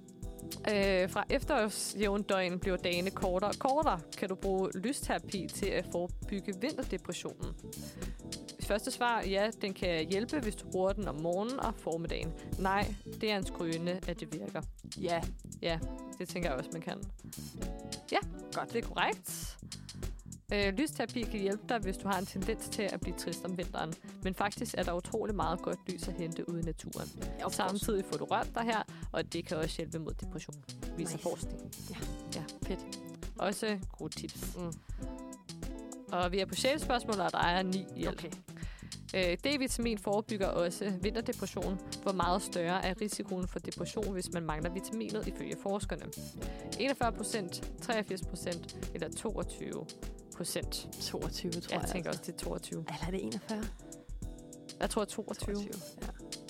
Øh, fra efterårsjævndøgn bliver dagene kortere og kortere. Kan du bruge lysterapi til at forebygge vinterdepressionen? Første svar, ja, den kan hjælpe, hvis du bruger den om morgenen og formiddagen. Nej, det er en skrøne, at det virker. Ja. Ja, det tænker jeg også, man kan. Ja, godt, det er korrekt. Øh, lysterapi kan hjælpe dig, hvis du har en tendens til at blive trist om vinteren. Men faktisk er der utrolig meget godt lys at hente ude i naturen. Ja, samtidig får du rørt dig her, og det kan også hjælpe mod depression. Viser nice. Forskning. Ja. Ja, fedt. Også gode tips. Mm. Og vi er på sjælespørgsmål, og der er ni i alt. Okay. Øh, D-vitamin forebygger også vinterdepression. Hvor meget større er risikoen for depression, hvis man mangler vitaminet, ifølge forskerne? enogfyrre procent, treogfirs procent eller toogtyve procent? toogtyve, tror jeg. Jeg tænker altså. også, det er toogtyve. Eller er det enogfyrre? Jeg tror toogtyve. toogtyve, ja.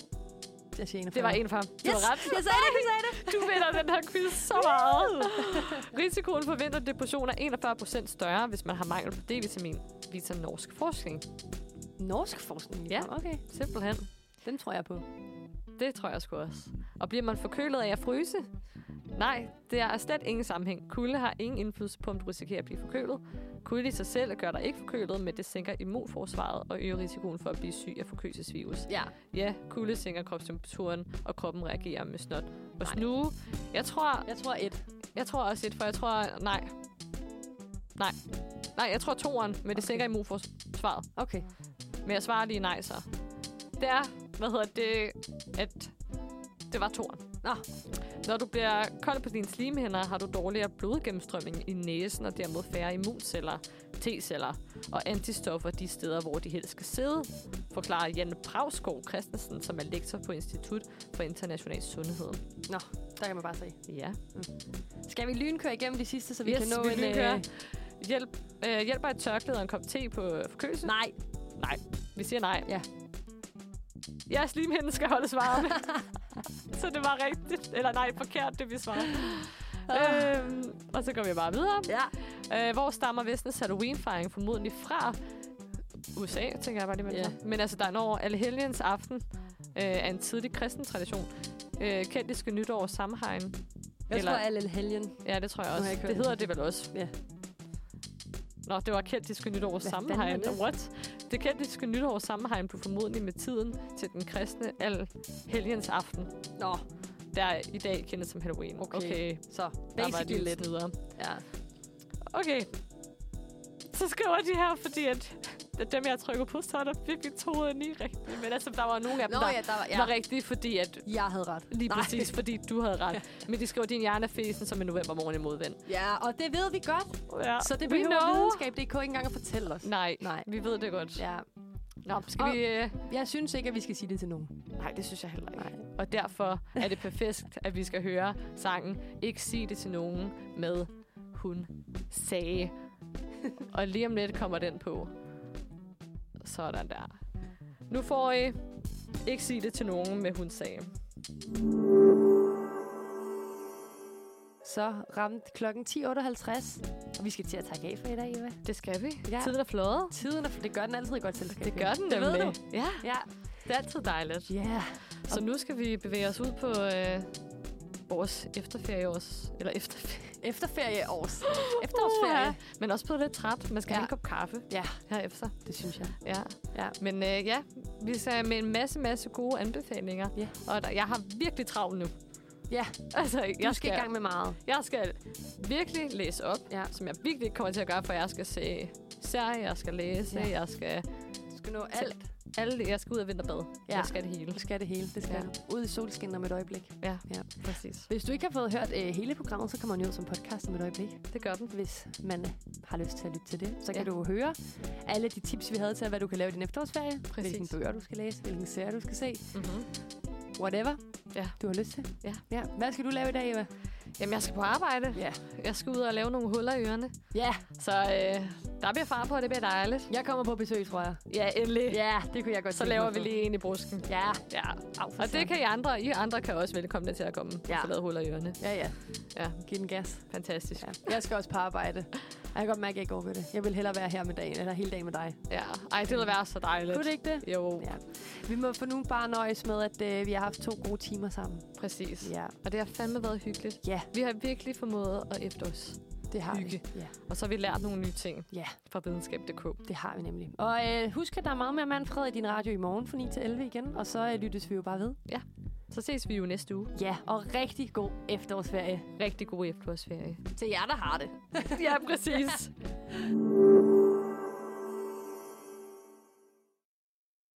Jeg siger enogfyrre. Det var enogfyrre. Du yes! har ret. Jeg sagde det, jeg sagde det. Du vinder den her quiz så meget. Risikoen for vinterdepression er enogfyrre procent større, hvis man har mangel på D-vitamin, viser norsk forskning. Norsk forskning? Ja, okay. Simpelthen. Den tror jeg på. Det tror jeg sgu også. Og bliver man forkølet af at fryse? Nej, det er slet ingen sammenhæng. Kulde har ingen indflydelse på, om du risikerer at blive forkølet. Kulde i sig selv gør dig ikke forkølet, men det sænker immunforsvaret og øger risikoen for at blive syg af forkølelsesvirus. Ja. Ja, kulde sænker kropstemperaturen, og kroppen reagerer med snot og snue. Jeg tror... Jeg tror et. Jeg tror også et, for jeg tror... Nej. Nej. Nej, jeg tror toeren, men okay. Det sænker immunforsvaret. Okay. Men jeg svarer lige nej, så. Det er, hvad hedder det, at det var toeren. Nå. Når du bliver kold på dine slimhinder, har du dårligere blodgennemstrømning i næsen og dermed færre immunceller, T-celler og antistoffer de steder, hvor de helst skal sidde, forklarer Jan Bravskov Christensen, som er lektor på Institut for International Sundhed. Nå, der kan man bare se. Ja. Mm. Skal vi lynkøre igennem de sidste, så vi yes, kan nå vi en... Øh... Hjælp, øh, hjælper et tørklæde og en kop te på forkølelse? Nej. Nej. Vi siger nej. Ja. Ja, slimhinden skal holdes varme. Så det var rigtigt. Eller nej, forkert, det vi svarede. Uh. Øhm, og så går vi bare videre. Ja. Øh, hvor stammer Vestens Halloween-fejring formodentlig fra? U S A, tænker jeg bare lige med. Yeah. Men altså, der er når Allehelgens aften øh, er en tidlig kristen tradition. Øh, keltiske nytår Samhain. Jeg Eller, tror Allehelgen. Ja, det tror jeg også. Jeg det hedder det vel også. Ja. Nå, det var keltiske nytår Samhain. What? Det keltiske nytår Samhain blev formodentlig med tiden til den kristne Allehelgens aften. Nå. Der i dag kendes som Halloween. Okay. okay. Så basically lidt videre. Ja. Okay. Så skriver de her, fordi at dem, jeg trykker på, så er der virkelig to ud af ni rigtige. Men altså, der var nogle af dem, Nå, der, ja, der var, ja. var rigtige, fordi at... Jeg havde ret. Lige Nej. Præcis, fordi du havde ret. Ja. Men de skriver, din hjerne er fesen som en novembermorgen i modvind. Ja, og det ved vi godt. Ja. Så det behøver videnskab, det kan ikke engang at fortælle os. Nej, Nej, vi ved det godt. Ja. Nå, skal og vi... Øh... Jeg synes ikke, at vi skal sige det til nogen. Nej, det synes jeg heller ikke. Nej. Og derfor er det perfekt, at vi skal høre sangen Ikke sige det til nogen med Hun sagde. Og lige om lidt kommer den på. Sådan der. Nu får I Ikke sige det til nogen med Hun sagde. Så ramte klokken ti otteoghalvtreds. Og vi skal til at takke af for i dag, Eva. Det skal vi. Ja. Tiden er flået. Tiden er fl- Det gør den altid godt til. Det gør den det nemlig. Ved du. Ja. Ja. Det er altid dejligt. Ja. Yeah. Så nu skal vi bevæge os ud på øh, vores efterferieårs... Eller efterferie... Efterferieårs. Efterårsferie. Uh, ja. Men også blevet lidt træt. Man skal ja. have en kop kaffe. Ja. Herefter. Det synes jeg. Ja. ja. Men øh, ja, vi skal med en masse, masse gode anbefalinger. Ja. Og der, jeg har virkelig travlt nu. Ja, altså, jeg du skal, skal i gang med meget. Jeg skal virkelig læse op, ja. som jeg virkelig kommer til at gøre, for jeg skal se serier, jeg skal læse, ja. jeg skal skal nå alt. Alle, jeg skal ud af vinterbad. Ja. Jeg skal det hele. Du skal det hele. Det skal Ja. du. Ud i solskin om et øjeblik. Ja, Ja. præcis. Hvis du ikke har fået hørt øh, hele programmet, så kommer den ud som podcast om et øjeblik. Det gør den. Hvis man har lyst til at lytte til det, så Ja. kan du høre alle de tips, vi havde til, hvad du kan lave i din efterårsferie. Præcis. Hvilken bøger du skal læse, hvilken serie du skal se. Mm-hmm. Whatever. Ja. Du har lyst til. Ja. ja. Hvad skal du lave i dag, Eva? Jamen, jeg skal på arbejde. Ja. Jeg skal ud og lave nogle huller i ørerne. Ja. Så øh, der bliver far på, og det bliver dejligt. Jeg kommer på besøg, tror jeg. Ja, endelig. Ja, det kunne jeg godt Så tænke laver mig vi på. lige en i brusken. Ja. Ja. Au, for Og det søren. kan I andre. I andre kan også velkomne til at komme Ja. og få lavet huller i ørerne. Ja, ja. Ja, Giv den gas. fantastisk. Ja. Jeg skal også på arbejde. Jeg kan godt mærke, at jeg ikke går ved det. Jeg vil hellere være her med dagen, eller hele dagen med dig. Ja. Ej, det ville være så dejligt. Kunne det ikke det? Jo, Ja. Vi må for nu bare nøjes med, at øh, vi har haft to gode timer sammen. præcis. Ja. Og det har fandme været hyggeligt. Ja, Vi har virkelig formået at efter os. det har Hygge. vi. Ja. Og så har vi lært nogle nye ting ja, fra videnskab punktum d k. det har vi nemlig. Og øh, husk, at der er meget mere Manfred i din radio i morgen fra ni til elleve igen. Og så øh, lyttes vi jo bare ved. Så ses vi jo næste uge. Ja, og rigtig god efterårsferie Rigtig god efterårsferie. til jer, der har det. Ja, præcis.